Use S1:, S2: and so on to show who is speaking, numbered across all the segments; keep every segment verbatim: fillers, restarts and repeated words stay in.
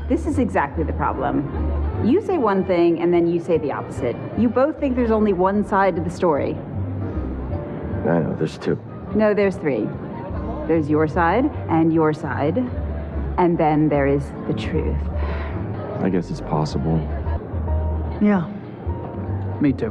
S1: This is exactly the problem. You say one thing, and then you say the opposite. You both think there's only one side to the story.
S2: I know, there's two.
S1: No, there's three. There's your side, and your side, and then there is the truth.
S2: I guess it's possible.
S3: Yeah. Me too.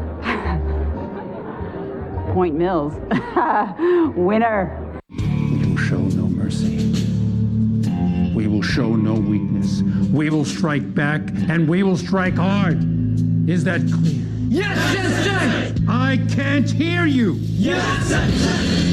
S1: Point Mills. Winner.
S4: We will show no mercy. We will show no weakness. We will strike back, and we will strike hard. Is that clear?
S5: Yes, yes, Judge!
S4: I can't hear you!
S5: Yes, Judge!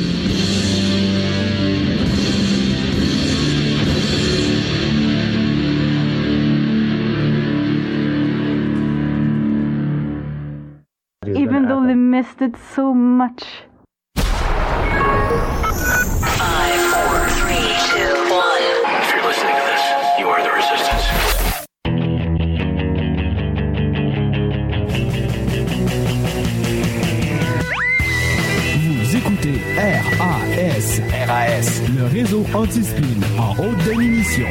S1: Even though they missed it so much.
S6: Five, four, three, two, one.
S7: If you're listening to this, you are the resistance.
S8: Vous écoutez R A S.
S9: R A S.
S8: Le réseau anti-spin en haute définition.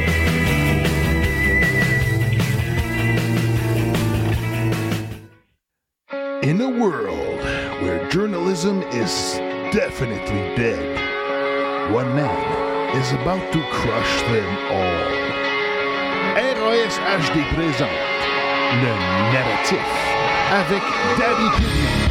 S10: In a world where journalism is definitely dead, one man is about to crush them all. R A S H D présente le narratif avec Daddy Pignon.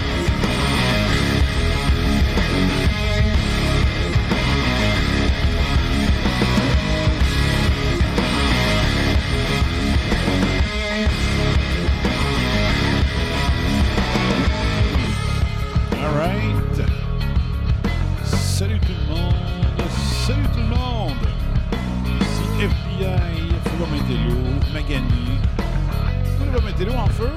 S11: Salut tout le monde! Salut tout le monde! Ici F B I, Philo Métello, Magani. Philo Métello en feu!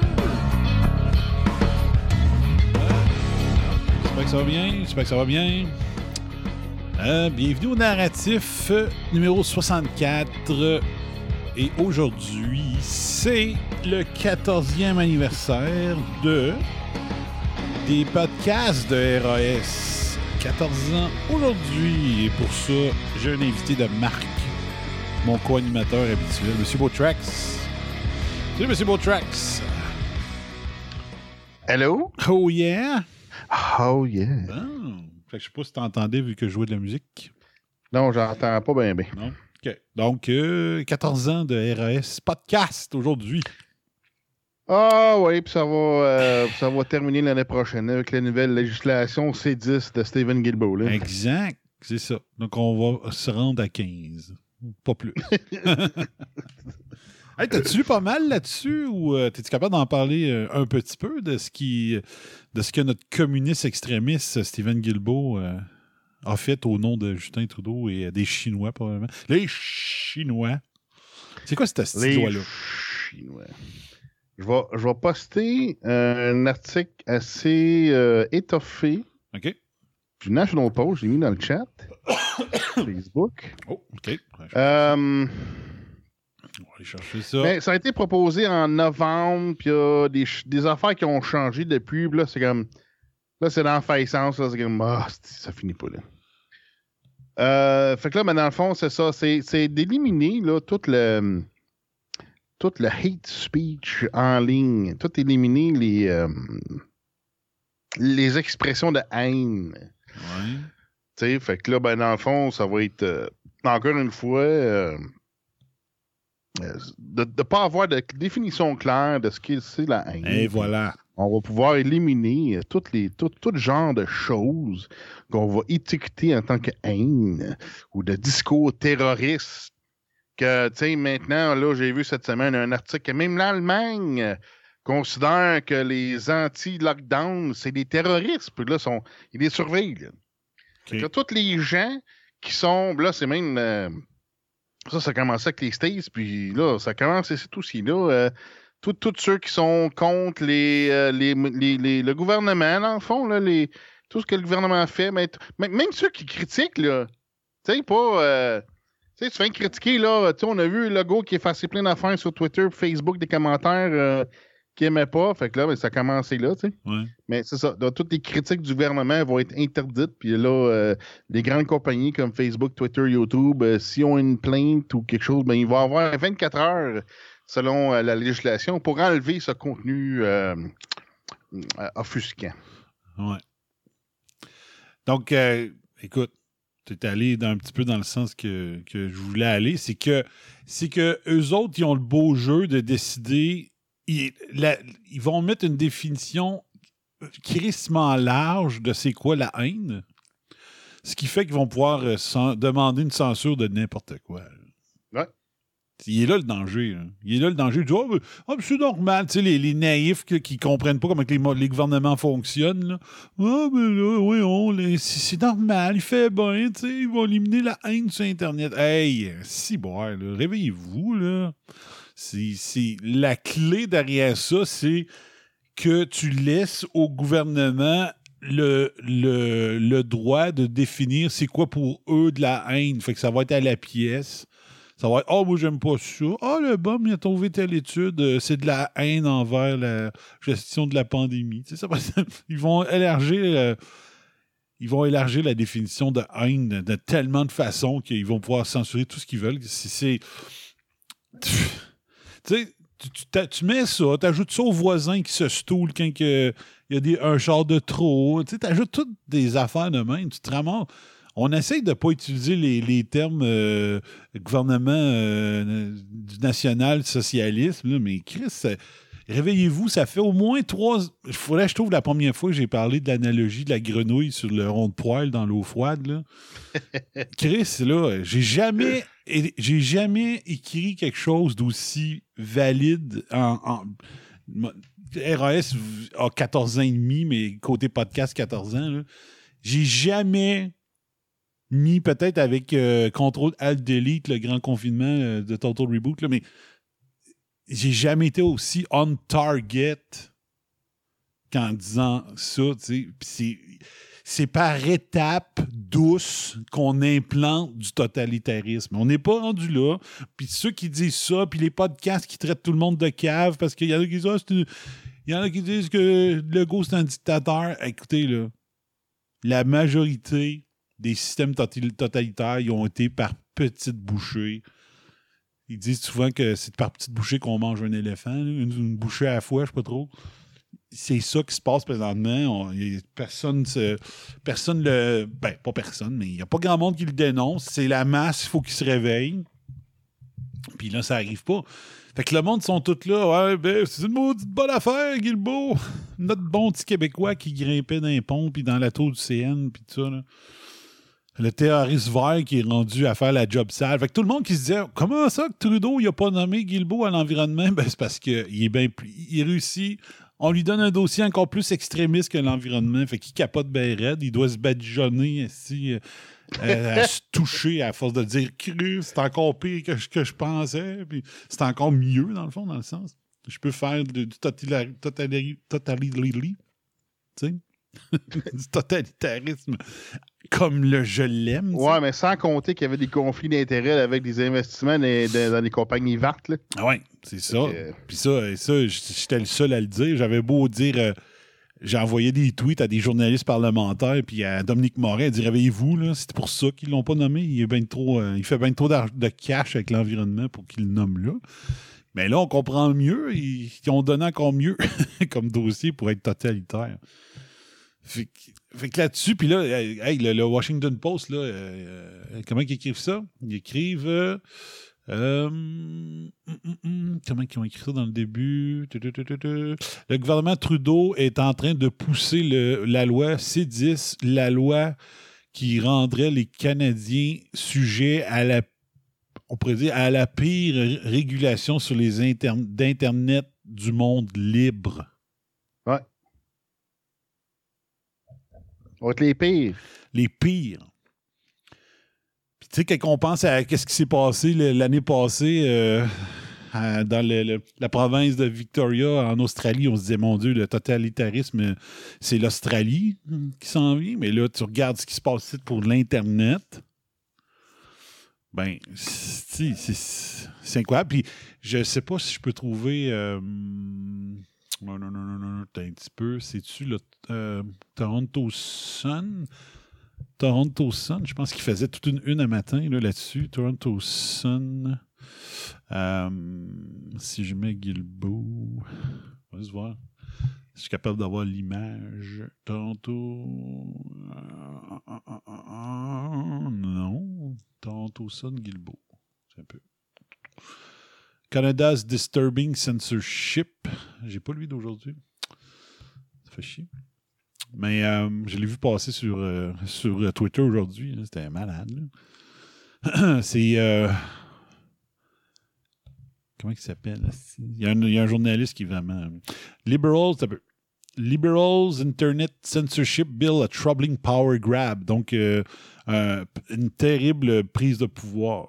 S11: J'espère que ça va bien, j'espère que ça va bien. Euh, bienvenue au narratif euh, numéro soixante-quatre. Et aujourd'hui, c'est le quatorzième anniversaire de des podcasts de R A S. quatorze ans aujourd'hui. Et pour ça, j'ai un invité de marque, mon co-animateur habituel, M. Beautrax. Salut, M. Beautrax.
S10: Hello?
S11: Oh yeah?
S10: Oh yeah.
S11: Oh. Fait que je sais pas si t'entendais vu que je jouais de la musique.
S10: Non, j'entends pas bien bien.
S11: Non? OK. Donc, euh, quatorze ans de R A S podcast aujourd'hui.
S10: Ah oui, puis ça va euh, ça va terminer l'année prochaine avec la nouvelle législation C dix de Stephen Guilbeault. Là.
S11: Exact, c'est ça. Donc on va se rendre à quinze. Pas plus. Hey, t'as-tu lu pas mal là-dessus ou euh, t'es-tu capable d'en parler euh, un petit peu de ce qui de ce que notre communiste extrémiste Stephen Guilbeault euh, a fait au nom de Justin Trudeau et euh, des Chinois probablement. Les Chinois. C'est quoi cette histoire-là?
S10: Les Chinois. Je vais, je vais poster euh, un article assez euh, étoffé
S11: OK.
S10: du National Post. J'ai mis dans le chat Facebook.
S11: Oh, OK.
S10: Euh,
S11: On va aller chercher ça.
S10: Ben, ça a été proposé en novembre, puis il y a des, des affaires qui ont changé depuis. Là, c'est comme. Là, c'est dans l'enfaillissance. Là, c'est comme. Ah, ça finit pas, là. Euh, fait que là, ben, dans le fond, c'est ça. C'est, c'est d'éliminer, là, tout le. Tout le hate speech en ligne. Tout éliminer les. Euh, les expressions de haine.
S11: Ouais.
S10: Tu sais, fait que là, ben, dans le fond, ça va être. Euh, encore une fois. Euh, de ne pas avoir de définition claire de ce qu'est c'est la haine.
S11: Et voilà.
S10: On va pouvoir éliminer toutes les, tout, tout genre de choses qu'on va étiqueter en tant que haine ou de discours terroristes. Que, tu sais, maintenant, là, j'ai vu cette semaine un article que même l'Allemagne considère que les anti-lockdown, c'est des terroristes. Puis là, sont, ils les surveillent. Là. Okay. Que tous les gens qui sont... Là, c'est même... Euh, ça, ça a commencé avec les States, puis là, ça commence ici aussi. Là, euh, tous ceux qui sont contre les, euh, les, les, les, le gouvernement, dans le fond, là, les, tout ce que le gouvernement fait, mais, même ceux qui critiquent, là, tu sais, pas... Euh, tu sais, tu fais critiquer, là, tu sais, on a vu le logo qui est effacé plein d'affaires sur Twitter, Facebook, des commentaires, euh, qui n'aimaient pas. Fait que là, ben, ça a commencé là, tu sais.
S11: Ouais.
S10: Mais c'est ça. Donc, toutes les critiques du gouvernement vont être interdites. Puis là, euh, les grandes compagnies comme Facebook, Twitter, YouTube, euh, s'ils ont une plainte ou quelque chose, ben, ils vont avoir vingt-quatre heures, selon euh, la législation, pour enlever ce contenu euh, euh, offusquant.
S11: Ouais. Donc, euh, écoute, tu es allé dans, un petit peu dans le sens que, que je voulais aller. C'est que, c'est que eux autres, ils ont le beau jeu de décider. Ils, la, ils vont mettre une définition crissement large de c'est quoi la haine. Ce qui fait qu'ils vont pouvoir euh, sans, demander une censure de n'importe quoi.
S10: Ouais.
S11: Il est là le danger. Là. Il est là le danger. Il dit, oh, oh, c'est normal. Tu sais, les, les naïfs qui, qui comprennent pas comment les, les gouvernements fonctionnent. Là. Ah, ben là, oui, on, les, c'est, c'est normal. Il fait bien. Tu sais, ils vont éliminer la haine sur Internet. Hey, si bon, là, réveillez-vous, là. C'est, c'est, la clé derrière ça, c'est que tu laisses au gouvernement le, le, le droit de définir c'est quoi pour eux de la haine. Fait que ça va être à la pièce. Ça va être « Ah, oh, moi, j'aime pas ça. Ah, oh, le B O M, il a trouvé telle étude. Euh, c'est de la haine envers la gestion de la pandémie. » Tu sais, ça va être, ils vont élargir... Euh, ils vont élargir la définition de haine de, de tellement de façons qu'ils vont pouvoir censurer tout ce qu'ils veulent. C'est... c'est... Tu sais, tu, tu, tu mets ça, tu ajoutes ça aux voisins qui se stoulent quand il y a des, un char de trop. Tu sais, tu ajoutes toutes des affaires de même. Tu te ramasses... On essaye de ne pas utiliser les, les termes euh, gouvernement euh, du national-socialisme, là, mais Chris, ça, réveillez-vous, ça fait au moins trois... Il faudrait, je trouve, la première fois que j'ai parlé de l'analogie de la grenouille sur le rond de poêle dans l'eau froide. Là. Chris, là, j'ai jamais, j'ai jamais écrit quelque chose d'aussi valide en... en R A S a quatorze ans et demi, mais côté podcast, quatorze ans. Là. J'ai jamais... mis peut-être avec euh, contrôle alt delete le grand confinement euh, de Total Reboot, là, mais j'ai jamais été aussi on target qu'en disant ça, tu sais. C'est, c'est par étapes douces qu'on implante du totalitarisme. On n'est pas rendu là. Puis ceux qui disent ça, puis les podcasts qui traitent tout le monde de cave, parce qu'il y en a qui disent, ah, c'est une... il y en a qui disent que Legault c'est un dictateur. Écoutez, là, la majorité des systèmes totalitaires, ils ont été par petites bouchées. Ils disent souvent que c'est par petites bouchées qu'on mange un éléphant, une, une bouchée à la fois, je sais pas trop. C'est ça qui se passe présentement. On, y a personne se, personne le... Ben, pas personne, mais il n'y a pas grand monde qui le dénonce. C'est la masse, il faut qu'il se réveille. Puis là, ça n'arrive pas. Fait que le monde sont tous là. Ouais, ben, c'est une maudite bonne affaire, Guilbeault. Notre bon petit Québécois qui grimpait dans les ponts puis dans la tour du C N puis tout ça, là. Le terroriste vert qui est rendu à faire la job sale. Fait que tout le monde qui se disait « Comment ça que Trudeau il a pas nommé Guilbeault à l'environnement? » Ben c'est parce qu'il est bien plus... Il réussit. On lui donne un dossier encore plus extrémiste que l'environnement. Fait qu'il capote bien raide. Il doit se badigeonner ici, euh, à se toucher à force de dire « Cru, c'est encore pire que ce que je pensais. » Puis c'est encore mieux, dans le fond, dans le sens. Je peux faire du totalitarisme. Tu sais? Du totalitarisme comme le je l'aime.
S10: Ouais, mais sans compter qu'il y avait des conflits d'intérêts avec des investissements dans, dans, dans les compagnies vertes. Là.
S11: Ah ouais, c'est ça. Euh... Puis ça, ça, j'étais le seul à le dire. J'avais beau dire, euh, j'ai envoyé des tweets à des journalistes parlementaires, puis à Dominique Morin, elle dit réveillez-vous, là, c'est pour ça qu'ils l'ont pas nommé. Il, est ben trop, euh, il fait bien trop de cash avec l'environnement pour qu'il le nomme là. Mais là, on comprend mieux. Ils, ils ont donné encore mieux comme dossier pour être totalitaire. Fait que, fait que là-dessus, puis là, hey, le, le Washington Post, là, euh, comment ils écrivent ça? Ils écrivent... Euh, euh, mm, mm, mm, comment ils ont écrit ça dans le début? Le gouvernement Trudeau est en train de pousser le, la loi C dix, la loi qui rendrait les Canadiens sujets à la, on pourrait dire, à la pire régulation sur les inter- d'Internet du monde libre.
S10: Ouais. On va être les pires.
S11: Les pires. Puis tu sais, quand on pense à ce qui s'est passé l'année passée euh, à, dans le, le, la province de Victoria, en Australie, on se disait, mon Dieu, le totalitarisme, c'est l'Australie qui s'en vient. Mais là, tu regardes ce qui se passe ici pour l'Internet. Ben, c'est, c'est, c'est incroyable. Puis je sais pas si je peux trouver... Euh, Non, non, non, non, non. T'as un petit peu. C'est-tu le euh, Toronto Sun? Toronto Sun, je pense qu'il faisait toute une une à matin là, là-dessus. Toronto Sun. Euh, si je mets Guilbeault. On va se voir. Je suis capable d'avoir l'image. Toronto. Euh, euh, euh, euh, non. Toronto Sun, Guilbeault. C'est un peu. Canada's Disturbing Censorship. J'ai pas lui d'aujourd'hui. Ça fait chier. Mais euh, je l'ai vu passer sur, euh, sur Twitter aujourd'hui. Là. C'était malade. C'est. Euh... Comment il s'appelle? Il y, a un, il y a un journaliste qui est vraiment. Liberals, Liberals Internet Censorship Bill, a troubling power grab. Donc, euh, euh, une terrible prise de pouvoir.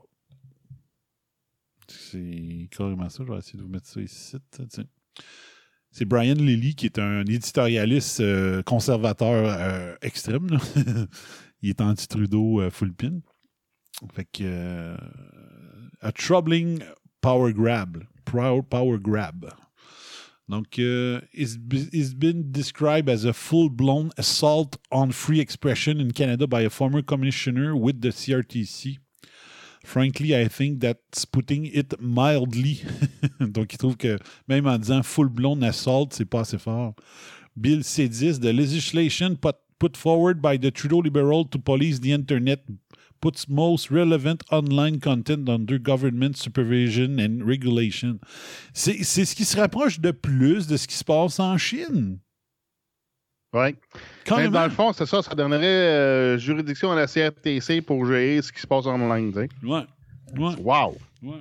S11: C'est carrément ça. Je vais essayer de vous mettre ça ici. Tiens. C'est Brian Lilly, qui est un éditorialiste euh, conservateur euh, extrême. Là. Il est anti-Trudeau euh, full pin. Fait que. Euh, a troubling power grab. Power, power grab. Donc, uh, it's, it's been described as a full-blown assault on free expression in Canada by a former commissioner with the C R T C. Frankly, I think that's putting it mildly. Donc, il trouve que même en disant full-blown assault, c'est pas assez fort. Bill C dix, the legislation put, put forward by the Trudeau Liberal to police the Internet puts most relevant online content under government supervision and regulation. C'est, c'est ce qui se rapproche de plus de ce qui se passe en Chine.
S10: Oui. Mais dans le fond, c'est ça, ça donnerait euh, juridiction à la C R T C pour gérer ce qui se passe en ligne. Tu sais.
S11: Ouais. ouais.
S10: Wow.
S11: Ouais.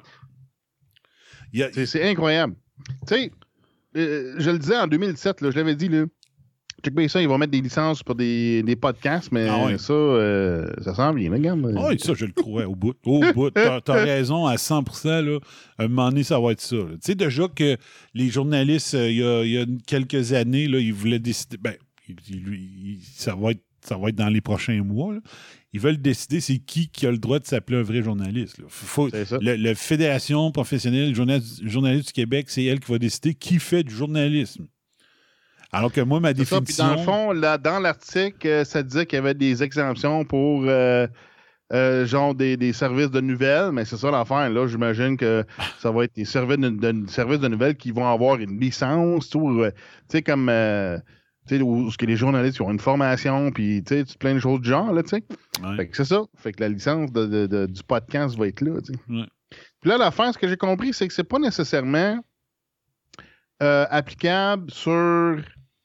S10: A... C'est, c'est incroyable. Tu sais, euh, je le disais en deux mille sept, là, je l'avais dit, là. Check bien ça, ils vont mettre des licences pour des, des podcasts, mais ah ouais. ça, euh, ça sent bien, regarde.
S11: Ah oui, ça, je le crois, au bout. Au bout. T'as, t'as raison à cent pour cent, là. À un moment donné, ça va être ça. Tu sais, déjà que les journalistes, euh, il y, a, il y a quelques années, là, ils voulaient décider. Ben, il, il, il, ça, va être, ça va être dans les prochains mois, là. Ils veulent décider c'est qui qui a le droit de s'appeler un vrai journaliste. Là. Faut, c'est ça. Le, la Fédération professionnelle journaliste, journaliste du Québec, c'est elle qui va décider qui fait du journalisme. Alors que moi, ma c'est définition...
S10: Ça, puis dans le fond, là, dans l'article, euh, ça disait qu'il y avait des exemptions pour euh, euh, genre des, des services de nouvelles, mais c'est ça l'affaire. Là, j'imagine que ça va être des services de, de, services de nouvelles qui vont avoir une licence, tu euh, sais, comme euh, tu sais, où, où que les journalistes ont une formation, puis tu sais, plein de choses du genre, là, tu sais. Ouais. Fait que c'est ça. Fait que la licence de, de, de, du podcast va être là, tu sais. Ouais. Puis là, l'affaire, ce que j'ai compris, c'est que c'est pas nécessairement euh, applicable sur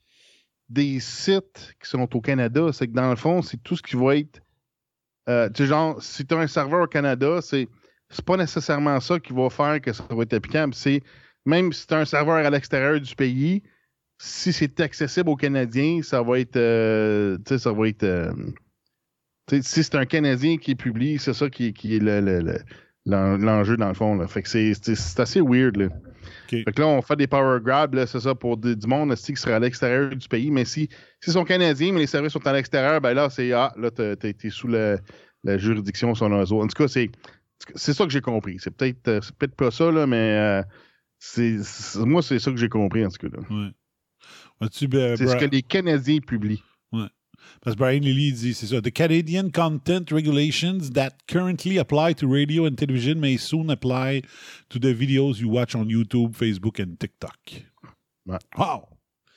S10: des sites qui sont au Canada. C'est que dans le fond, c'est tout ce qui va être... Euh, tu sais, genre, si tu as un serveur au Canada, c'est, c'est pas nécessairement ça qui va faire que ça va être applicable. C'est, même si tu as un serveur à l'extérieur du pays, si c'est accessible aux Canadiens, ça va être... Euh, tu sais, ça va être... Euh, tu sais, si c'est un Canadien qui publie, c'est ça qui, qui est le, le, le, l'enjeu dans le fond. Là. Fait que c'est, c'est, c'est assez weird, là. Okay. Fait que là, on fait des power grabs, là, c'est ça, pour du, du monde aussi qui serait à l'extérieur du pays. Mais si, si ils sont canadiens, mais les services sont à l'extérieur, ben là, c'est ah, là, t'es, t'es sous le, la juridiction sur nos autres. En tout cas, c'est, c'est ça que j'ai compris. C'est peut-être, c'est peut-être pas ça, là, mais euh, c'est, c'est, moi, c'est ça que j'ai compris, en tout cas. Là. Ouais.
S11: As-tu, ben,
S10: c'est Bra- ce que les Canadiens publient.
S11: Ouais. Parce que Brian Lilly dit, c'est ça. The Canadian content regulations that currently apply to radio and television may soon apply to the videos you watch on YouTube, Facebook and TikTok.
S10: Ouais.
S11: Wow!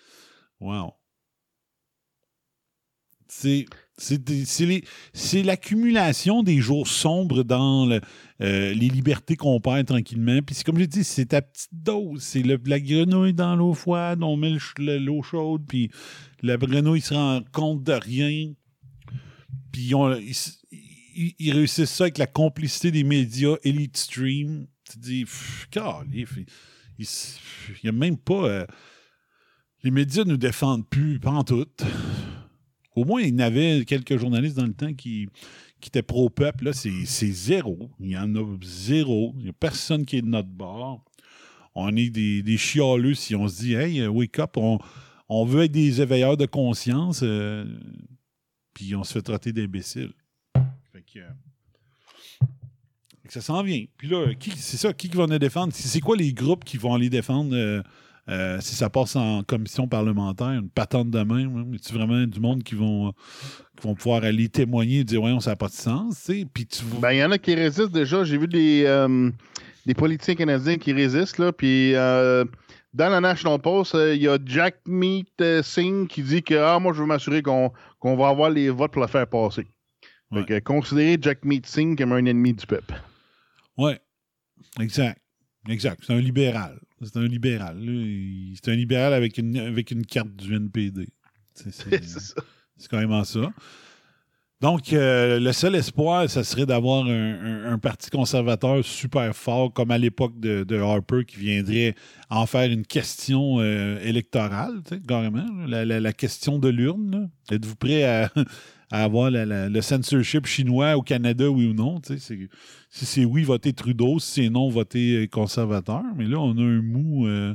S11: Wow. C'est, c'est, c'est, les, c'est l'accumulation des jours sombres dans le, euh, les libertés qu'on perd tranquillement. Puis c'est comme je dis, c'est ta petite dose. C'est le, la grenouille dans l'eau froide, on met le, l'eau chaude, puis la grenouille se rend compte de rien. Puis on, ils, ils, ils réussissent ça avec la complicité des médias Elite Stream. Tu te dis, calif, il n'y a même pas... Euh, les médias ne nous défendent plus, pas en tout. Au moins, il y avait quelques journalistes dans le temps qui, qui étaient pro-peuple. Là, c'est, c'est zéro. Il y en a zéro. Il n'y a personne qui est de notre bord. On est des, des chialeux si on se dit « Hey, wake up, on, on veut être des éveilleurs de conscience. Euh, » Puis on se fait traiter d'imbéciles. Fait que, euh, fait que ça s'en vient. Puis là, qui, c'est ça, qui va les défendre? C'est, c'est quoi les groupes qui vont aller défendre euh, Euh, si ça passe en commission parlementaire, une patente de même, hein, y a vraiment du monde qui vont, qui vont pouvoir aller témoigner et dire voyons, ça n'a pas de sens, tu sais. Puis tu
S10: Ben, il y en a qui résistent déjà. J'ai vu des, euh, des politiciens canadiens qui résistent, là. Puis euh, dans la National Post, il euh, y a Jack Meat euh, Singh qui dit que ah, moi, je veux m'assurer qu'on, qu'on va avoir les votes pour la faire passer.
S11: Ouais.
S10: Fait que considérer Jack Meat Singh comme un ennemi du peuple.
S11: Oui, exact. Exact. C'est un libéral. C'est un libéral. Là. Il- C'est un libéral avec une, avec une carte du N P D. C'est, c'est,
S10: C'est ça.
S11: c'est carrément ça. Donc, euh, le seul espoir, ça serait d'avoir un, un- un parti conservateur super fort, comme à l'époque de, de Harper, qui viendrait en faire une question euh, électorale, tu sais, carrément. La, la- la question de l'urne. Là. Êtes-vous prêt à, à avoir la- la- le censorship chinois au Canada, oui ou non? Tu sais, c'est- si c'est oui, votez Trudeau. Si c'est non, votez conservateur. Mais là, on a un mou... euh,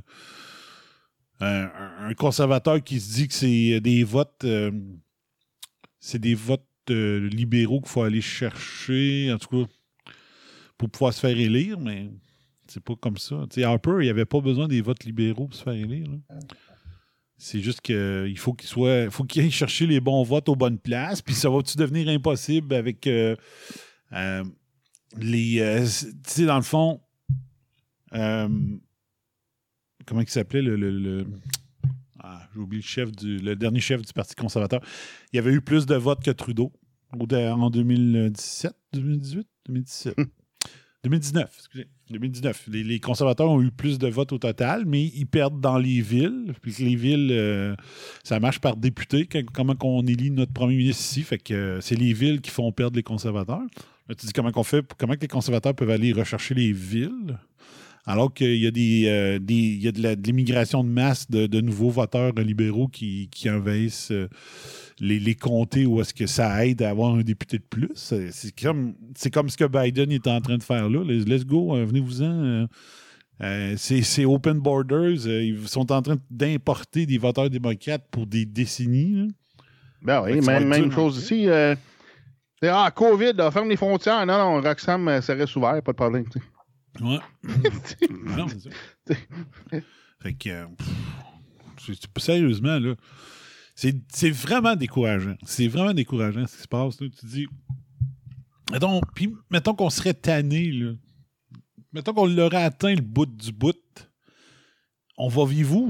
S11: un, un conservateur qui se dit que c'est des votes... euh, c'est des votes euh, libéraux qu'il faut aller chercher, en tout cas, pour pouvoir se faire élire, mais c'est pas comme ça. Tu sais, Harper, il n'y avait pas besoin des votes libéraux pour se faire élire. Là. C'est juste qu'il faut qu'il soit, faut qu'il aille chercher les bons votes aux bonnes places, puis ça va-tu devenir impossible avec euh, euh, les... euh, tu sais, dans le fond, euh, comment il s'appelait le... le, le ah, j'ai oublié le chef du, le dernier chef du Parti conservateur. Il y avait eu plus de votes que Trudeau au- en deux mille dix-sept, deux mille dix-huit, deux mille dix-sept. deux mille dix-neuf, excusez. deux mille dix-neuf. Les, les conservateurs ont eu plus de votes au total, mais ils perdent dans les villes. Puis que les villes, euh, ça marche par député. Quand- comment on élit notre premier ministre ici? Fait que euh, c'est les villes qui font perdre les conservateurs. Là, tu dis comment qu'on fait, comment que les conservateurs peuvent aller rechercher les villes? Alors qu'il y a, des, euh, des, il y a de, la, de l'immigration de masse de, de nouveaux voteurs libéraux qui, qui envahissent euh, les, les comtés où est-ce que ça aide à avoir un député de plus. C'est, c'est, comme, c'est comme ce que Biden est en train de faire là. Let's, let's go, euh, venez-vous-en. Euh, euh, c'est, c'est open borders. Euh, ils sont en train d'importer des voteurs démocrates pour des décennies. Là.
S10: Ben oui,
S11: Ça va
S10: même,
S11: être
S10: même
S11: dur,
S10: chose
S11: hein.
S10: ici. Euh, c'est, ah, COVID, là, ferme les frontières. Non, non, Roxham, euh, ça reste ouvert, pas de problème. Tu sais.
S11: Ouais. Non, c'est ça. Fait que, euh, pff, c'est- c'est- sérieusement, là, c'est, c'est vraiment décourageant. C'est vraiment décourageant ce qui se passe. Là. Tu te dis, mettons, puis mettons qu'on serait tanné, là. Mettons qu'on l'aurait atteint le bout du bout. On va vivre où?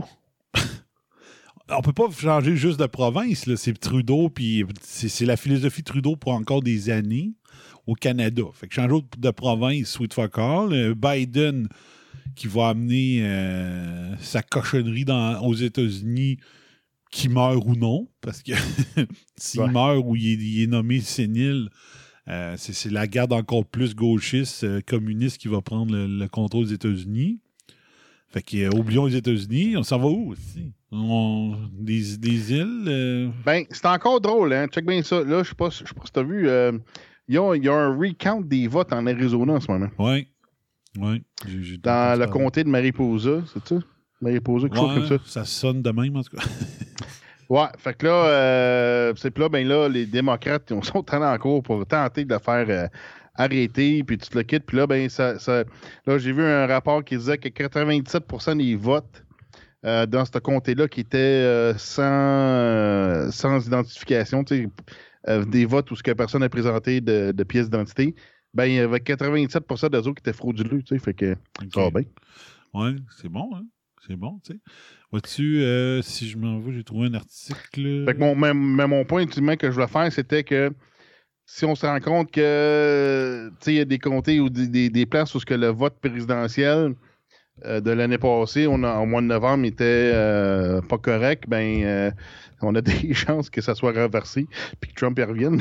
S11: On peut pas changer juste de province, là. C'est Trudeau, puis c'est, c'est la philosophie Trudeau pour encore des années au Canada. Fait que changer de province, sweet fuck all. Euh, Biden qui va amener euh, sa cochonnerie dans, aux États-Unis, qui meurt ou non, parce que s'il
S10: Ouais.
S11: meurt ou il est, il est nommé sénile, euh, c'est, c'est la garde encore plus gauchiste, euh, communiste qui va prendre le, le contrôle des États-Unis. Fait que, euh, oublions les États-Unis, on s'en va où aussi? On, des, des îles? euh,
S10: Ben, c'est encore drôle, hein. Check bien ça. Là, je sais pas, je sais pas si t'as vu, euh, il y, a- il y a un recount des votes en Arizona en ce moment.
S11: Ouais. Ouais. J'ai, j'ai
S10: Dans
S11: entendu
S10: le
S11: parler.
S10: comté de Mariposa, c'est ça? Mariposa, quelque chose
S11: Ouais,
S10: comme ça.
S11: ça sonne de même, en tout cas.
S10: Ouais, fait que là, euh, c'est que là, ben là, les démocrates, ils sont allés en cours pour tenter de le faire euh, arrêter, puis tu te le quittes. Puis là, ben, ça, ça, là, j'ai vu un rapport qui disait que quatre-vingt-dix-sept pour cent des votes euh, dans ce comté-là qui étaient euh, sans, euh, sans identification, tu sais, euh, des votes où ce que personne n'a présenté de, de pièce d'identité, ben, il y avait quatre-vingt-dix-sept pour cent des autres qui étaient frauduleux, tu sais, fait que ça va bien.
S11: Ouais, c'est bon, hein? C'est bon, tu sais. Vois-tu, euh, si je m'en vais, j'ai trouvé un article.
S10: Fait que mon, mais, mais mon point ultimement que je voulais faire, c'était que si on se rend compte que tu sais, il y a des comtés ou des, des, des places où ce que le vote présidentiel euh, de l'année passée, on a, au mois de novembre, était euh, pas correct, ben euh, on a des chances que ça soit renversé puis que Trump y revienne.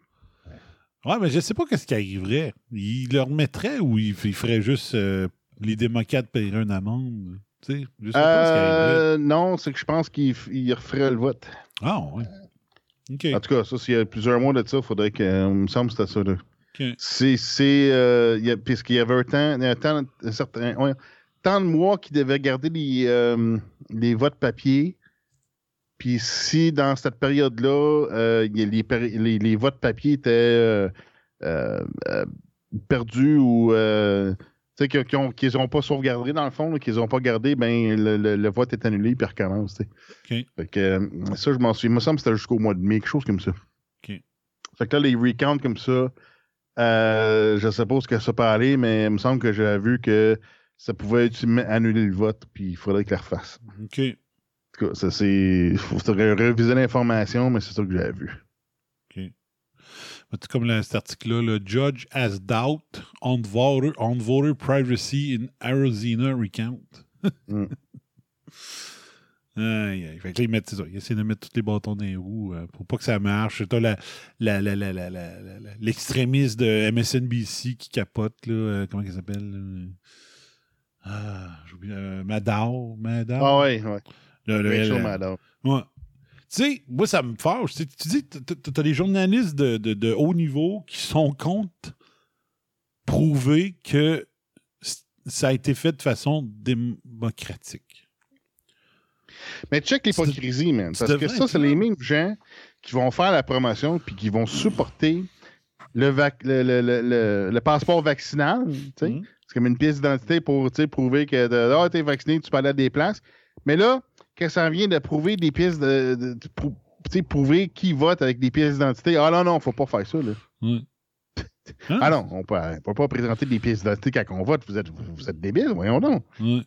S11: Ouais, mais je sais pas qu'est-ce qui arriverait. Il le remettrait ou il, il ferait juste euh, les démocrates paieraient une amende? Tu sais, je sais pas ce qui arriverait.
S10: Euh, non, c'est que je pense qu'il f- il referait le vote.
S11: Ah, ouais. OK.
S10: En tout cas, ça, s'il y a plusieurs mois de ça, il faudrait que. Il me semble que c'était ça, là.
S11: OK.
S10: C'est. c'est euh, il y a- puisqu'il y avait un temps. Un temps un certain, ouais, tant de mois qu'il devait garder les, euh, les votes papier. Puis si dans cette période-là, euh, il y a les, péri- les, les votes papier étaient euh, euh, euh, perdus ou euh, sais, qu'ils n'ont qu'ils ont pas sauvegardé dans le fond, là, qu'ils n'ont pas gardé, ben le, le, le vote est annulé puis recommence. Tu sais.
S11: Okay.
S10: Fait que euh, ça, je m'en souviens. Il me semble que c'était jusqu'au mois de mai, quelque chose comme ça.
S11: Okay.
S10: Fait que là, les recounts comme ça, euh, je sais pas où ce que ça peut aller, mais il me semble que j'avais vu que ça pouvait ultimement annuler le vote, puis il faudrait qu'ils le refassent.
S11: OK.
S10: En tout cas, ça c'est. Il faudrait réviser l'information, mais c'est ça que j'avais vu.
S11: OK. Tout comme là, cet article-là, le Judge has doubt on voter, on voter privacy in Arizona recount.
S10: mm.
S11: Aïe, aïe. Fait que là, ils mettent ça. Ils essaient de mettre tous les bâtons dans les roues euh, pour pas que ça marche. T'as la, la, la, la, la, la, la, la, l'extrémiste de M S N B C qui capote, là. Euh, comment elle s'appelle? Là? Ah, j'oublie. Euh, Maddow. Maddow.
S10: Ah ouais, ouais.
S11: Le, le,
S10: Rachel
S11: le,
S10: Maddow.
S11: Ouais. Tu sais, moi, ça me fâche. Tu dis, t'as des journalistes de, de, de haut niveau qui sont contre prouver que ça a été fait de façon démocratique.
S10: Mais check l'hypocrisie, man. Parce que ça, c'est les mêmes gens qui vont faire la promotion puis qui vont supporter le, vac- le, le, le, le, le passeport vaccinal. Tu sais. Mm-hmm. C'est comme une pièce d'identité pour prouver que oh, tu es vacciné, tu peux aller à des places. Mais là, quand ça vient de prouver des pièces de. de, de prou- prouver qui vote avec des pièces d'identité, ah non, non, faut pas faire ça. Là.
S11: Mm. Hein?
S10: Ah non, on peut, on peut pas présenter des pièces d'identité quand on vote. Vous êtes, vous êtes débiles, voyons donc.
S11: Mm.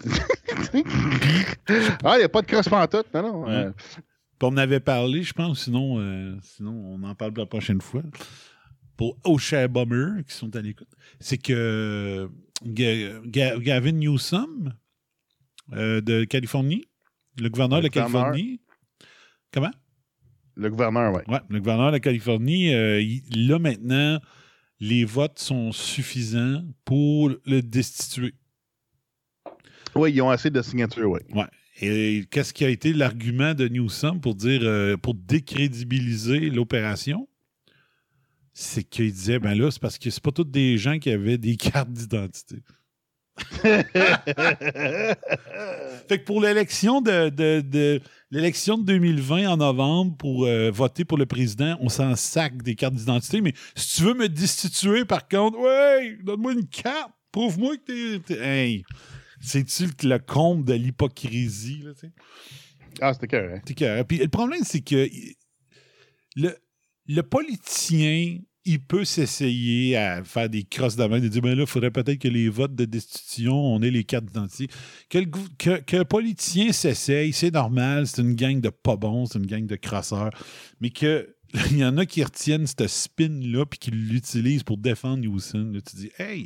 S10: Ah, il n'y a pas de cross-pantoute, non, non.
S11: Ouais.
S10: Euh...
S11: On en avait parlé, je pense, sinon, euh, sinon on en parle la prochaine fois. Pour O'Shea Bummer, qui sont à l'écoute, c'est que Ga- Ga- Gavin Newsom euh, de Californie, le gouverneur
S10: le
S11: de la Californie. Comment?
S10: Le gouverneur, oui.
S11: Oui, le gouverneur de la Californie, euh, il, là maintenant, les votes sont suffisants pour le destituer.
S10: Oui, ils ont assez de signatures, oui.
S11: Ouais. Et qu'est-ce qui a été l'argument de Newsom pour dire, euh, pour décrédibiliser l'opération? C'est qu'il disait, ben là, c'est parce que c'est pas tous des gens qui avaient des cartes d'identité. Fait que pour l'élection de, de, de l'élection de deux mille vingt en novembre pour euh, voter pour le président, on s'en sac des cartes d'identité. Mais si tu veux me destituer, par contre, ouais, donne-moi une carte, prouve-moi que t'es. t'es... Hey, c'est-tu le, le comble de l'hypocrisie, là, tu sais?
S10: Ah, c'était carré.
S11: C'est carré. Puis le problème, c'est que le, le politicien, il peut s'essayer à faire des crosses de main, de dire, ben là, il faudrait peut-être que les votes de destitution, on ait les cartes d'identité. Que le, que, que le politicien s'essaye, c'est normal, c'est une gang de pas bons, c'est une gang de crosseurs, mais que il y en a qui retiennent ce spin-là puis qui l'utilisent pour défendre Newsom. Là, tu dis, hey,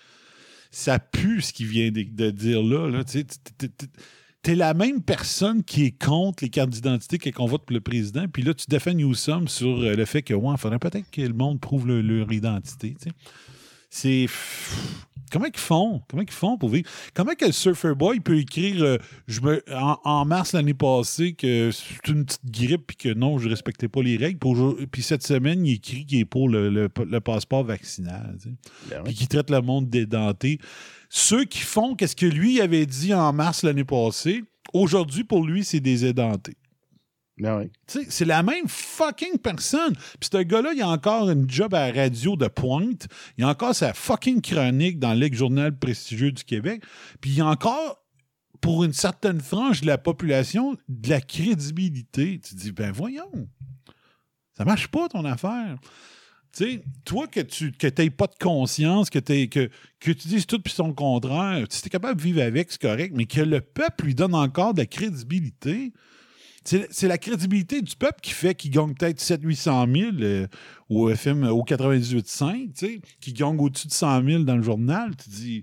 S11: ça pue ce qu'il vient de, de dire là. là tu sais, t'es la même personne qui est contre les cartes d'identité quand on vote pour le président, puis là, tu défends Newsom sur le fait que, ouais, il faudrait peut-être que le monde prouve le, leur identité. Tu sais. C'est. Comment ils font? Comment ils font pour vivre? Comment que le Surfer Boy peut écrire euh, je me, en, en mars l'année passée que c'est une petite grippe puis que non, je ne respectais pas les règles. Puis cette semaine, il écrit qu'il est pour le, le, le passeport vaccinal. Tu sais. Puis ouais. Qu'il traite le monde d'édenté. Ceux qui font qu'est-ce que lui avait dit en mars l'année passée, aujourd'hui, pour lui, c'est des édentés.
S10: Ben oui.
S11: C'est la même fucking personne. Puis ce gars-là, il a encore une job à la radio de pointe. Il a encore sa fucking chronique dans l'ex-journal prestigieux du Québec. Puis il a encore, pour une certaine frange de la population, de la crédibilité. Tu te dis, ben voyons, ça marche pas ton affaire. Tu sais, toi, que tu que n'aies pas de conscience, que, que, que tu dises tout puis son contraire, si tu es capable de vivre avec, c'est correct, mais que le peuple lui donne encore de la crédibilité. C'est la crédibilité du peuple qui fait qu'il gagne peut-être sept cents à huit cent mille euh, au F M, au quatre-vingt-dix-huit cinq, tu sais, qui gagne au-dessus de cent mille dans le journal. Tu dis,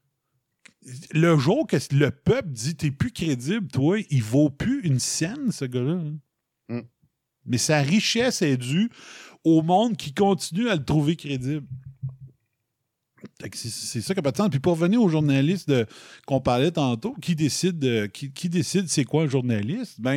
S11: le jour que le peuple dit t'es plus crédible, toi, il vaut plus une scène, ce gars-là. Hein. Mm. Mais sa richesse est due au monde qui continue à le trouver crédible. C'est ça qui n'a pas de sens. Puis pour revenir aux journalistes de, qu'on parlait tantôt, qui décide, de, qui, qui décide c'est quoi un journaliste? Ben,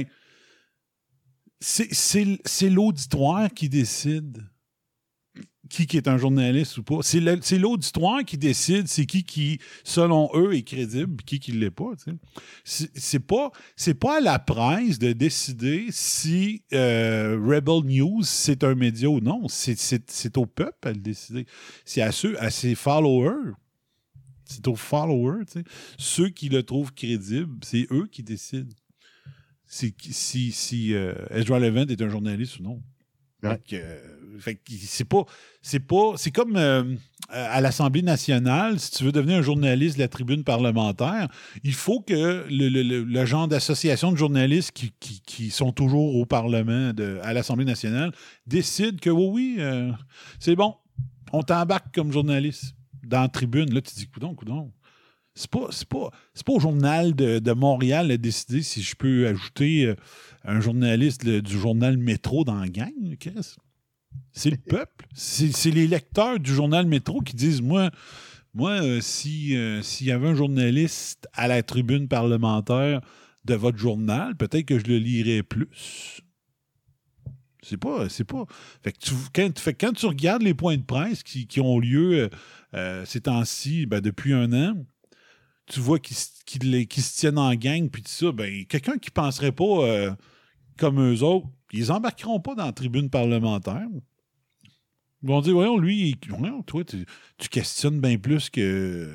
S11: c'est l'auditoire qui décide qui, qui est un journaliste ou pas. C'est l'auditoire qui décide c'est qui qui, selon eux, est crédible et qui qui ne l'est pas. C'est pas, pas à la presse de décider si euh, Rebel News, c'est un média ou non. C'est au peuple à le décider. C'est à, ceux, à ses followers. C'est aux followers, tu sais. Ceux qui le trouvent crédible, c'est eux qui décident si, si, si euh, Ezra Levant est un journaliste ou non.
S10: Ouais.
S11: Fait que, euh, fait que c'est pas. C'est pas. C'est comme euh, à l'Assemblée nationale, si tu veux devenir un journaliste de la tribune parlementaire, il faut que le, le, le, le genre d'association de journalistes qui, qui, qui sont toujours au Parlement, de, à l'Assemblée nationale, décide que oui, oui, euh, c'est bon, on t'embarque comme journaliste dans la tribune. Là, tu te dis, coudon, coudon. C'est pas, c'est pas, c'est pas au journal de, de Montréal de décider si je peux ajouter euh, un journaliste le, du journal Métro dans la gang, Chris. C'est le peuple. C'est, c'est les lecteurs du journal Métro qui disent, moi, moi euh, si, euh, s'il y avait un journaliste à la tribune parlementaire de votre journal, peut-être que je le lirais plus. C'est pas. C'est pas. Fait que tu, quand, fait que quand tu regardes les points de presse qui, qui ont lieu euh, euh, ces temps-ci, ben, depuis un an, tu vois qu'ils, qu'ils, qu'ils se tiennent en gang, puis tout ça, ben, quelqu'un qui ne penserait pas euh, comme eux autres, ils embarqueront pas dans la tribune parlementaire. Ils vont dire, voyons, lui, voyons, toi, tu, tu questionnes bien plus que...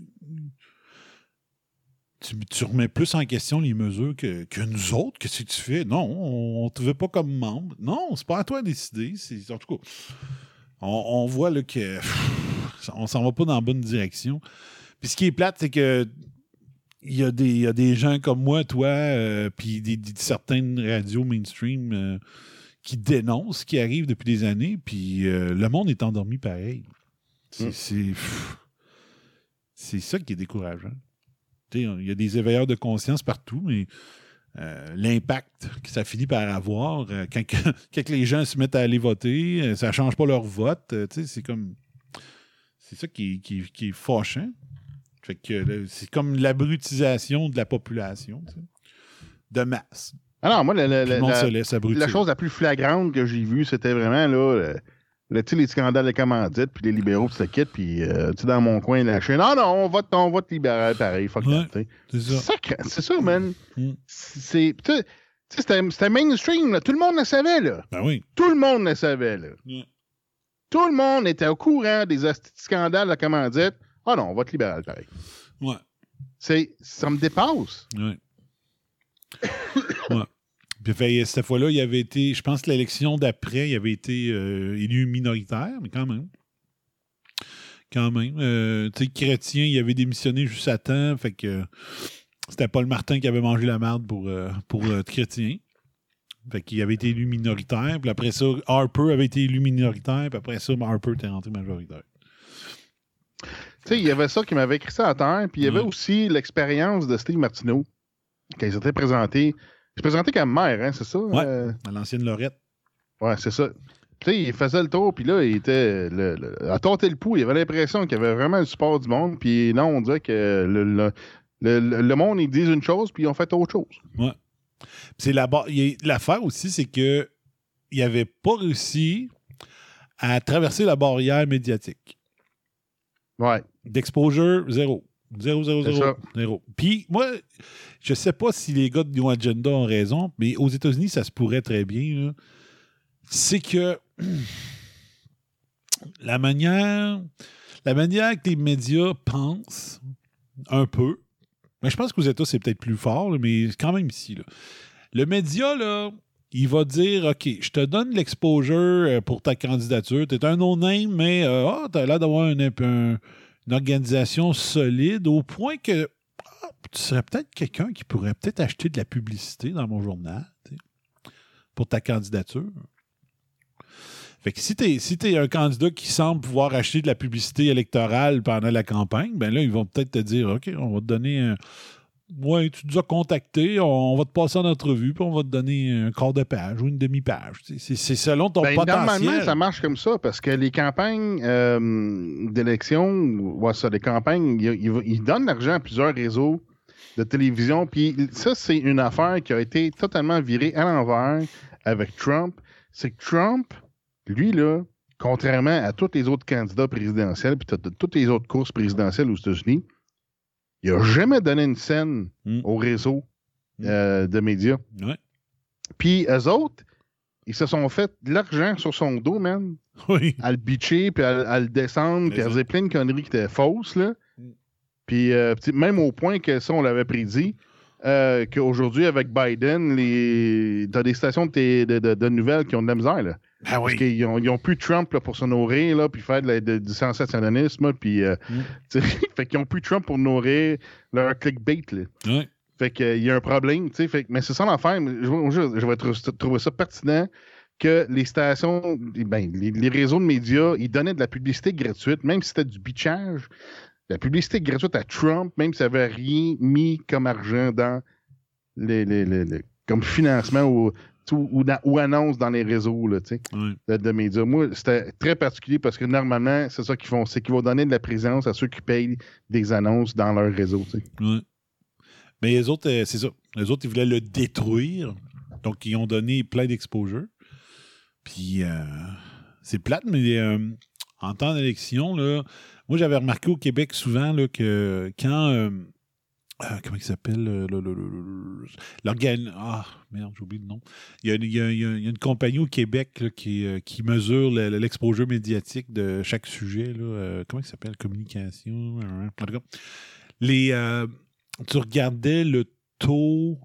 S11: Tu, tu remets plus en question les mesures que, que nous autres. Qu'est-ce que tu fais? Non, on ne te veut pas comme membre. Non, c'est pas à toi de décider. C'est, en tout cas, on, on voit là, que pff, on s'en va pas dans la bonne direction. Puis ce qui est plate, c'est que il y a des, il y a des gens comme moi, toi, euh, puis des, des, certaines radios mainstream euh, qui dénoncent ce qui arrive depuis des années, puis euh, le monde est endormi pareil. C'est, mm. c'est, pff, c'est ça qui est décourageant. Il y a des éveilleurs de conscience partout, mais euh, l'impact que ça finit par avoir, euh, quand, quand les gens se mettent à aller voter, euh, ça ne change pas leur vote. Euh, c'est comme. C'est ça qui, qui, qui est fâchant. Fait que, là, c'est comme l'abrutisation de la population, de masse.
S10: Alors, moi, la, la,
S11: le monde
S10: la,
S11: se laisse abrutir.
S10: La chose la plus flagrante que j'ai vue, c'était vraiment là. Le, le, les scandales de commandite, puis les libéraux qui se quittent, puis euh, dans mon coin, la chaîne. Non, non, on vote, on vote libéral, pareil. Fuck
S11: ouais,
S10: that,
S11: c'est ça.
S10: Sacré, c'est ça, man.
S11: Mm.
S10: C'est, c'était, c'était mainstream, là. Tout le monde le savait, là.
S11: Ben oui.
S10: Tout le monde le savait, là.
S11: Mm.
S10: Tout le monde était au courant des scandales de commandite. Ah non, on vote libéral, pareil.
S11: Ouais.
S10: C'est, ça me dépasse.
S11: Ouais. ouais. Puis fait, cette fois-là, il avait été, je pense que l'élection d'après, il avait été euh, élu minoritaire, mais quand même. Quand même. Euh, tu sais, Chrétien, il avait démissionné juste à temps, fait que euh, c'était Paul Martin qui avait mangé la marde pour, euh, pour euh, Chrétien. Fait qu'il avait été élu minoritaire, puis après ça, Harper avait été élu minoritaire, puis après ça, Harper était rentré majoritaire.
S10: Tu sais, il y avait ça qui m'avait écrit ça à terre, puis il y avait mmh. aussi l'expérience de Steve Martineau, quand il s'était présenté. Il se présentait comme maire, hein, c'est ça?
S11: Ouais,
S10: euh...
S11: à l'ancienne Lorette.
S10: Ouais, c'est ça. Tu sais, il faisait le tour, puis là, il était le, le, à tâter le pouls. Il avait l'impression qu'il y avait vraiment le support du monde, puis non, on dirait que le, le, le, le monde, ils disent une chose, puis ils ont fait autre chose.
S11: Ouais. C'est la bar... L'affaire aussi, c'est qu'il n'avait pas réussi à traverser la barrière médiatique.
S10: Ouais.
S11: D'exposure, zéro. Zéro, zéro, zéro. Zéro. Puis, moi, je sais pas si les gars de New Agenda ont raison, mais aux États-Unis, ça se pourrait très bien. Là. C'est que la manière, la manière que les médias pensent un peu, mais je pense qu'aux États, c'est peut-être plus fort, là, mais quand même ici. Là. Le média, là, il va dire, OK, je te donne l'exposure pour ta candidature. Tu es un no-name, mais euh, oh, tu as l'air d'avoir un, un, une organisation solide au point que oh, tu serais peut-être quelqu'un qui pourrait peut-être acheter de la publicité dans mon journal pour ta candidature. Fait que si tu es si t'es un candidat qui semble pouvoir acheter de la publicité électorale pendant la campagne, ben là, ils vont peut-être te dire, OK, on va te donner un... Ouais, tu nous as contacté, on va te passer en entrevue, puis on va te donner un quart de page ou une demi-page. C'est, c'est selon ton
S10: ben,
S11: potentiel.
S10: Normalement, ça marche comme ça, parce que les campagnes euh, d'élection, ouais, ça, les campagnes, ils, ils, ils donnent l'argent à plusieurs réseaux de télévision, puis ça, c'est une affaire qui a été totalement virée à l'envers avec Trump. C'est que Trump, lui, là, contrairement à tous les autres candidats présidentiels, puis toutes les autres courses présidentielles aux États-Unis, il n'a jamais donné une scène mm. au réseau euh, de médias.
S11: Ouais.
S10: Puis eux autres, ils se sont fait de l'argent sur son dos, man.
S11: Oui.
S10: À le bitcher, puis à, à le descendre, puis à dire plein de conneries qui étaient fausses, là. Mm. Puis euh, même au point que ça, on l'avait prédit, euh, qu'aujourd'hui, avec Biden, les... t'as des stations de, de, de, de nouvelles qui ont de la misère, là.
S11: Ah oui.
S10: Parce qu'ils n'ont plus Trump là, pour se nourrir, là, puis faire de la, de, du sensationnalisme, puis euh, mm. fait qu'ils n'ont plus Trump pour nourrir leur clickbait, là.
S11: Oui.
S10: Fait qu'il euh, y a un problème, tu sais. Fait, mais c'est ça l'affaire. Je, je, je vais trouver, trouver ça pertinent que les stations, ben, les, les réseaux de médias, ils donnaient de la publicité gratuite, même si c'était du bitchage, la publicité gratuite à Trump, même si ça n'avait rien mis comme argent dans les, les, les, les comme financement ou, ou, dans, ou annonce dans les réseaux là, oui. de, de médias. Moi, c'était très particulier parce que normalement, c'est ça qu'ils font, c'est qu'ils vont donner de la présence à ceux qui payent des annonces dans leur réseau.
S11: Oui. Mais les autres, euh, c'est ça. Les autres, ils voulaient le détruire. Donc, ils ont donné plein d'exposure. Puis, euh, c'est plate, mais euh, en temps d'élection, là, moi, j'avais remarqué au Québec souvent là, que quand... Euh, euh, comment il s'appelle? Euh, L'organe... Ah, merde, j'ai oublié le nom. Il y a, il y a, il y a une compagnie au Québec là, qui, euh, qui mesure le, l'exposure médiatique de chaque sujet. Là. Euh, comment il s'appelle? Communication. En tout cas, les, euh, tu regardais le taux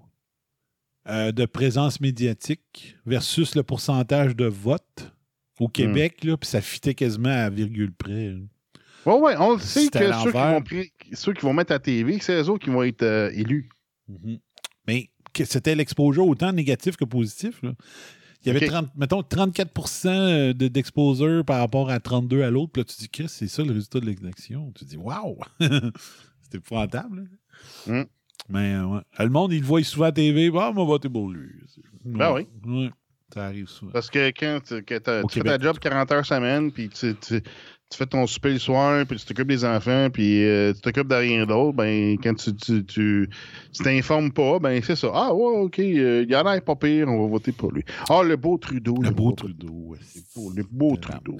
S11: euh, de présence médiatique versus le pourcentage de vote au Québec, mm. puis ça fitait quasiment à virgule près. Là.
S10: Oui, oui, on le sait que ceux qui, vont, ceux qui vont mettre à la T V, c'est eux autres qui vont être euh, élus.
S11: Mm-hmm. Mais que c'était l'exposure autant négatif que positif. Là. Il y avait, okay. trente, mettons, trente-quatre pour cent de, d'exposure par rapport à trente-deux à l'autre. Puis là, tu dis, Chris, c'est ça le résultat de l'élection. Tu dis, waouh! C'était épouvantable. Mm. Mais euh, ouais. Le monde, il le voit souvent à la T V. Ah, on va voter pour lui.
S10: Ben oui.
S11: Ouais. Ça arrive souvent.
S10: Parce que quand tu, que tu fais ta job quarante heures semaine, puis tu, tu, tu fais ton souper le soir, puis tu t'occupes des enfants, puis euh, tu t'occupes de rien d'autre, ben quand tu, tu, tu, tu t'informes pas, ben c'est ça. Ah ouais, OK, il euh, y en a pas pire, on va voter pour lui. Ah, le beau Trudeau.
S11: Le, le beau, beau Trudeau, ouais.
S10: Beau, le beau Trudeau.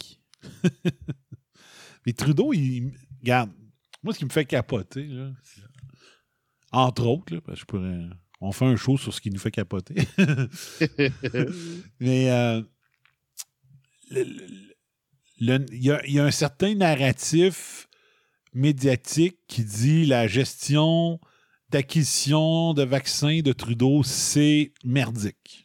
S11: Mais Trudeau, il... Regarde, moi, ce qui me fait capoter, là, entre autres, là, parce que je pourrais... On fait un show sur ce qui nous fait capoter. Mais euh, il y, y a un certain narratif médiatique qui dit la gestion d'acquisition de vaccins de Trudeau, c'est merdique.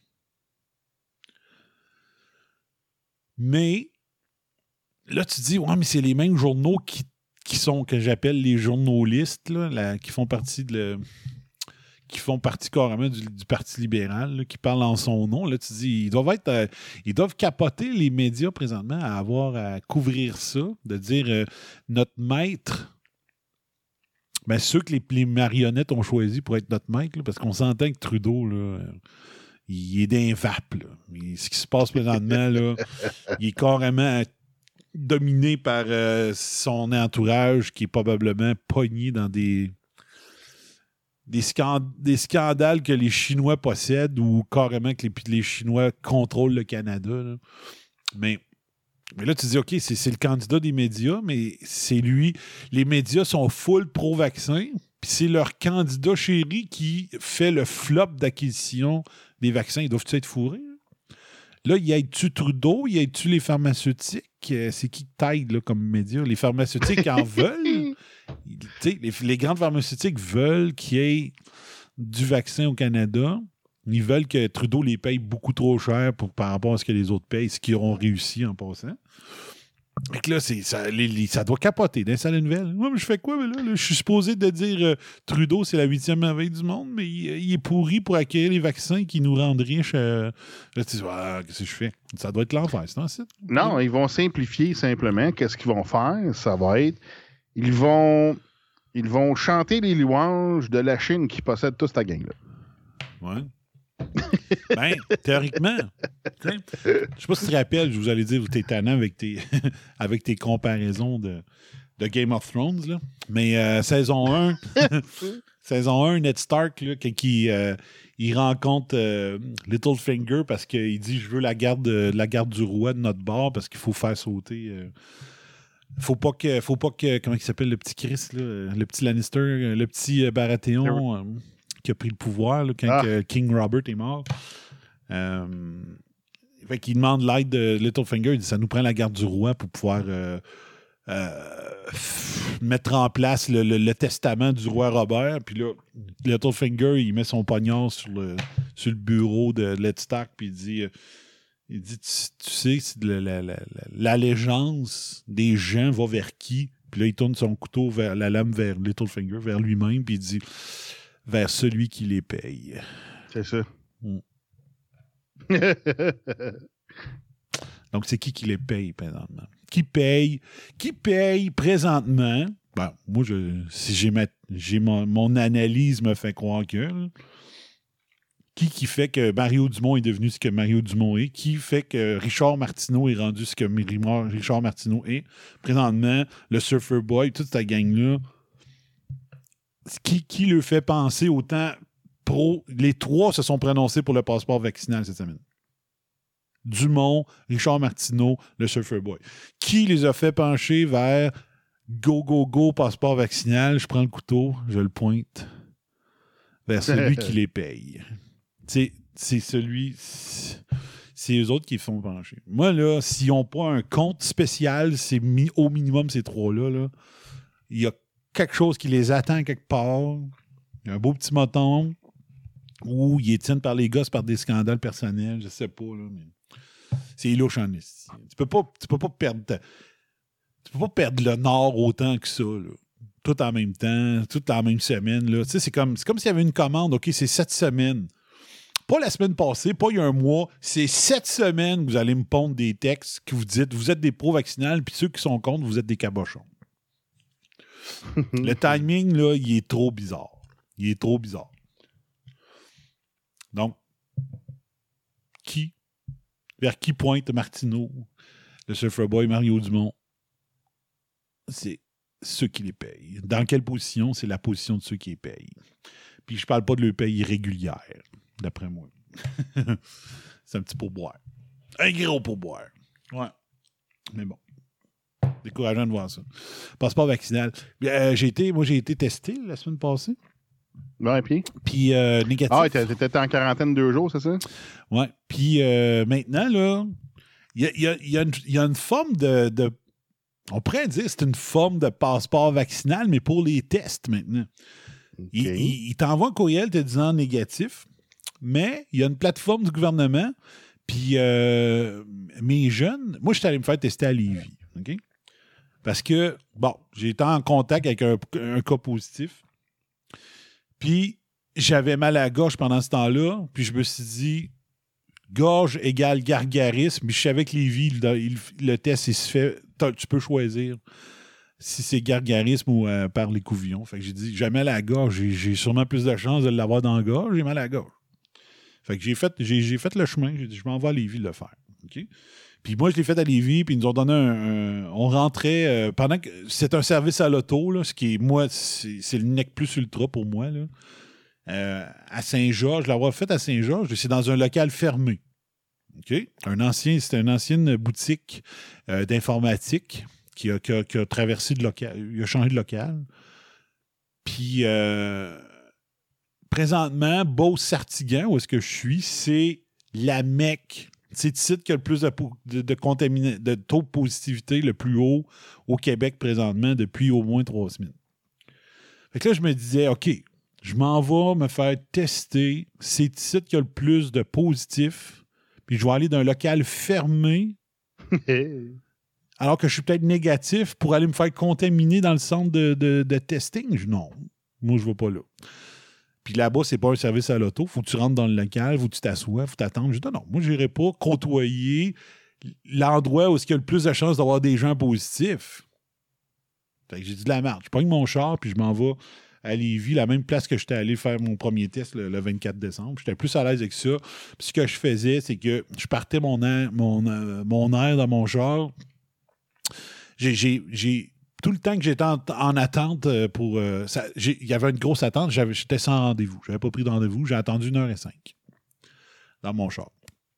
S11: Mais là, tu dis, ouais, mais c'est les mêmes journaux qui, qui sont, que j'appelle les journalistes, là, la, qui font partie de le... qui font partie carrément du, du Parti libéral, là, qui parlent en son nom. Là, tu dis, ils doivent être, euh, ils doivent capoter les médias présentement à avoir à couvrir ça, de dire euh, notre maître, ben, ceux que les, les marionnettes ont choisi pour être notre maître, là, parce qu'on s'entend que Trudeau, là, euh, il est d'un vape. Là. Il, ce qui se passe présentement, là, il est carrément dominé par euh, son entourage qui est probablement pogné dans des... Des, scand- des scandales que les Chinois possèdent ou carrément que les, les Chinois contrôlent le Canada. Là. Mais, mais là, tu dis, OK, c'est, c'est le candidat des médias, mais c'est lui. Les médias sont full pro-vaccin, puis c'est leur candidat chéri qui fait le flop d'acquisition des vaccins. Ils doivent-tu être fourrés? Là, y a-tu Trudeau? Y a-tu les pharmaceutiques? C'est qui t'aide là, comme média? Les pharmaceutiques en veulent? Les, les grandes pharmaceutiques veulent qu'il y ait du vaccin au Canada. Ils veulent que Trudeau les paye beaucoup trop cher pour, par rapport à ce que les autres payent, ce qu'ils auront réussi en passant. Fait que là, c'est, ça, les, les, ça doit capoter dans les nouvelles. Moi, mais je fais quoi? Mais là, là, je suis supposé de dire euh, Trudeau, c'est la huitième merveille du monde, mais il, il est pourri pour acquérir les vaccins qui nous rendent riches. Euh... Là, tu dis, ah, qu'est-ce que je fais? Ça doit être l'enfer, c'est un site.
S10: Non, ils vont simplifier simplement. Qu'est-ce qu'ils vont faire? Ça va être... Ils vont, ils vont chanter les louanges de la Chine qui possède toute cette gang-là.
S11: Ouais. Ben, théoriquement, je ne sais pas si tu te rappelles, je vous allais dire, tu es tannant avec tes, avec tes comparaisons de, de Game of Thrones, là. Mais euh, saison un, saison un, Ned Stark, là, qui euh, il rencontre euh, Littlefinger parce qu'il dit, je veux la garde, la garde du roi de notre bord parce qu'il faut faire sauter... Euh, Faut pas que, faut pas que, comment il s'appelle, le petit Chris, là, le petit Lannister, le petit Baratheon euh, qui a pris le pouvoir là, quand ah. que King Robert est mort. Euh, fait qu'il demande l'aide de Littlefinger. Il dit, ça nous prend la garde du roi pour pouvoir euh, euh, mettre en place le, le, le testament du roi Robert. Puis là, Littlefinger, il met son poignard sur le, sur le bureau de Letstock, puis il dit, euh, il dit tu, tu sais, c'est la, la, la, l'allégeance des gens va vers qui? Puis là, il tourne son couteau, vers la lame vers Littlefinger, vers lui-même, puis il dit vers celui qui les paye.
S10: C'est ça.
S11: Mm. Donc, c'est qui qui les paye présentement? Qui paye? Qui paye présentement? Ben, moi, je, si j'ai, ma, j'ai mon, mon analyse me fait croire que... Là, qui qui fait que Mario Dumont est devenu ce que Mario Dumont est? Qui fait que Richard Martineau est rendu ce que Richard Martineau est? Présentement, le Surfer Boy, toute cette gang-là, qui, qui le fait penser autant pro... Les trois se sont prononcés pour le passeport vaccinal cette semaine. Dumont, Richard Martineau, le Surfer Boy. Qui les a fait pencher vers go, go, go, passeport vaccinal? Je prends le couteau, je le pointe vers celui qui les paye. C'est, c'est celui... C'est eux autres qui font pencher. Moi, là, s'ils n'ont pas un compte spécial, c'est mi- au minimum ces trois-là, là, il y a quelque chose qui les attend quelque part. Il y a un beau petit moton ou ils tiennent par les gosses par des scandales personnels, je sais pas, là, mais c'est louche en esti. Tu peux pas, tu peux pas perdre ta, tu peux pas perdre le nord autant que ça, là. Tout en même temps, tout en même semaine, là. Tu sais, c'est comme, c'est comme s'il y avait une commande, OK, c'est sept semaines. Pas la semaine passée, pas il y a un mois, c'est sept semaines que vous allez me pondre des textes que vous dites, vous êtes des pro-vaccinales, puis ceux qui sont contre, vous êtes des cabochons. Le timing, là, il est trop bizarre. Il est trop bizarre. Donc, qui, vers qui pointe Martineau, le Surfer Boy, Mario Dumont? C'est ceux qui les payent. Dans quelle position? C'est la position de ceux qui les payent. Puis je parle pas de leur paye irrégulière, d'après moi. C'est un petit pourboire. Un gros pourboire. Ouais. Mais bon. Décourageant de voir ça. Passeport vaccinal. Euh, j'ai été, moi, j'ai été testé la semaine passée.
S10: Ouais, puis?
S11: Puis euh, négatif.
S10: Ah, t'étais en quarantaine deux jours, c'est ça?
S11: Ouais. Puis euh, maintenant, là, il y a, y a, y a, une, y a une forme de, de... On pourrait dire que c'est une forme de passeport vaccinal, mais pour les tests maintenant. Okay. Il, il, il t'envoie un courriel te disant négatif, mais il y a une plateforme du gouvernement, puis euh, mes jeunes... Moi, je suis allé me faire tester à Lévis, OK? Parce que, bon, j'ai été en contact avec un, un cas positif, puis j'avais mal à la gorge pendant ce temps-là, puis je me suis dit, gorge égale gargarisme, puis je savais que Lévis, le, le, le test, il se fait, tu peux choisir si c'est gargarisme ou euh, par les couvillons. Fait que j'ai dit, j'ai mal à la gorge, j'ai, j'ai sûrement plus de chances de l'avoir dans la gorge, j'ai mal à la gorge. Fait que j'ai fait, j'ai, j'ai fait le chemin, j'ai dit, je m'en vais à Lévis le faire. OK? Puis moi, je l'ai fait à Lévis, puis ils nous ont donné un... un on rentrait... Euh, pendant que... C'est un service à l'auto, là, ce qui est... Moi, c'est, c'est le nec plus ultra pour moi, là. Euh, à Saint-Georges, je l'avais fait à Saint-Georges, c'est dans un local fermé. OK? Un ancien... C'était une ancienne boutique euh, d'informatique qui a, qui, a, qui a traversé de local... Il a changé de local. Puis... Euh, présentement, Beauce-Sartiguan, où est-ce que je suis, c'est la Mecque. C'est le site qui a le plus de, de, de, contamina- de taux de positivité le plus haut au Québec présentement depuis au moins trois semaines. Fait que là, je me disais, OK, je m'en vais me faire tester. C'est le site qui a le plus de positifs. Puis je vais aller d'un local fermé alors que je suis peut-être négatif pour aller me faire contaminer dans le centre de, de, de testing. Non, moi, je ne vais pas là. Puis là-bas, c'est pas un service à l'auto. Faut que tu rentres dans le local, faut que tu t'assoies, faut t'attendre. Je dis non, moi, je n'irai pas côtoyer l'endroit où il y a le plus de chances d'avoir des gens positifs. Fait que j'ai dit de la merde. Je pogne mon char, puis je m'en vais à Lévis, la même place que j'étais allé faire mon premier test le, le vingt-quatre décembre. J'étais plus à l'aise avec ça. Puis ce que je faisais, c'est que je partais mon air, mon, euh, mon air dans mon char. J'ai... j'ai, j'ai Tout le temps que j'étais en, en attente pour... Euh, il y avait une grosse attente. J'avais, j'étais sans rendez-vous. Je n'avais pas pris de rendez-vous. J'ai attendu une heure et cinq dans mon char.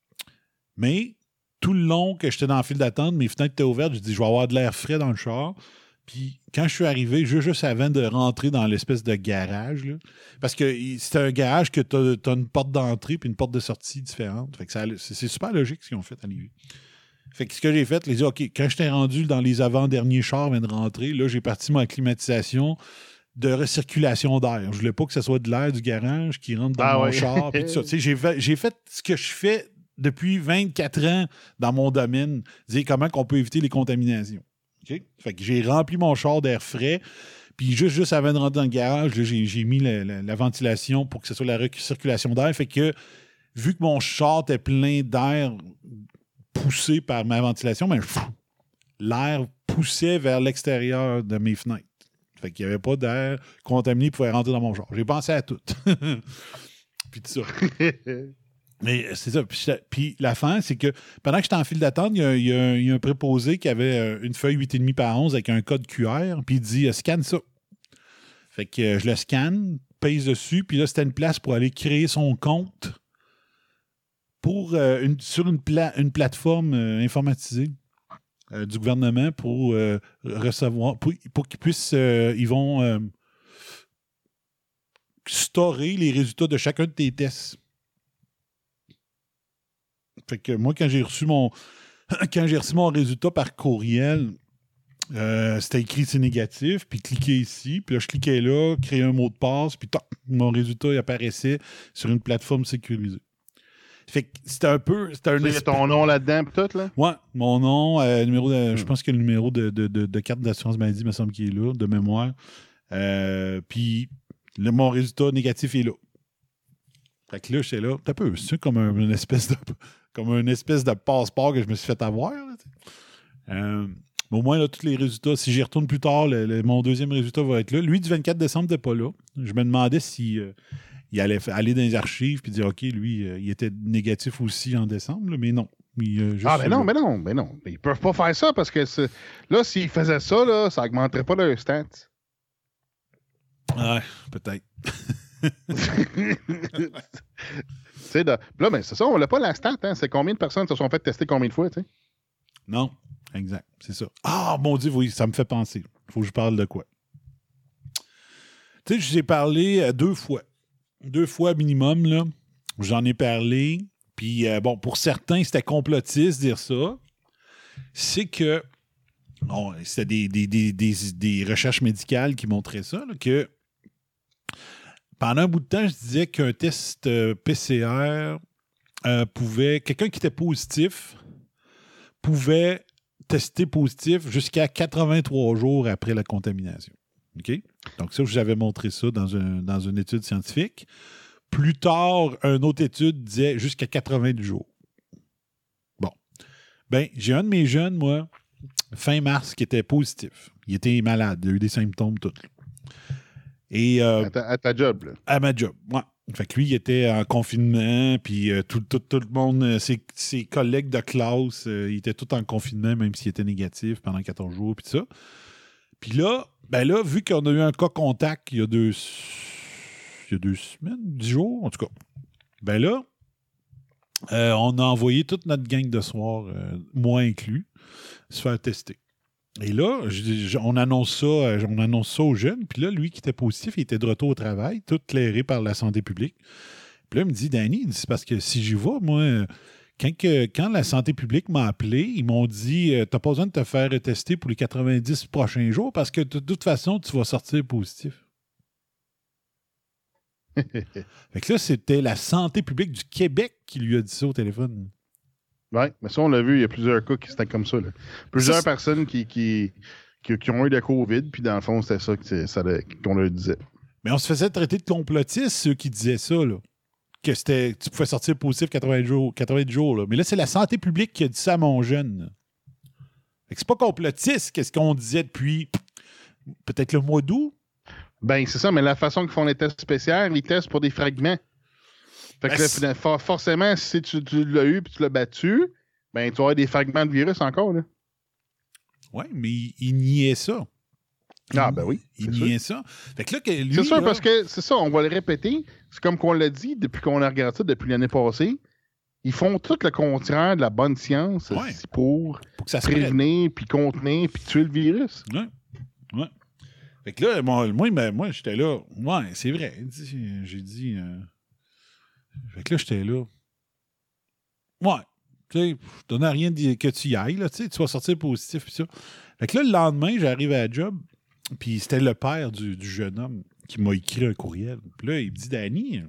S11: Mais tout le long que j'étais dans la file d'attente, mes fenêtres étaient ouvertes. Je dis, je vais avoir de l'air frais dans le char. Puis quand je suis arrivé, juste, juste avant de rentrer dans l'espèce de garage, là, parce que c'est un garage que tu as une porte d'entrée puis une porte de sortie différente. Fait que ça, c'est, c'est super logique ce qu'ils ont fait à Lévis. Fait que ce que j'ai fait, j'ai dit, OK, quand j'étais rendu dans les avant-derniers chars viennent de rentrer, là, j'ai parti ma climatisation de recirculation d'air. Je voulais pas que ce soit de l'air du garage qui rentre dans
S10: ah
S11: mon
S10: ouais.
S11: char. Puis tout ça. J'ai fait, j'ai fait ce que je fais depuis vingt-quatre ans dans mon domaine. Dire comment on peut éviter les contaminations. Okay? Fait que j'ai rempli mon char d'air frais. Puis juste, juste avant de rentrer dans le garage, là, j'ai, j'ai mis la, la, la ventilation pour que ce soit la recirculation d'air. Fait que vu que mon char était plein d'air poussé par ma ventilation, ben, pff, l'air poussait vers l'extérieur de mes fenêtres. Fait qu'il n'y avait pas d'air contaminé qui pouvait rentrer dans mon char. J'ai pensé à tout. Puis tout ça. Mais c'est ça. Puis, puis la fin, c'est que pendant que j'étais en file d'attente, il y a, il y a, il y a un préposé qui avait une feuille huit virgule cinq par onze avec un code Q R, puis il dit « Scanne ça ». Fait que euh, je le scanne, pèse dessus, puis là, c'était une place pour aller créer son compte pour, euh, une, sur une, pla- une plateforme euh, informatisée. Euh, du gouvernement pour euh, recevoir, pour, pour qu'ils puissent, euh, ils vont euh, storer les résultats de chacun de tes tests. Fait que moi, quand j'ai reçu mon quand j'ai reçu mon résultat par courriel, euh, c'était écrit c'est négatif, puis cliquez ici, puis là, je cliquais là, créer un mot de passe, puis toc, mon résultat il apparaissait sur une plateforme sécurisée. Fait que c'était un peu. C'était un
S10: Tu as ton nom là-dedans et tout, là?
S11: Ouais, mon nom, euh, numéro de, mm. je pense que le numéro de, de, de, de carte d'assurance maladie me semble qu'il est là, de mémoire. Euh, Puis le, mon résultat négatif est là. Fait que là, j'étais là. T'as peu, c'est comme un, une espèce de comme une espèce de passeport que je me suis fait avoir. Là, euh, mais au moins, là, tous les résultats, si j'y retourne plus tard, le, le, mon deuxième résultat va être là. Lui, du vingt-quatre décembre, n'était pas là. Je me demandais si. Euh, il allait aller dans les archives puis dire, OK, lui, euh, il était négatif aussi en décembre, là, mais non. Il, euh, juste
S10: ah, ben non, mais non, mais non. Ils peuvent pas faire ça parce que c'est... là, s'ils faisaient ça, là, ça augmenterait pas leur stats.
S11: Ouais, peut-être.
S10: Tu sais, de... là, ben, c'est ça, on n'a pas la stat, hein. C'est combien de personnes se sont fait tester combien de fois, tu sais?
S11: Non, exact, c'est ça. Ah, mon Dieu, oui, ça me fait penser. Il faut que je parle de quoi? Tu sais, je vous ai parlé euh, deux fois. Deux fois minimum, là. J'en ai parlé. Puis, euh, bon, pour certains, c'était complotiste dire ça. C'est que, bon, c'était des, des, des, des, des recherches médicales qui montraient ça, là, que pendant un bout de temps, je disais qu'un test euh, P C R euh, pouvait, quelqu'un qui était positif pouvait tester positif jusqu'à quatre-vingt-trois jours après la contamination. OK? Donc ça, je vous avais montré ça dans, un, dans une étude scientifique. Plus tard, une autre étude disait jusqu'à quatre-vingt-dix jours. Bon. Ben, j'ai un de mes jeunes, moi, fin mars, qui était positif. Il était malade. Il a eu des symptômes, tout. Et, euh,
S10: à, ta, à ta job, là.
S11: À ma job, ouais. Fait que lui, il était en confinement, puis euh, tout, tout, tout le monde, euh, ses, ses collègues de classe, euh, ils étaient tous en confinement, même s'ils étaient négatifs pendant quatorze jours, puis ça. Puis là, ben là, vu qu'on a eu un cas contact il y a deux, il y a deux semaines, dix jours, en tout cas, ben là, euh, on a envoyé toute notre gang de soir, euh, moi inclus, se faire tester. Et là, je, je, on, annonce ça, on annonce ça aux jeunes. Puis là, lui qui était positif, il était de retour au travail, tout clairé par la santé publique. Puis là, il me dit, Danny, c'est parce que si j'y vais, moi, quand, que, quand la santé publique m'a appelé, ils m'ont dit, t'as pas besoin de te faire tester pour les quatre-vingt-dix prochains jours parce que de toute façon, tu vas sortir positif. Fait que là, c'était la santé publique du Québec qui lui a dit ça au téléphone.
S10: Oui, mais ça, on l'a vu, il y a plusieurs cas qui étaient comme ça. Là. Plusieurs ça, personnes qui, qui, qui, qui ont eu de COVID, puis dans le fond, c'était ça, que ça qu'on leur disait.
S11: Mais on se faisait traiter de complotistes, ceux qui disaient ça, là. Que c'était, tu pouvais sortir positif quatre-vingts jours. quatre-vingts jours là. Mais là, c'est la santé publique qui a dit ça à mon jeune. Fait que c'est pas complotiste, qu'est-ce qu'on disait depuis peut-être le mois d'août.
S10: Ben, c'est ça, mais la façon qu'ils font les tests spéciaux, ils testent pour des fragments. Fait que ben, là, for- forcément, si tu, tu l'as eu et tu l'as battu, ben tu vas avoir des fragments de virus encore, là.
S11: Oui, mais il, il niait ça.
S10: Il, ah, ben oui.
S11: Il niait ça. Fait que là, que lui,
S10: c'est sûr,
S11: là...
S10: parce que c'est ça, on va le répéter. C'est comme qu'on l'a dit depuis qu'on a regardé ça depuis l'année passée. Ils font tout le contraire de la bonne science
S11: ouais.
S10: pour,
S11: pour que ça
S10: prévenir, puis contenir, puis tuer le virus.
S11: Oui. Oui. Fait que là, moi, moi, moi j'étais là. Ouais, c'est vrai. J'ai dit. Euh... Fait que là, j'étais là. Ouais. Tu sais, je donne rien de, que tu y ailles, là, tu sais, tu vas sortir positif, puis ça. Fait que là, le lendemain, j'arrive à la job, puis c'était le père du, du jeune homme qui m'a écrit un courriel. Puis là, il me dit, Danny,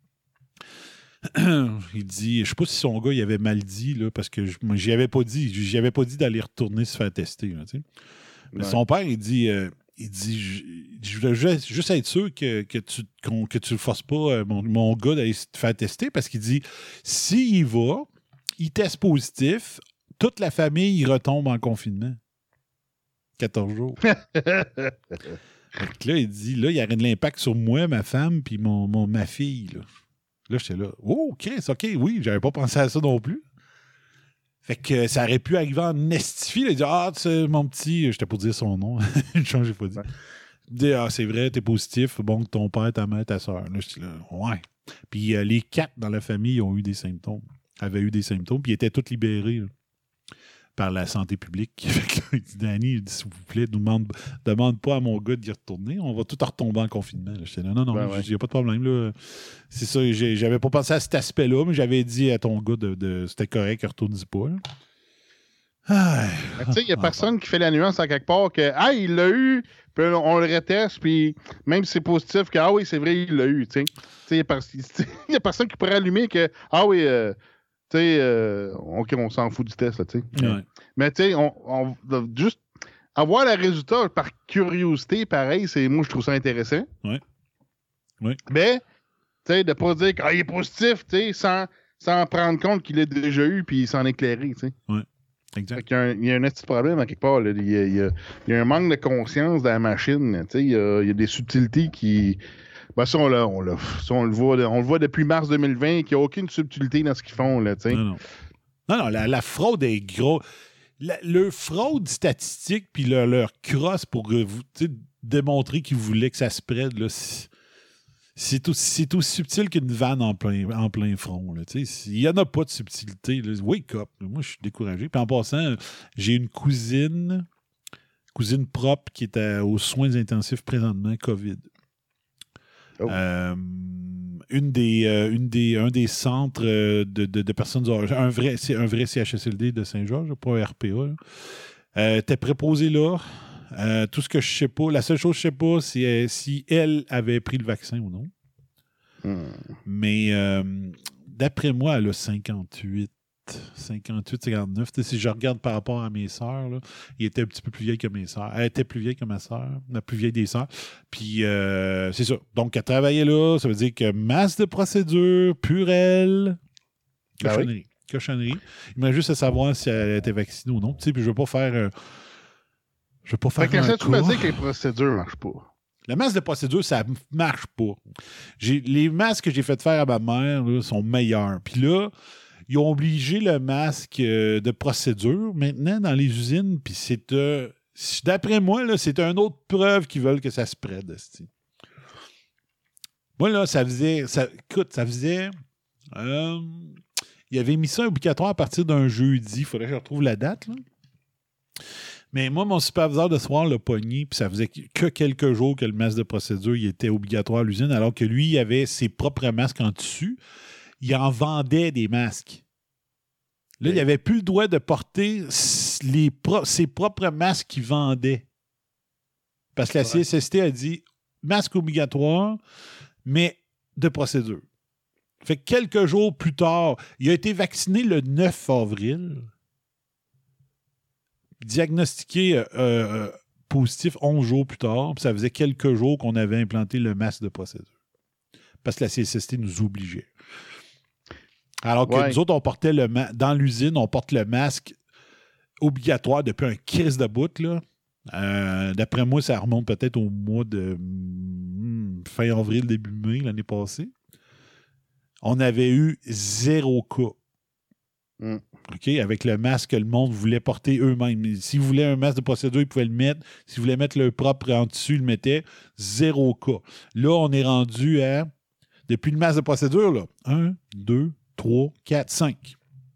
S11: il dit, je sais pas si son gars, il avait mal dit, là, parce que je, moi, j'y avais pas dit, j'y avais pas dit d'aller retourner se faire tester, là, tu sais. Mais
S10: Ouais.
S11: son père, il dit, euh, il dit, je, je voulais juste, juste être sûr que, que tu qu'on, que tu le forces pas, euh, mon, mon gars, d'aller se faire tester, parce qu'il dit, s'il y va, il teste positif, toute la famille, il retombe en confinement. quatorze jours. Fait que là, il dit, là, il y aurait de l'impact sur moi, ma femme, puis mon, mon, ma fille. Là, là j'étais là. Oh, Chris, OK, oui, j'avais pas pensé à ça non plus. Fait que ça aurait pu arriver en estifie. Il dit, ah, tu sais, mon petit, j'étais pour dire son nom. Je change, j'ai pas dit. Il dit, ah, c'est vrai, t'es positif. Bon, que ton père, ta mère, ta soeur. Là, j'étais là, ouais. Puis euh, les quatre dans la famille ont eu des symptômes. Avaient eu des symptômes, puis ils étaient tous libérés. Là, par la santé publique. Fait que là, il dit, Danny, il dit, s'il vous plaît, demande, demande pas à mon gars d'y retourner. On va tout retomber en confinement. Là. J'étais là, non, non, il
S10: ben
S11: n'y a pas de problème. Là. C'est ça, j'ai, j'avais pas pensé à cet aspect-là, mais j'avais dit à ton gars de, de c'était correct, retourne-y pas. Là. Ah,
S10: Tu sais, il n'y a personne qui fait la nuance à quelque part que, ah, il l'a eu, puis on le reteste, puis même si c'est positif, que, ah oui, c'est vrai, il l'a eu. Tu sais, il n'y a personne qui pourrait allumer que, ah oui, euh, tu sais, euh, OK, on s'en fout du test, là, tu sais.
S11: Ouais.
S10: Mais tu sais, on, on, juste avoir le résultat par curiosité, pareil, c'est moi, je trouve ça intéressant.
S11: Oui. Oui.
S10: Mais, tu sais, de pas dire qu'il est positif, tu sais, sans, sans prendre compte qu'il l'a déjà eu, puis s'en éclairer, tu sais.
S11: Oui. Exact.
S10: Fait qu'il y a un, il y a un petit problème à quelque part. Là. Il, y a, il, y a, il y a un manque de conscience dans la machine. Tu sais, il, y a, il y a des subtilités qui. Ben, ça, on, l'a, on, l'a, ça, on le voit, on le voit depuis mars deux mille vingt, qu'il n'y a aucune subtilité dans ce qu'ils font. Là, tu sais.
S11: Non, non. Non, non, la, la fraude est gros. La, le fraude statistique, puis leur, leur crosse pour euh, vous, démontrer qu'ils voulaient que ça se prête, là, c'est, c'est, aussi, c'est aussi subtil qu'une vanne en plein, en plein front. Là, il n'y en a pas de subtilité. Là. Wake up. Moi, je suis découragé. Puis en passant, j'ai une cousine, cousine propre qui est à, aux soins intensifs présentement, COVID.
S10: Oh.
S11: Euh, une des, euh, une des, un des centres euh, de, de, de personnes âgées, un vrai, c'est un vrai C H S L D de Saint-Georges, pas un R P A. Euh, t'es préposé là. Euh, tout ce que je sais pas, la seule chose que je sais pas, c'est euh, si elle avait pris le vaccin ou non.
S10: Hmm.
S11: Mais euh, d'après moi, elle a cinquante-huit, cinquante-huit, cinquante-neuf. T'sais, si je regarde par rapport à mes sœurs, là, il était un petit peu plus vieille que mes sœurs. Elle était plus vieille que ma sœur, la plus vieille des sœurs. Puis euh, c'est ça. Donc, elle travaillait là, ça veut dire que masse de procédures, purelle, cochonnerie.
S10: Ben oui.
S11: Cochonnerie. Il m'a juste à savoir si elle était vaccinée ou non. Puis je veux pas faire. Euh, je veux pas faire.
S10: Fait que
S11: un
S10: ça, tu me
S11: cas.
S10: dis que les procédures ne marchent pas.
S11: La masse de procédure, ça marche pas. J'ai, les masques que j'ai fait faire à ma mère là, sont meilleurs. Puis là, ils ont obligé le masque euh, de procédure maintenant dans les usines. Puis c'est, euh, d'après moi, là, c'est une autre preuve qu'ils veulent que ça se prête. Moi, là, ça faisait... Ça, écoute, ça faisait... Euh, il avait mis ça obligatoire à partir d'un jeudi. Il faudrait que je retrouve la date, là. Mais moi, mon superviseur de soir l'a pogné, puis ça faisait que quelques jours que le masque de procédure il était obligatoire à l'usine, alors que lui, il avait ses propres masques en tissu. Il en vendait des masques. Là, oui. Il n'avait plus le droit de porter les pro- ses propres masques qu'il vendait. Parce que la C S S T a dit masque obligatoire, mais de procédure. Fait que quelques jours plus tard, il a été vacciné le neuf avril. Diagnostiqué euh, euh, positif onze jours plus tard, puis ça faisait quelques jours qu'on avait implanté le masque de procédure. Parce que la C S S T nous obligeait. Alors que
S10: ouais.
S11: nous autres, on portait le ma- dans l'usine, on porte le masque obligatoire depuis un crise de bout, là. Euh, d'après moi, ça remonte peut-être au mois de hmm, fin avril, début mai, l'année passée. On avait eu zéro cas.
S10: Mm.
S11: OK? Avec le masque que le monde voulait porter eux-mêmes. S'ils voulaient un masque de procédure, ils pouvaient le mettre. S'ils voulaient mettre le propre en dessus, ils le mettaient. Zéro cas. Là, on est rendu à... Depuis le masque de procédure, là, un, deux, trois, quatre, cinq.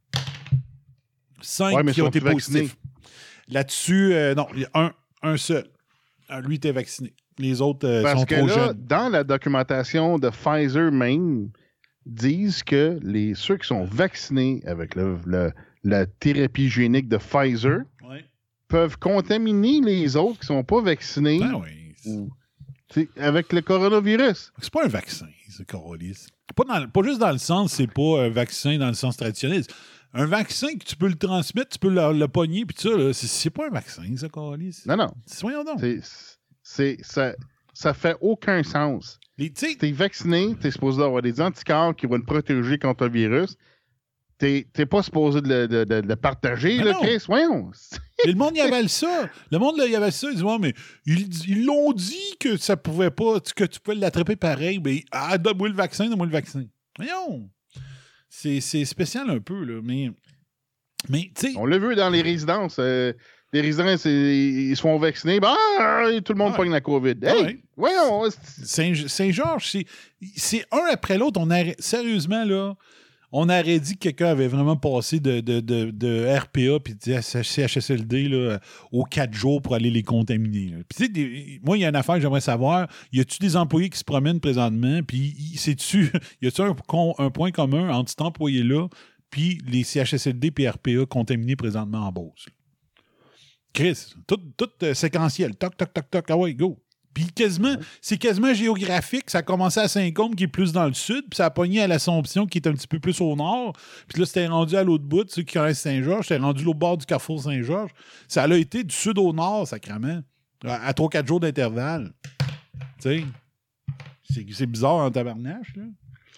S11: cinq
S10: ouais,
S11: qui ont été positifs. Là-dessus, euh, non, il y a un, un seul. Lui était vacciné. Les autres euh,
S10: Parce
S11: sont
S10: que
S11: trop
S10: là,
S11: jeunes.
S10: dans la documentation de Pfizer même, disent que les, ceux qui sont vaccinés avec le, le, la thérapie génique de Pfizer
S11: Ouais.
S10: peuvent contaminer les autres qui ne sont pas vaccinés
S11: Ben oui.
S10: ou, avec le coronavirus.
S11: C'est pas un vaccin, ce corolis. Pas, dans, pas juste dans le sens, c'est pas un vaccin dans le sens traditionnel. Un vaccin que tu peux le transmettre, tu peux le, le pogner, puis tout ça, là, c'est, c'est pas un vaccin, ce corolis.
S10: Non, non.
S11: Soyons donc.
S10: C'est, c'est, ça, ça fait aucun sens.
S11: Les,
S10: si t'es vacciné, t'es supposé avoir des anticorps qui vont te protéger contre le virus. T'es, t'es pas supposé de le, de, de, de le partager,
S11: ben
S10: là,
S11: non.
S10: Chris. Voyons.
S11: Et le monde y avale ça. Le monde y avale ça. Ils disent, ouais, mais ils, ils l'ont dit que ça pouvait pas, que tu pouvais l'attraper pareil. Mais, ah, donne-moi le vaccin, donne-moi le vaccin. Voyons. C'est, c'est spécial un peu, là. Mais, mais tu sais.
S10: On l'a vu dans les résidences. Euh, les résidents, c'est, ils se font vacciner. Ben, ah, tout le monde
S11: ouais.
S10: pogne la COVID. Hey,
S11: ouais.
S10: voyons.
S11: Saint, Saint-Georges, c'est, c'est un après l'autre. On a, sérieusement, là. On aurait dit que quelqu'un avait vraiment passé de, de, de, de R P A puis de C H S L D là, aux quatre jours pour aller les contaminer. Puis tu sais, des, moi, il y a une affaire que j'aimerais savoir. Y a-tu des employés qui se promènent présentement? Puis sais-tu, y a-tu un, un point commun entre cet employé-là puis les C H S L D et R P A contaminés présentement en Beauce? Chris, tout, tout euh, séquentiel. Toc, toc, toc, toc. Ah ouais, go. Puis quasiment, c'est quasiment géographique. Ça a commencé à Saint-Côme, qui est plus dans le sud, puis ça a pogné à l'Assomption, qui est un petit peu plus au nord. Puis là, c'était rendu à l'autre bout, ceux qui connaissent Saint-Georges, c'était rendu au bord du carrefour Saint-Georges. Ça a été du sud au nord, sacrément, à trois quatre jours d'intervalle. Tu sais, c'est, c'est bizarre en tabarnache, là.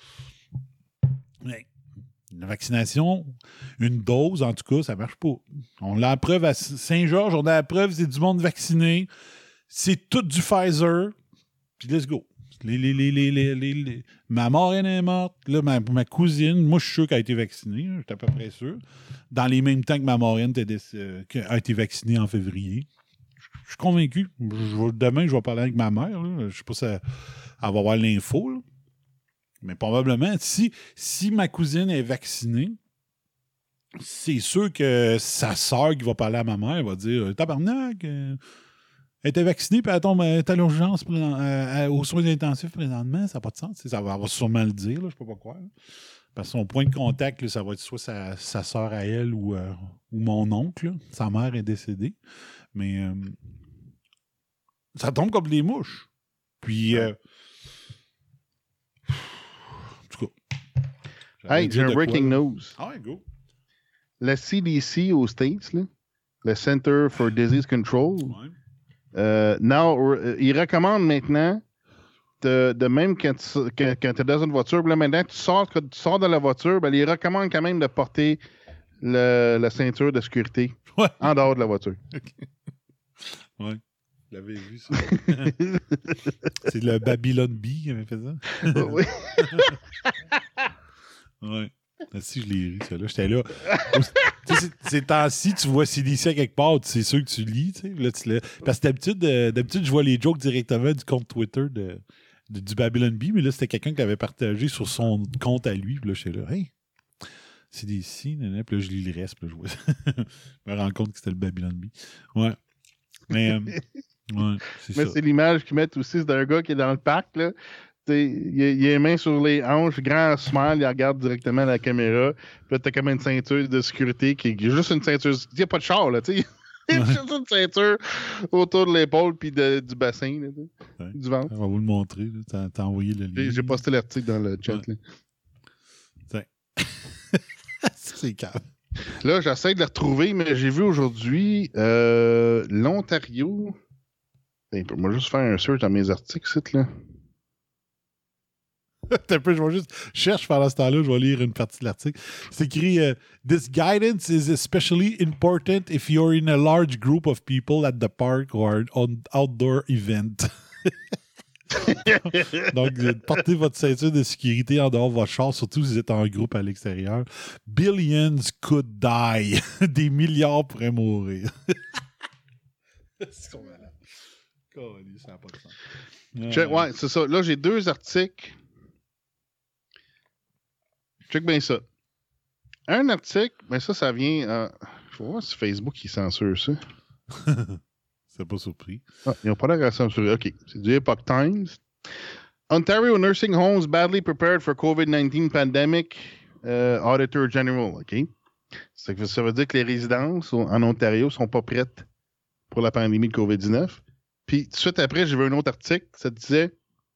S11: Mais une vaccination, une dose, en tout cas, ça marche pas. On l'a la preuve à Saint-Georges, on a la preuve, c'est du monde vacciné. C'est tout du Pfizer. Puis let's go. Les, les, les, les, les, les, les. Ma marraine est morte. Là, ma, ma cousine, moi, je suis sûr qu'elle a été vaccinée. J'étais à peu près sûr. Dans les mêmes temps que ma marraine euh, a été vaccinée en février. Je suis convaincu. Je, demain, je vais parler avec ma mère. Là. Je sais pas si elle, elle va avoir l'info. Là. Mais probablement, si, si ma cousine est vaccinée, c'est sûr que sa sœur qui va parler à ma mère va dire « Tabarnak! Euh, » Elle était vaccinée, puis elle tombe elle est à l'urgence euh, aux soins intensifs présentement. Ça n'a pas de sens. Ça va, elle va sûrement le dire, là, je ne sais pas pourquoi. Là. Parce que son point de contact, là, ça va être soit sa, sa sœur à elle ou, euh, ou mon oncle. Là. Sa mère est décédée. Mais euh, ça tombe comme des mouches. Puis, euh, en tout cas.
S10: Hey, j'ai un breaking quoi, news.
S11: Ah ouais, go.
S10: Le C D C aux States, là, le Center for Disease Control, ouais. Euh, now, euh, il recommande maintenant de, de même quand tu quand, quand es dans une voiture, là, maintenant tu sors, quand tu sors de la voiture, ben, il recommande quand même de porter le, la ceinture de sécurité
S11: ouais.
S10: en dehors de la voiture.
S11: Okay. Ouais, je l'avais vu ça. C'est le Babylon Bee qui avait fait ça.
S10: Oui.
S11: Ouais. Si je l'ai ri, ça là. J'étais là. C'est, c'est temps-ci, tu vois C D C à quelque part, c'est sûr que tu lis. Là, tu l'as. Parce que d'habitude, euh, d'habitude, je vois les jokes directement du compte Twitter de, de, du Babylon Bee, mais là, c'était quelqu'un qui l'avait partagé sur son compte à lui. Puis là, j'étais là, hey, C D C, nanana. Puis là, je lis le reste. Puis là, je, vois... je me rends compte que c'était le Babylon Bee. Ouais. Mais, euh, ouais, c'est
S10: mais
S11: ça.
S10: c'est l'image qu'ils mettent aussi, c'est d'un gars qui est dans le parc, là. Il a, il a les mains sur les hanches, grand smile, il regarde directement à la caméra. Puis là, t'as comme une ceinture de sécurité qui est juste une ceinture. Il n'y a pas de char, là, tu sais. Il y a juste une ceinture autour de l'épaule puis de, du bassin, là,
S11: ouais.
S10: du ventre.
S11: On va vous le montrer. Là. T'as, t'as envoyé le lien.
S10: J'ai, j'ai posté l'article dans le chat.
S11: Ouais. Là. C'est calme.
S10: Là, j'essaie de le retrouver, mais j'ai vu aujourd'hui euh, l'Ontario. Hey, moi, juste faire un search dans mes articles, c'est là.
S11: Un peu, je vais juste cherche pendant ce temps-là, je vais lire une partie de l'article. C'est écrit uh, This guidance is especially important if you're in a large group of people at the park or an outdoor event. Donc, portez votre ceinture de sécurité en dehors de votre char, surtout si vous êtes en groupe à l'extérieur. Billions could die. Des milliards pourraient mourir. C'est qu'on va là. Ça n'a pas de sens.
S10: Check, ouais, c'est ça. Là, j'ai deux articles. Check bien ça. Un article, mais ça, ça vient. Euh, je vais voir si Facebook qui censure ça.
S11: C'est pas surpris.
S10: Ah, ils n'ont pas l'air à censurer. OK. C'est du Epoch Times. Ontario nursing homes badly prepared for COVID nineteen pandemic. Uh, Auditor General. OK. C'est que ça veut dire que les résidences en Ontario sont pas prêtes pour la pandémie de covid dix-neuf. Puis, tout de suite après, j'ai vu un autre article, ça disait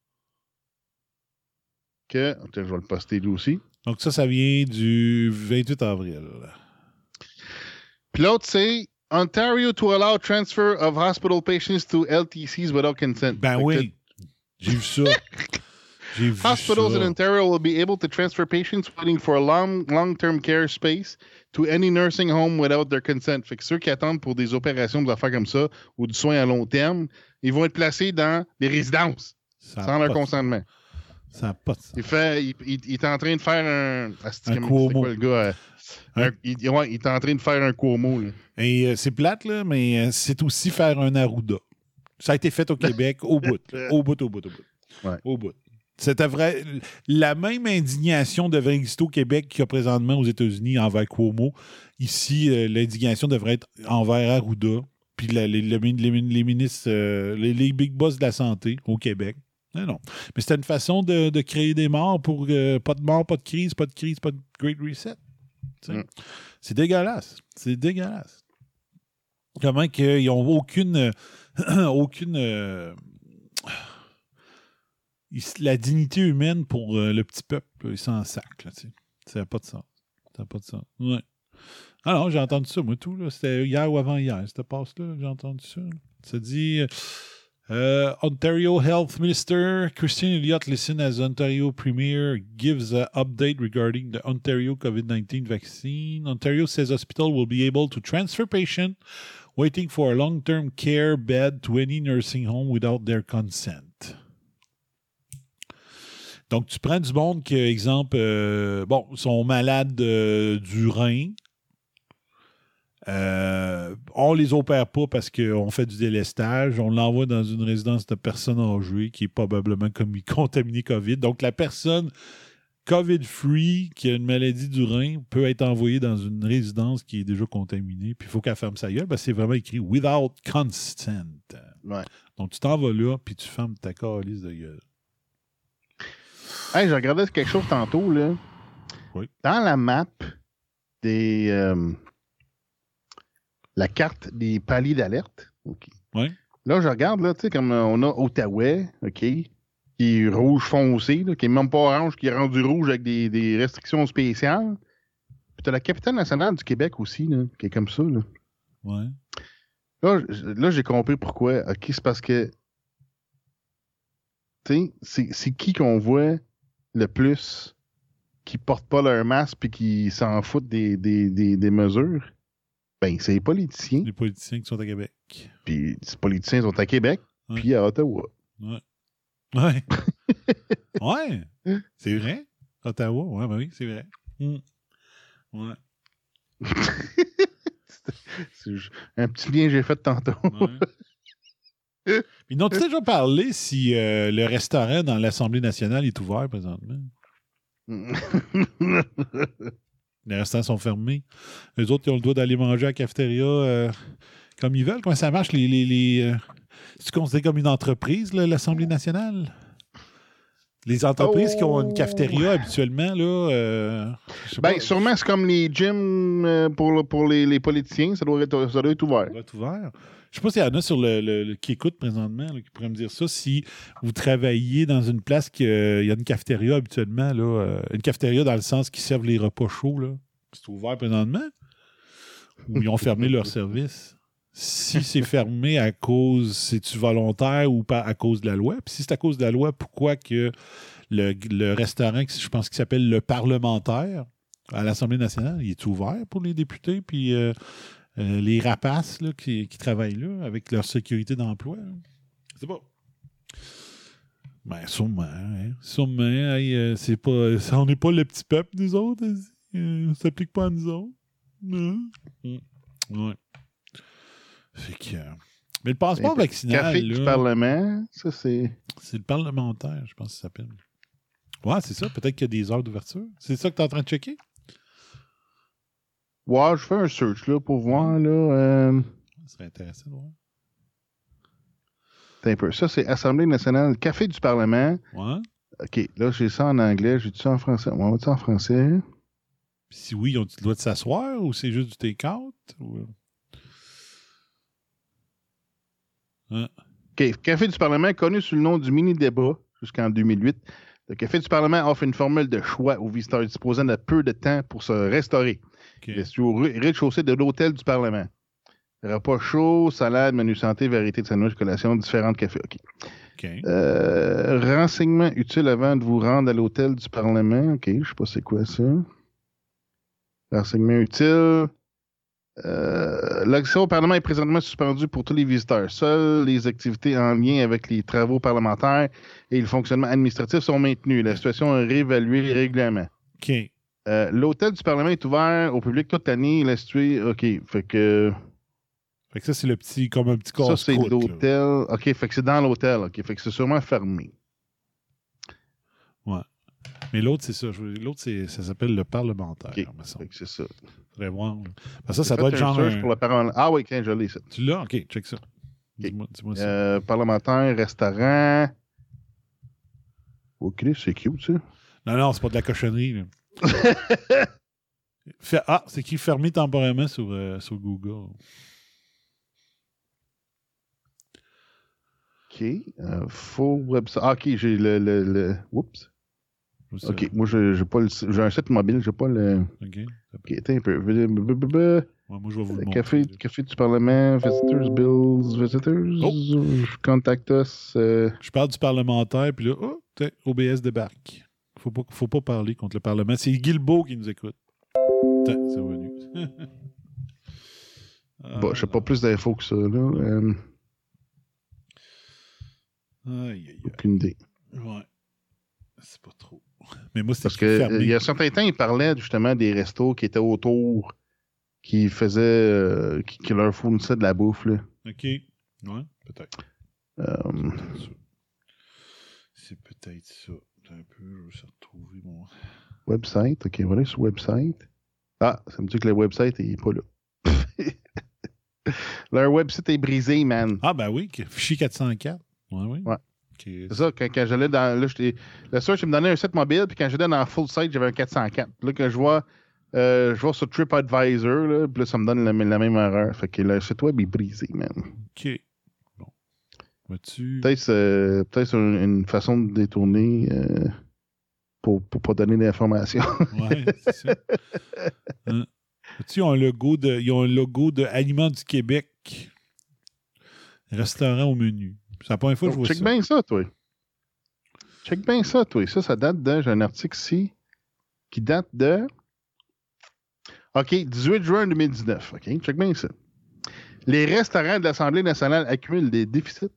S10: que... Attends, je vais le poster lui aussi.
S11: Donc ça, ça vient du vingt-huit avril.
S10: Puis l'autre, c'est Ontario to allow transfer of hospital patients to L T Cs without consent.
S11: Ben
S10: fait
S11: oui, j'ai vu ça. J'ai vu
S10: Hospitals
S11: ça.
S10: in Ontario will be able to transfer patients waiting for a long, long-term care space to any nursing home without their consent. Fait que ceux qui attendent pour des opérations, des affaires comme ça, ou du soin à long terme, ils vont être placés dans des résidences
S11: Ça
S10: sans leur consentement.
S11: Ça n'a pas de sens.
S10: Il, fait, il, il, il est en train de faire un... Ah, c'est
S11: Un
S10: comme-
S11: Cuomo.
S10: c'est quoi, le gars? euh, un- il, ouais, il est en train de faire un Cuomo. Là.
S11: Et euh, c'est plate, là, mais euh, c'est aussi faire un Arruda. Ça a été fait au Québec au bout. là. Au bout, au bout, au bout.
S10: Ouais.
S11: Au bout. C'était vrai. La même indignation devrait exister au Québec qu'il y a présentement aux États-Unis envers Cuomo. Ici, euh, l'indignation devrait être envers Arruda, puis la- les, les, les- les ministres, euh, les, les big boss de la santé au Québec. Non, non. Mais c'était une façon de, de créer des morts pour euh, pas de mort, pas de crise, pas de crise, pas de Great Reset. Tu sais.
S10: Mm.
S11: C'est dégueulasse. C'est dégueulasse. Comment qu'ils n'ont aucune. aucune. euh, ils- la dignité humaine pour euh, le petit peuple, ils s'en sacrent. Là, tu sais. Ça n'a pas de sens. Ça n'a pas de sens. Ouais. Ah non, j'ai entendu ça, moi, tout. Là. C'était hier ou avant-hier, cette passe-là. J'ai entendu ça. Là. Ça dit. Uh, Ontario Health Minister Christine Elliott listen as Ontario Premier gives an update regarding the Ontario COVID nineteen vaccine. Ontario says hospital will be able to transfer patients waiting for a long-term care bed to any nursing home without their consent. Donc, tu prends du monde qui, exemple, euh, bon, sont malades euh, du rein. Euh, on les opère pas parce qu'on fait du délestage. On l'envoie dans une résidence de personnes âgées qui est probablement comme contaminée COVID. Donc, la personne COVID-free qui a une maladie du rein peut être envoyée dans une résidence qui est déjà contaminée. Puis, il faut qu'elle ferme sa gueule. C'est vraiment écrit « without consent
S10: Ouais. ».
S11: Donc, tu t'en vas là, puis tu fermes ta calice de gueule.
S10: Hey, j'ai regardé quelque chose tantôt. Là.
S11: Oui.
S10: Dans la map des... euh, la carte des paliers d'alerte. OK.
S11: Oui.
S10: Là, je regarde, là, tu sais, comme euh, on a Ottawa, OK, qui est rouge foncé, là, qui est même pas orange, qui est rendu rouge avec des, des restrictions spéciales. Puis t'as la capitale nationale du Québec aussi, là, qui est comme ça, là.
S11: Ouais.
S10: Là, j- là, j'ai compris pourquoi. OK, c'est parce que, tu sais, c'est, c'est qui qu'on voit le plus qui portent pas leur masque puis qui s'en foutent des, des, des, des mesures? Ben, c'est les politiciens.
S11: Les politiciens qui sont à Québec.
S10: Puis les politiciens sont à Québec,
S11: Ouais.
S10: puis à Ottawa.
S11: Ouais. Ouais. Ouais. C'est vrai. Ottawa. Ouais, ben oui, c'est vrai. Mm. Ouais.
S10: C'est ju- un petit lien que j'ai fait tantôt.
S11: Ouais. Ils n'ont déjà parlé si euh, le restaurant dans l'Assemblée nationale est ouvert présentement. Les restaurants sont fermés. Les autres, ils ont le droit d'aller manger à la cafétéria euh, comme ils veulent. Comment ça marche? Les, les, les, euh, c'est considéré comme une entreprise, là, l'Assemblée nationale? Les entreprises
S10: Oh.
S11: qui ont une cafétéria habituellement, là. Euh, je sais
S10: Ben,
S11: pas,
S10: sûrement, c'est comme les gyms euh, pour, pour les, les politiciens. Ça doit être, ça doit être ouvert.
S11: ça doit être ouvert. Je sais pas s'il y en a sur le, le- le- qui écoutent présentement, là, qui pourraient me dire ça. Si vous travaillez dans une place qu'il y a une cafétéria habituellement, là, euh, une cafétéria dans le sens qu'ils servent les repas chauds, là, c'est ouvert présentement? Ou ils ont fermé leur service? Si c'est fermé à cause, c'est-tu volontaire ou pas à cause de la loi? Puis si c'est à cause de la loi, pourquoi que le, le restaurant, qui- je pense qu'il s'appelle le parlementaire à l'Assemblée nationale, il est ouvert pour les députés, puis euh, euh, les rapaces là, qui, qui travaillent là avec leur sécurité d'emploi? Là. Je sais pas. Ben, sûrement, hein. Sûrement. Hey, euh, c'est pas, ça, on n'est pas le petit peuple, nous autres. Euh, ça s'applique pas à nous autres. Non. Mm. Ouais. Fait que. euh, Mais le passeport
S10: Le
S11: vaccinal.
S10: Café
S11: là,
S10: du Parlement, ça, c'est...
S11: c'est le parlementaire, je pense que ça s'appelle. Ouais, c'est ça. Peut-être qu'il y a des heures d'ouverture. C'est ça que tu es en train de checker?
S10: Ouais, je fais un search, là, pour voir, là... euh,
S11: Ça serait intéressant de voir.
S10: attends un peu. Ça, c'est Assemblée nationale, Café du Parlement.
S11: Ouais.
S10: OK, là, j'ai ça en anglais. J'ai ça en français. On va mettre ça en français.
S11: Puis si oui, ont-ils le droit de s'asseoir ou c'est juste du take-out? Ou... Hein?
S10: OK. Café du Parlement, connu sous le nom du mini-débat jusqu'en deux mille huit. Le Café du Parlement offre une formule de choix aux visiteurs disposant de peu de temps pour se restaurer.
S11: Okay.
S10: Il est situé au rez-de-chaussée de l'hôtel du Parlement. Repas chaud, salade, menu santé, variété de sandwich, collation, différentes cafés. OK.
S11: Okay.
S10: Euh, renseignements utiles avant de vous rendre à l'hôtel du Parlement. OK, je sais pas c'est quoi ça. Renseignements utiles. Euh, L'accès au Parlement est présentement suspendu pour tous les visiteurs. Seules les activités en lien avec les travaux parlementaires et le fonctionnement administratif sont maintenues. La situation est réévaluée régulièrement.
S11: OK.
S10: Euh, L'hôtel du Parlement est ouvert au public toute l'année. Il est situé. OK. Fait que.
S11: Fait que ça, c'est le petit, comme un petit casse-croûte.
S10: Ça, c'est l'hôtel. OK. Fait que c'est dans l'hôtel. OK. Fait que c'est sûrement fermé.
S11: Ouais. Mais l'autre, c'est ça. L'autre, c'est, ça s'appelle le parlementaire.
S10: OK. Fait que c'est ça.
S11: Faudrait voir. Parce que ça, ça doit être genre.
S10: Un... Pour le parlement... Ah oui, tiens, je l'ai, ça.
S11: Tu l'as? OK, check ça.
S10: Okay.
S11: Dis-moi, dis-moi ça.
S10: Euh, parlementaire, restaurant. OK, c'est cute, ça.
S11: Non, non, c'est pas de la cochonnerie, là. Fait... Ah, c'est qui fermé temporairement sur, euh, sur Google.
S10: OK. Euh, faux website. Ah, OK, j'ai le. le, le... Oups. OK, moi, j'ai, j'ai pas le. J'ai un site mobile, j'ai pas le.
S11: OK.
S10: OK, attends un peu. Ouais,
S11: moi, je vais vous le
S10: café,
S11: montrer.
S10: Café du Parlement, Visitors, Bills, Visitors.
S11: Oh.
S10: Contact us. Euh...
S11: Je parle du parlementaire, puis là, oh, O B S débarque. Faut pas, faut pas parler contre le Parlement. C'est Guilbeault qui nous écoute. T'as, c'est revenu.
S10: ah, bon, je sais pas plus d'infos que ça, là. Euh...
S11: Aïe, aïe, aïe.
S10: Aucune idée.
S11: Ouais. C'est pas trop. Mais moi, c'est
S10: parce que il y a un certain temps, ils parlaient justement des restos qui étaient autour, qui faisaient, euh, qui, qui leur fournissaient de la bouffe, là.
S11: OK. Ouais, peut-être.
S10: Euh...
S11: C'est peut-être ça. Un peu, je vais se retrouver mon...
S10: Website, OK, voilà sur website. Ah, ça me dit que le website n'est pas là. Leur website est brisé, man.
S11: Ah, ben oui, fichier quatre cent quatre. Ouais, oui.
S10: Ouais.
S11: Okay.
S10: C'est ça, quand, quand j'allais dans. Là, j'étais, le search, il me donnait un site mobile, puis quand j'allais dans full site, j'avais un quatre cent quatre. Là, quand je vois, euh, je vois sur TripAdvisor, là, puis là, ça me donne la, la même erreur. Fait que le site web est brisé, man.
S11: OK. Bon. Vas-tu...
S10: Peut-être, euh, peut-être une, une façon de détourner euh, pour ne pas donner d'informations.
S11: Ouais, c'est ça. Hein? Vois-tu, ils ont un logo de, ils ont un logo de Aliments du Québec. Restaurant au menu. C'est la première fois que je vois
S10: check
S11: ça.
S10: Check bien ça, toi. Check bien ça, toi. Ça, ça date de... J'ai un article ici qui date de... OK, dix-huit juin deux mille dix-neuf. OK, check bien ça. Les restaurants de l'Assemblée nationale accumulent des déficits.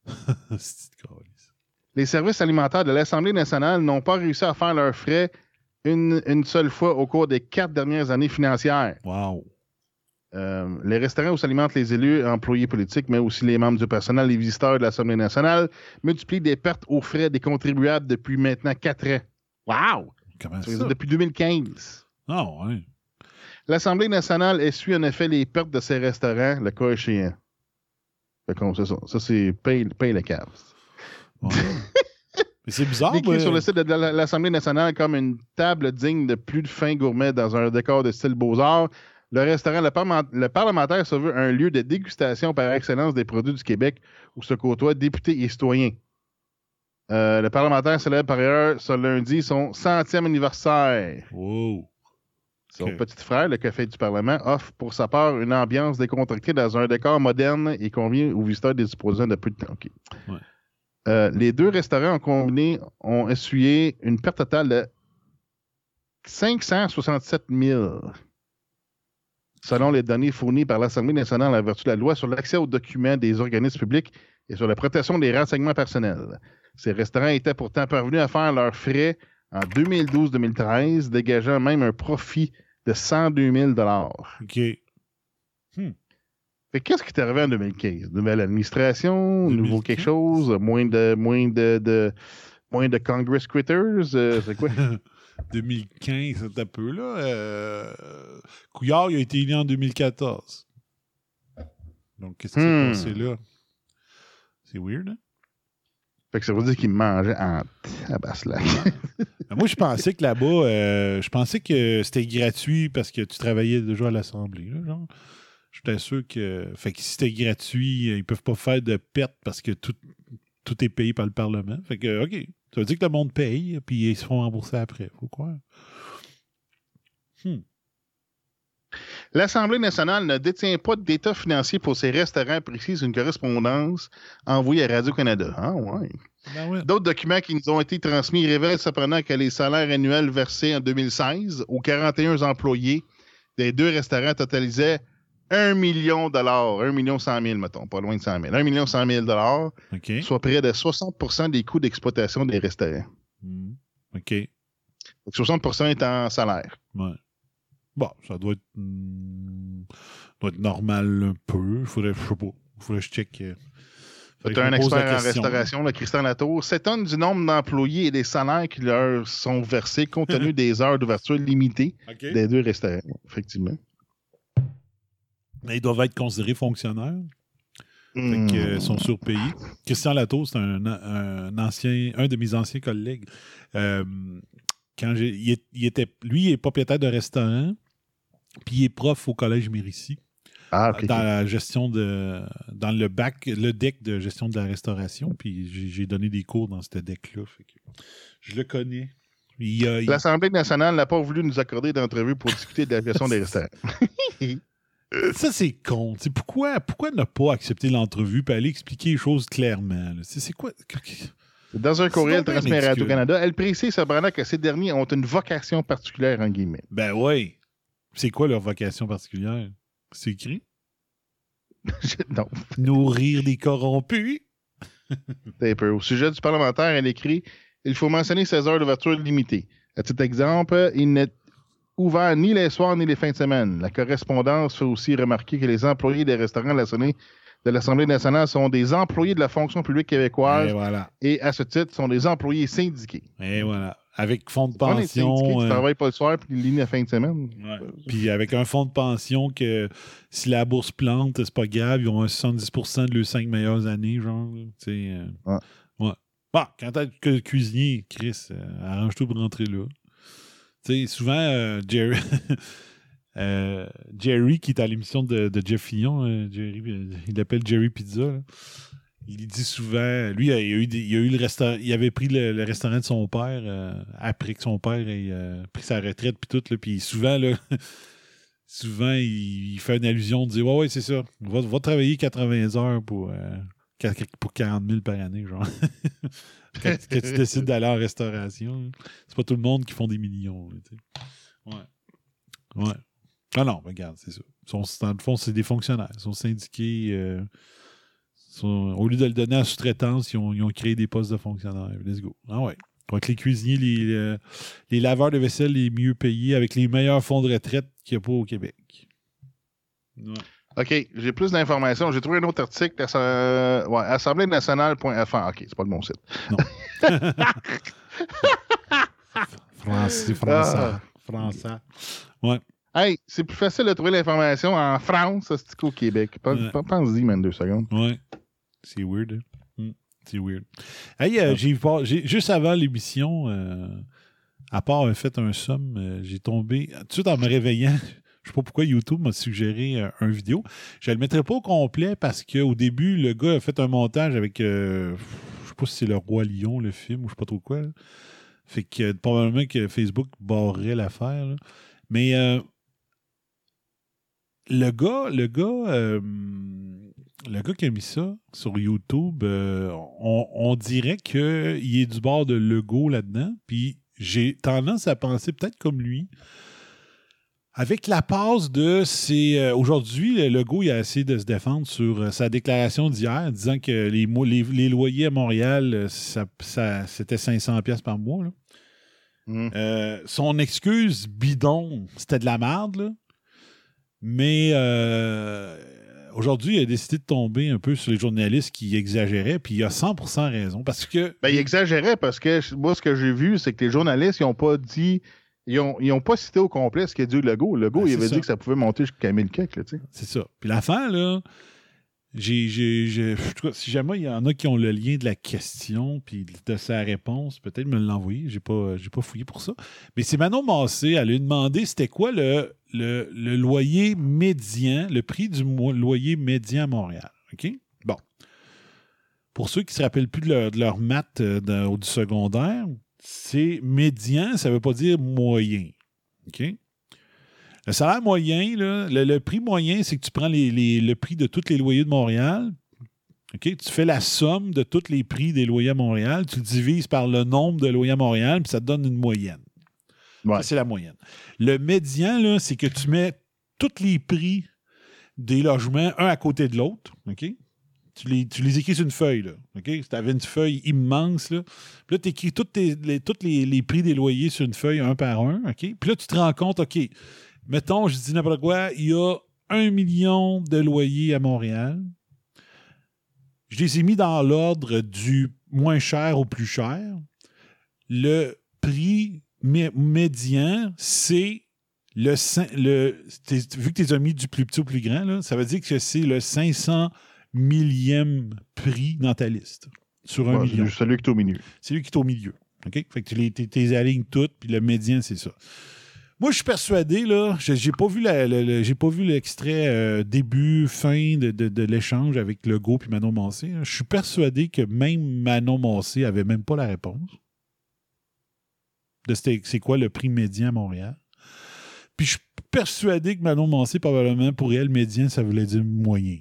S10: Les services alimentaires de l'Assemblée nationale n'ont pas réussi à faire leurs frais une, une seule fois au cours des quatre dernières années financières.
S11: Wow.
S10: Euh, les restaurants où s'alimentent les élus, employés politiques, mais aussi les membres du personnel, les visiteurs de l'Assemblée nationale, multiplient des pertes aux frais des contribuables depuis maintenant quatre ans. Wow!
S11: Comment
S10: ça?
S11: ça?
S10: Depuis deux mille quinze.
S11: Ah, oh, ouais.
S10: L'Assemblée nationale essuie en effet les pertes de ses restaurants, le cas échéant. Fait qu'on, c'est ça. Ça, c'est paye, paye le cave.
S11: Ouais. Mais c'est bizarre.
S10: Décrit
S11: mais...
S10: sur le site de l'Assemblée nationale comme une table digne de plus de fin gourmet dans un décor de style Beaux-Arts. Le restaurant Le, Parlement- le Parlementaire se veut un lieu de dégustation par excellence des produits du Québec où se côtoient députés et citoyens. Euh, le Parlementaire célèbre par ailleurs ce lundi son centième anniversaire.
S11: Wow.
S10: Son
S11: Okay.
S10: petit frère, le Café du Parlement, offre pour sa part une ambiance décontractée dans un décor moderne et convient aux visiteurs des disposants de peu de temps. Okay.
S11: Ouais.
S10: Euh, les deux restaurants en combiné ont essuyé une perte totale de cinq cent soixante-sept mille. Selon les données fournies par l'Assemblée nationale en vertu de la loi sur l'accès aux documents des organismes publics et sur la protection des renseignements personnels. Ces restaurants étaient pourtant parvenus à faire leurs frais en deux mille douze deux mille treize, dégageant même un profit de cent deux mille dollars.
S11: OK. Hmm.
S10: Fait qu'est-ce qui est arrivé en deux mille quinze? Nouvelle administration,
S11: deux mille quinze?
S10: nouveau quelque chose, moins de moins de, de moins de Congress quitters, euh, c'est quoi?
S11: deux mille quinze, c'est un peu là. Euh... Couillard, il a été élu en deux mille quatorze. Donc, qu'est-ce qui
S10: Hmm.
S11: s'est passé là? C'est weird, hein?
S10: Fait que ça veut dire qu'ils mangeaient en tabaslac.
S11: Moi, je pensais que là-bas, euh, je pensais que c'était gratuit parce que tu travaillais déjà à l'Assemblée. Là, genre. J'étais sûr que. Fait que si c'était gratuit, ils peuvent pas faire de perte parce que tout, tout est payé par le Parlement. Fait que, OK. Ça veut dire que le monde paye, puis ils se font rembourser après. Faut croire. Hmm.
S10: L'Assemblée nationale ne détient pas d'état financier pour ses restaurants, précise une correspondance envoyée à Radio-Canada. Ah ouais.
S11: Ben ouais.
S10: D'autres documents qui nous ont été transmis révèlent cependant que les salaires annuels versés en deux mille seize aux quarante et un employés des deux restaurants totalisaient un million de dollars, un million cent mille, mettons, pas loin de cent mille. un million cent mille dollars,
S11: okay.
S10: Soit près de soixante pour cent des coûts d'exploitation des restaurants.
S11: Mmh. OK.
S10: Donc soixante pour cent est en salaire.
S11: Ouais. Bon, ça doit être, mm, doit être normal un peu. Faudrait, je sais pas. Faudrait que je check. Euh,
S10: tu as un expert en restauration, là, Christian Latour, s'étonne du nombre d'employés et des salaires qui leur sont versés compte tenu des heures d'ouverture limitées okay. des deux restaurants, effectivement.
S11: Mais ils doivent être considérés fonctionnaires. Mmh. Fait qu'ils sont surpayés. Christian Latour, c'est un, un ancien, un de mes anciens collègues. Euh, quand j'ai, il, est, il était, lui, il est propriétaire de restaurant, puis il est prof au Collège Mérisy.
S10: Ah, okay,
S11: dans
S10: okay.
S11: la gestion de. Dans le bac, le deck de gestion de la restauration, puis j'ai, j'ai donné des cours dans ce deck-là. Fait que je le connais. Il, euh,
S10: L'Assemblée nationale n'a pas voulu nous accorder d'entrevue pour discuter de la gestion des restaurants.
S11: Ça, c'est con. T'sais, pourquoi, pourquoi ne pas accepter l'entrevue et aller expliquer les choses clairement? C'est, c'est quoi?
S10: Dans un courriel transmis à Radio-Canada, elle précise cependant que ces derniers ont une vocation particulière, en guillemets.
S11: Ben oui. C'est quoi leur vocation particulière? C'est écrit?
S10: Non.
S11: Nourrir des corrompus?
S10: C'est un peu. Au sujet du parlementaire, elle écrit « Il faut mentionner seize heures d'ouverture limitée. À titre d'exemple, il n'est ouvert ni les soirs ni les fins de semaine. La correspondance fait aussi remarquer que les employés des restaurants de l'Assemblée nationale sont des employés de la fonction publique québécoise et, voilà. et à ce titre, sont des employés syndiqués.
S11: Et voilà. Avec fonds de pension.
S10: Tu
S11: euh...
S10: travailles pas le soir puis ligne la fin de semaine.
S11: Ouais. Puis avec un fonds de pension que si la bourse plante, c'est pas grave, ils ont un soixante-dix pour cent de leurs cinq meilleures années, genre. Euh...
S10: Ouais.
S11: ouais. Bon, quand t'es que cuisinier, Chris, euh, arrange-toi pour rentrer là. Tu sais, souvent, euh, Jerry, euh, Jerry, qui est à l'émission de, de Jeff Fillon, euh, Jerry, euh, il l'appelle Jerry Pizza, là. Il dit souvent, lui, il a eu, des, il a eu le restaurant, il avait pris le, le restaurant de son père euh, après que son père ait euh, pris sa retraite puis tout, là, puis souvent, là, souvent, il, il fait une allusion de dire, ouais, ouais, c'est ça, va, va travailler quatre-vingts heures pour, euh, pour quarante mille par année, genre. quand, quand tu décides d'aller en restauration, là, c'est pas tout le monde qui font des millions, là, tu sais. Ouais. Ouais. Ah non, regarde, c'est ça. Ils sont, dans le fond, c'est des fonctionnaires. Ils sont syndiqués. Euh, sont, au lieu de le donner à sous-traitance, ils ont, ils ont créé des postes de fonctionnaires. Let's go. Ah ouais. Donc, les cuisiniers, les, les, les laveurs de vaisselle les mieux payés avec les meilleurs fonds de retraite qu'il n'y a pas au Québec. Ouais.
S10: OK, j'ai plus d'informations. J'ai trouvé un autre article. Euh, ouais, assemblée nationale point f r. OK, c'est pas le bon site.
S11: Non. Français, français. Ah. Français. Ouais.
S10: Hey, c'est plus facile de trouver l'information en France qu'au Québec.
S11: Ouais.
S10: Pense-y, même deux secondes.
S11: Ouais. C'est weird. Hein? Mm. C'est weird. Hey, euh, j'ai, j'ai, juste avant l'émission, euh, à part avoir fait un somme, euh, j'ai tombé. Tout de suite en me réveillant, je sais pas pourquoi YouTube m'a suggéré euh, un vidéo. Je le mettrai pas au complet parce qu'au début, le gars a fait un montage avec. Euh, je sais pas si c'est Le Roi Lion, le film, ou je sais pas trop quoi. Là. Fait que euh, probablement que Facebook barrerait l'affaire. Là. Mais. Euh, Le gars, le gars, euh, le gars qui a mis ça sur YouTube, euh, on, on dirait qu'il est du bord de Legault là-dedans. Puis j'ai tendance à penser peut-être comme lui. Avec la passe de c'est euh, aujourd'hui, Legault il a essayé de se défendre sur euh, sa déclaration d'hier, disant que les, les, les loyers à Montréal, ça, ça, c'était cinq cents dollars par mois. Là. Mm. Euh, son excuse bidon, c'était de la merde, là. Mais euh, aujourd'hui, il a décidé de tomber un peu sur les journalistes qui exagéraient, puis il a cent pour cent raison, parce que...
S10: Ben, il exagérait parce que moi, ce que j'ai vu, c'est que les journalistes, ils n'ont pas dit... Ils n'ont ils ont pas cité au complet ce qu'a dit Legault. Legault, ben, il avait ça. dit que ça pouvait monter jusqu'à mille quelques, tu sais.
S11: C'est ça. Puis l'affaire, là, J'ai, j'ai, j'ai, en tout cas, si jamais il y en a qui ont le lien de la question puis de sa réponse, peut-être me l'envoyer. J'ai pas, j'ai pas fouillé pour ça. Mais c'est Manon Massé, elle lui a demandé c'était quoi le, le, le loyer médian, le prix du mo- loyer médian à Montréal. OK? Bon. Pour ceux qui ne se rappellent plus de leur, de leur maths euh, dans, du secondaire, c'est médian, ça ne veut pas dire moyen. OK? Le salaire moyen, là, le, le prix moyen, c'est que tu prends les, les, le prix de tous les loyers de Montréal. Okay? Tu fais la somme de tous les prix des loyers à Montréal, tu le divises par le nombre de loyers à Montréal, puis ça te donne une moyenne.
S10: Ouais.
S11: Ça, c'est la moyenne. Le médian, là, c'est que tu mets tous les prix des logements un à côté de l'autre. OK? Tu les, tu les écris sur une feuille. Là, okay? Si tu avais une feuille immense, là, puis là, tu écris tous les, tous les, les prix des loyers sur une feuille un par un. Okay? Puis là, tu te rends compte, OK, mettons, je dis n'importe quoi, il y a un million de loyers à Montréal. Je les ai mis dans l'ordre du moins cher au plus cher. Le prix mé- médian, c'est le... le vu que tu les as mis du plus petit au plus grand, là, ça veut dire que c'est le cinq cents millième prix dans ta liste. Sur un
S10: ouais,
S11: million.
S10: C'est celui qui est au milieu.
S11: C'est lui qui est au milieu. OK? Fait que tu les, les alignes toutes, puis le médian, c'est ça. Moi, je suis persuadé, là, j'ai, j'ai pas vu la, la, la, j'ai pas vu l'extrait euh, début, fin de, de, de l'échange avec Legault puis Manon Massé. Je suis persuadé que même Manon Massé avait même pas la réponse de c'était, c'est quoi le prix médian à Montréal. Puis je suis persuadé que Manon Massé, probablement, pour elle, médian, ça voulait dire moyen.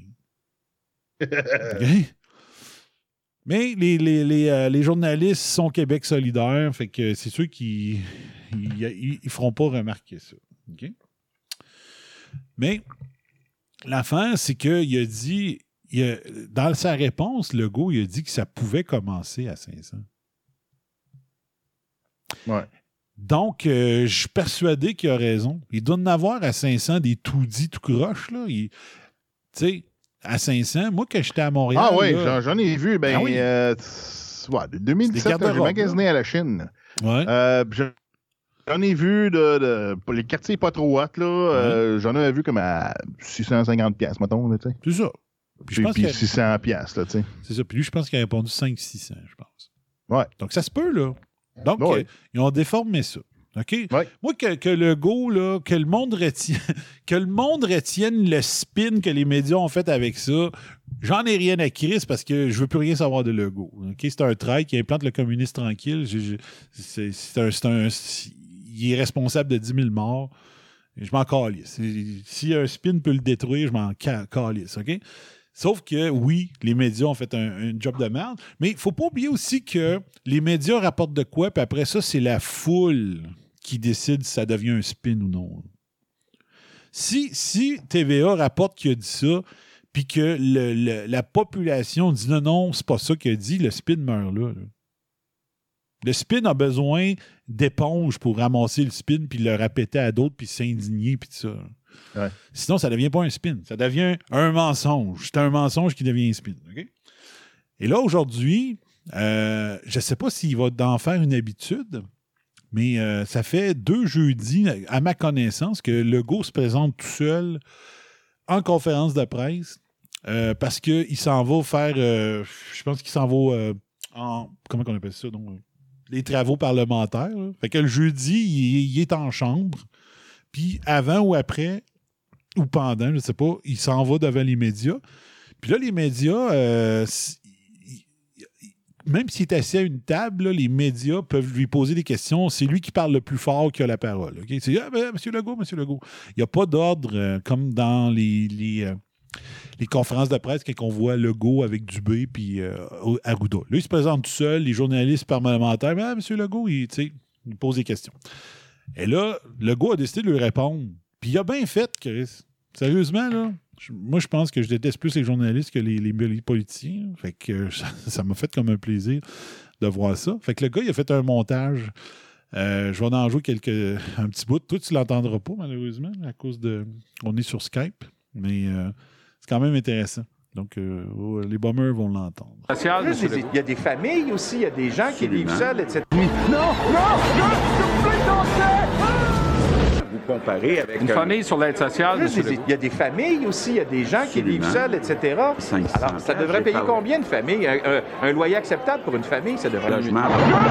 S11: Okay? Mais les, les, les, euh, les journalistes sont Québec solidaire, fait que c'est sûr qu'ils ils, ils feront pas remarquer ça. Okay? Mais l'affaire, c'est qu'il a dit, il a, dans sa réponse, Legault, il a dit que ça pouvait commencer à cinq cents.
S10: Ouais.
S11: Donc, euh, je suis persuadé qu'il a raison. Il doit en avoir à cinq cents des tout dits, tout croche, là. Tu sais, à cinq cents, moi, quand j'étais à Montréal...
S10: Ah oui,
S11: là,
S10: j'en, j'en ai vu. Ben,
S11: ah oui.
S10: euh, ouais, deux mille dix-sept, là, j'ai magasiné là. à la Chine.
S11: Ouais.
S10: Euh, j'en ai vu de, de pour les quartiers pas trop hot, là. Ouais. Euh, j'en avais vu comme à six cent cinquante piastres, mettons, tu sais.
S11: C'est ça. Puis, je pense
S10: puis
S11: qu'il a...
S10: six cents piastres, là, tu sais.
S11: C'est ça. Puis lui, je pense qu'il a répondu cinq cents six cents, je pense.
S10: Ouais.
S11: Donc, ça se peut, là. Donc, ouais. euh, ils ont déformé ça. OK?
S10: Ouais.
S11: Moi, que, que le go, là, que le monde retienne, que le monde retienne le spin que les médias ont fait avec ça, j'en ai rien à crier parce que je veux plus rien savoir de Legault. OK? C'est un traître qui implante le communiste tranquille. Je, je, c'est, c'est un, c'est un, c'est, il est responsable de dix mille morts. Je m'en calisse. Si un spin peut le détruire, je m'en calisse. OK? Sauf que, oui, les médias ont fait un, un job de merde, mais il ne faut pas oublier aussi que les médias rapportent de quoi, puis après ça, c'est la foule qui décide si ça devient un spin ou non. Si, si T V A rapporte qu'il a dit ça, puis que le, le, la population dit non, non, c'est pas ça qu'il a dit, le spin meurt là. là. Le spin a besoin d'éponge pour ramasser le spin, puis le répéter à d'autres, puis s'indigner, puis tout ça.
S10: Ouais.
S11: Sinon, ça ne devient pas un spin. Ça devient un mensonge. C'est un mensonge qui devient un spin. Okay? Et là, aujourd'hui, euh, je ne sais pas s'il va en faire une habitude, mais euh, ça fait deux jeudis, à ma connaissance, que Legault se présente tout seul en conférence de presse euh, parce qu'il s'en va faire, euh, je pense qu'il s'en va euh, en, comment on appelle ça, donc, les travaux parlementaires. Là. Fait que le jeudi, il, il est en chambre, puis avant ou après, ou pendant, je ne sais pas, il s'en va devant les médias. Puis là, les médias, euh, même s'il est assis à une table, là, les médias peuvent lui poser des questions. C'est lui qui parle le plus fort qui a la parole. Okay? C'est ah, ben, M. Legault, M. Legault. Il n'y a pas d'ordre euh, comme dans les, les, euh, les conférences de presse quand on voit Legault avec Dubé puis euh, Arruda. Là, il se présente tout seul, les journalistes parlementaires. Ah, M. Legault, il, il pose des questions. Et là, Legault a décidé de lui répondre. Puis il a bien fait, Chris. Sérieusement, là, je, moi, je pense que je déteste plus les journalistes que les, les, les politiciens. Fait que euh, ça, ça m'a fait comme un plaisir de voir ça. Fait que le gars, il a fait un montage. Euh, je vais en jouer quelques, un petit bout. Toi, tu ne l'entendras pas, malheureusement, à cause de... On est sur Skype, mais euh, c'est quand même intéressant. Donc, euh, les bombers vont l'entendre.
S9: Il y a des familles aussi, il y a des gens Absolument. qui vivent seuls, et cetera.
S5: Non, non, non, je suis plus
S12: vous comparer avec...
S13: Une
S12: un...
S13: famille sur l'aide sociale,
S9: Juste,
S13: monsieur
S9: il y a des familles aussi, il y a des gens qui
S12: Absolument.
S9: vivent seuls, et cetera.
S12: cinq cents
S9: Alors, ça
S12: ans,
S9: devrait
S12: j'ai
S9: payer
S12: parlé.
S9: combien de familles? Un, un- un loyer acceptable pour une famille, ça devrait...
S12: Logement.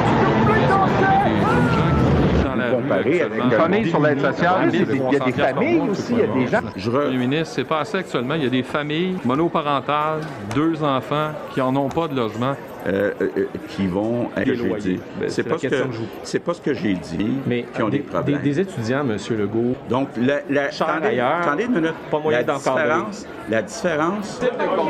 S13: dans la rue
S12: Comparer avec
S13: actuellement.
S12: un-
S13: Une famille sur l'aide sociale,
S9: Il y a des- il y a des familles aussi, il y a des gens...
S12: Je
S13: Premier
S12: re...
S13: ministre, c'est pas assez actuellement. Il y a des familles monoparentales, deux enfants, qui en ont pas de logement.
S12: euh, euh, qui vont...
S14: Des
S12: que j'ai
S14: loyers.
S12: dit.
S14: Ben,
S12: c'est
S14: c'est
S12: pas,
S14: la
S12: ce
S14: question
S12: que,
S14: que je vous-
S12: c'est pas ce que j'ai dit,
S14: Mais
S12: qui ont des,
S14: des,
S12: problèmes.
S14: des étudiants, M. Legault,
S12: Donc, la, la,
S14: Cher
S12: attendez,
S14: ailleurs,
S12: attendez une minute.
S14: pas moyen
S12: la
S14: d'encadrer.
S12: différence, la différence...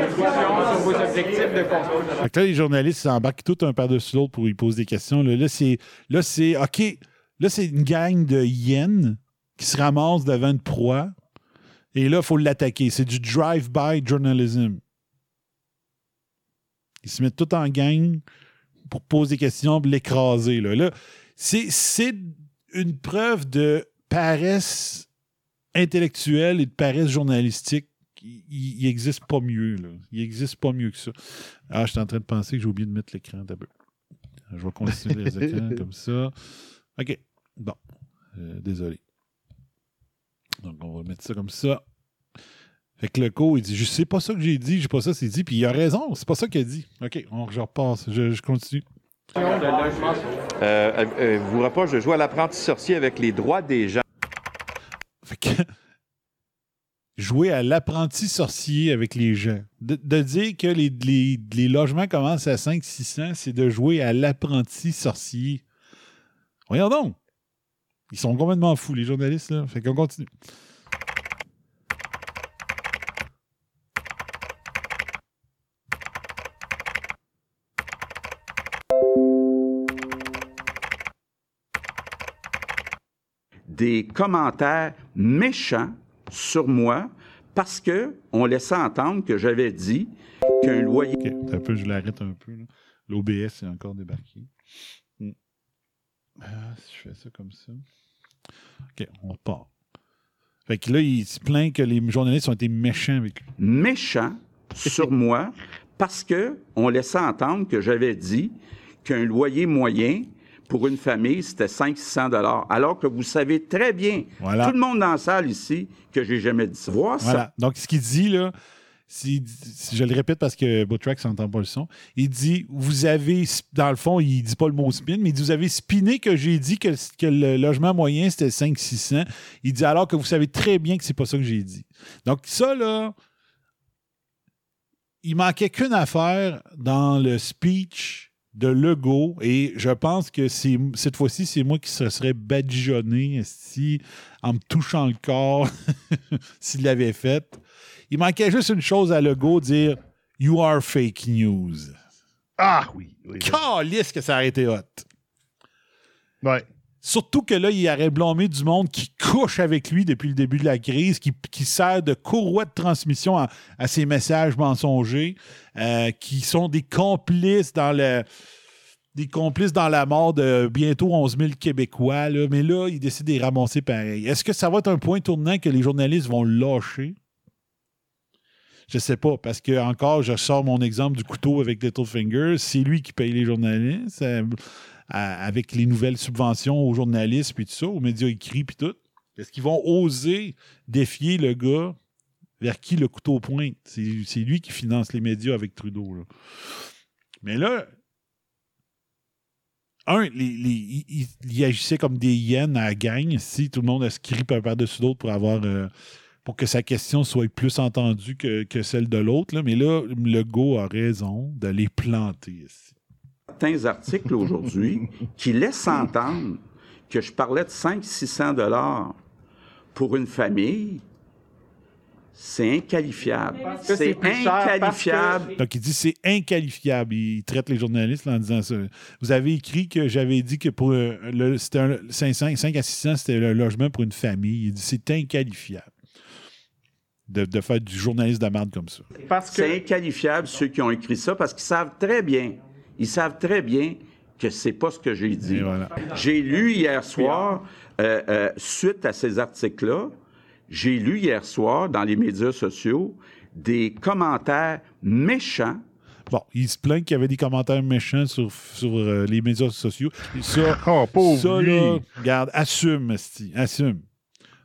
S11: Fait que là, les journalistes s'embarquent tout un par-dessus l'autre pour y poser des questions. Là, là c'est, là, c'est OK. Là, c'est une gang de hyènes qui se ramassent devant une proie. Et là, il faut l'attaquer. C'est du drive-by journalism. Ils se mettent tout en gang pour poser des questions pour l'écraser. Là, là c'est, c'est une preuve de paresse intellectuelle et de paresse journalistique. Il n'existe pas mieux. Là. Il n'existe pas mieux que ça. Ah, je suis en train de penser que j'ai oublié de mettre l'écran d'abord. Je vais continuer les écrans comme ça. OK. Bon. Euh, désolé. Donc, on va mettre ça comme ça. Fait que le co, il dit, je sais pas ça que j'ai dit, je sais pas ça, c'est dit, puis il a raison, c'est pas ça qu'il a dit. OK, on, je repasse, je, je continue.
S9: Euh, euh, vous voudrez pas, je joue à l'apprenti sorcier avec les droits des gens.
S11: Fait que jouer à l'apprenti sorcier avec les gens. De, de dire que les, les, les logements commencent à cinq cents six cents, c'est de jouer à l'apprenti sorcier. Voyons donc. Ils sont complètement fous, les journalistes, là. Fait qu'on continue.
S12: des commentaires méchants sur moi parce que on laissait entendre que j'avais dit qu'un loyer...
S11: OK, un peu, je l'arrête un peu. L'O B S est encore débarqué. Hmm. Ah, si je fais ça comme ça. OK, on repart. Fait que là, il se plaint que les journalistes ont été méchants avec lui.
S12: Méchants sur moi parce que on laissait entendre que j'avais dit qu'un loyer moyen pour une famille, c'était cinq cents à six cents dollars. Alors que vous savez très bien,
S11: voilà.
S12: Tout le monde dans la salle ici, que j'ai jamais dit ça. Voir
S11: voilà.
S12: ça.
S11: Donc, ce qu'il dit, là, si, si je le répète parce que Boutrack n'entend pas le son, il dit, vous avez, dans le fond, il dit pas le mot spin, mais il dit, vous avez spiné que j'ai dit que, que le logement moyen, c'était cinq cents à six cents. Il dit, alors que vous savez très bien que c'est pas ça que j'ai dit. Donc, ça, là, il manquait qu'une affaire dans le speech de Legault, et je pense que c'est, cette fois-ci, c'est moi qui se serais badigeonné si, en me touchant le corps s'il l'avait fait. Il manquait juste une chose à Legault, dire « You are fake news ».
S10: Ah oui! oui, oui.
S11: Calisse que ça a été hot.
S10: Ouais.
S11: Surtout que là, il aurait blâmé du monde qui couche avec lui depuis le début de la crise, qui, qui sert de courroie de transmission à, à ses messages mensongers, euh, qui sont des complices dans le, des complices dans la mort de bientôt onze mille Québécois. Là. Mais là, il décide de les ramasser pareil. Est-ce que ça va être un point tournant que les journalistes vont lâcher? Je sais pas, parce que encore, je sors mon exemple du couteau avec Littlefinger. C'est lui qui paye les journalistes. Euh, avec les nouvelles subventions aux journalistes, puis tout ça, aux médias écrits, puis tout. Est-ce qu'ils vont oser défier le gars vers qui le couteau pointe? C'est, c'est lui qui finance les médias avec Trudeau. Là. Mais là, un, les, les, il, il agissait comme des hyènes à la gang. Si tout le monde a scrit un par-dessus l'autre pour avoir... Euh, pour que sa question soit plus entendue que, que celle de l'autre. Là. Mais là, le gars a raison de les planter ici.
S12: Certains articles aujourd'hui qui laissent entendre que je parlais de cinq cents à six cents dollars pour une famille, c'est inqualifiable. C'est, c'est inqualifiable.
S11: Que... Donc, il dit c'est inqualifiable. Il traite les journalistes là, en disant ça. Vous avez écrit que j'avais dit que pour euh, le, c'était un, cinq cents à six cents, c'était le logement pour une famille. Il dit c'est inqualifiable. De, de faire du journaliste de merde comme ça.
S12: Parce que... C'est inqualifiable, ceux qui ont écrit ça, parce qu'ils savent très bien Ils savent très bien que c'est pas ce que j'ai dit.
S11: Voilà.
S12: J'ai lu hier soir, euh, euh, suite à ces articles-là, j'ai lu hier soir dans les médias sociaux des commentaires méchants.
S11: Bon, il se plaint qu'il y avait des commentaires méchants sur, sur euh, les médias sociaux. Et ça,
S10: oh, pauvre
S11: ça
S10: lui.
S11: là, regarde, assume, esti, assume.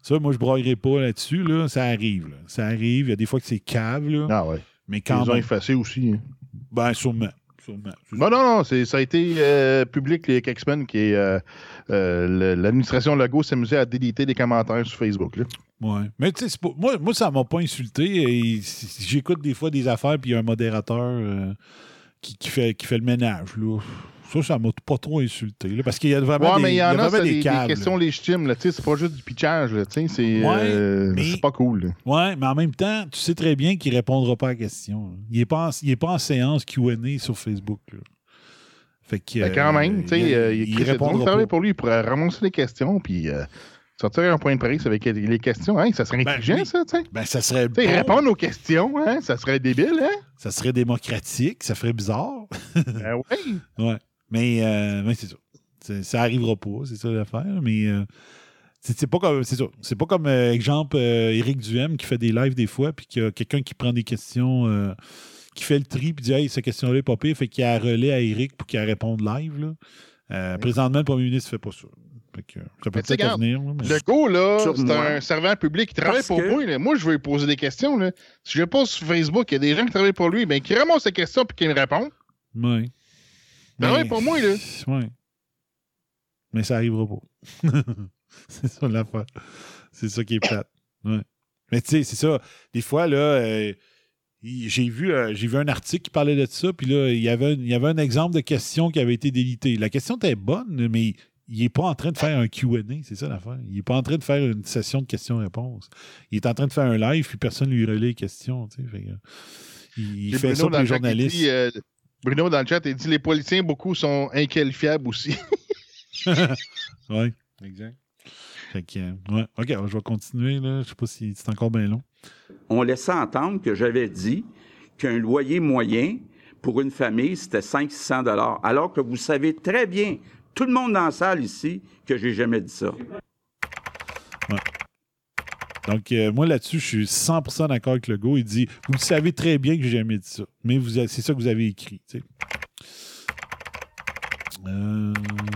S11: Ça, moi, je broyerai pas là-dessus. Là. Ça arrive. Là. Ça arrive. Il y a des fois que c'est cave. Là.
S10: Ah ouais.
S11: Mais quand
S10: Ils ont
S11: même.
S10: effacé aussi. Hein.
S11: Ben, sûrement. sûrement.
S10: Non, non, non. C'est, ça a été euh, public il y a quelques semaines que euh, euh, l'administration Legault s'amusait à déliter des commentaires sur Facebook. Là.
S11: Ouais. Mais tu sais, moi, moi, ça m'a pas insulté. Et j'écoute des fois des affaires, puis il y a un modérateur euh, qui, qui, fait, qui fait le ménage. Là. Ça, ça m'a pas trop insulté. Là, parce qu'il y a vraiment
S10: ouais,
S11: des,
S10: mais il y en
S11: y a
S10: a, c'est
S11: des,
S10: des,
S11: câbles,
S10: des questions
S11: là.
S10: légitimes. Là, c'est pas juste du pitchage. Là, c'est,
S11: ouais,
S10: euh,
S11: mais,
S10: c'est pas cool. Là.
S11: Ouais, mais en même temps, tu sais très bien qu'il ne répondra pas à la question. Là. Il n'est pas, pas en séance Q and A sur Facebook. Là. Fait que,
S10: ben, quand même, tu sais, il, euh, il, il répondra pas. Pour lui, il pourrait ramasser les questions puis euh, sortir un point de presse avec les questions. Hein, ça serait intelligent, ben, ça, tu sais.
S11: Ben, ça serait
S10: bon. Répondre aux questions, hein, ça serait débile, hein.
S11: Ça serait démocratique, ça ferait bizarre.
S10: Ben oui.
S11: Ouais. Mais, euh, mais c'est ça. C'est, ça arrivera pas, c'est ça l'affaire. Mais euh, c'est, c'est pas comme, c'est ça. C'est pas comme, euh, exemple, euh, Éric Duhem qui fait des lives des fois, puis qu'il y a quelqu'un qui prend des questions, euh, qui fait le tri, puis dit, hey, cette question-là est pas pire, fait qu'il y a un relais à Éric pour qu'il réponde live. Là. Euh, oui. Présentement, le premier ministre ne fait pas ça. Fait que, ça peut peut-être regarde, venir. Là, mais...
S10: Le go, là, Sur c'est moi. un servant public qui travaille Parce pour que... moi. Là. Moi, je veux lui poser des questions. Là. Si je pose sur Facebook, il y a des gens qui travaillent pour lui, ben, qui ramassent ces questions puis qui me répondent.
S11: Oui.
S10: Ben mais... oui, pour moi, là.
S11: Oui. Mais ça n'arrivera pas. C'est ça l'affaire. C'est ça qui est plate. Ouais. Mais tu sais, c'est ça. Des fois, là, euh, j'ai, vu, euh, j'ai vu un article qui parlait de ça, puis là, il y avait, il y avait un exemple de question qui avait été délité. La question était bonne, mais il n'est pas en train de faire un Q and A, c'est ça l'affaire. Il n'est pas en train de faire une session de questions-réponses. Il est en train de faire un live, puis personne ne lui relaie les questions. Tu sais, fait, euh, il il fait Bruno ça pour les journalistes.
S10: Dit, euh, Bruno, dans le chat, il dit les politiciens, beaucoup sont inqualifiables aussi.
S11: Oui, exact. Fait que, ouais. OK, alors, je vais continuer. Là. Je ne sais pas si c'est encore bien long.
S12: On laissait entendre que j'avais dit qu'un loyer moyen pour une famille, c'était cinq cents à six cents dollars, alors que vous savez très bien, tout le monde dans la salle ici, que j'ai jamais dit ça.
S11: Ouais. Donc, euh, moi, là-dessus, je suis cent pour cent d'accord avec le gars. Il dit, vous savez très bien que j'ai jamais dit ça, mais vous avez, c'est ça que vous avez écrit. Tu sais. Euh...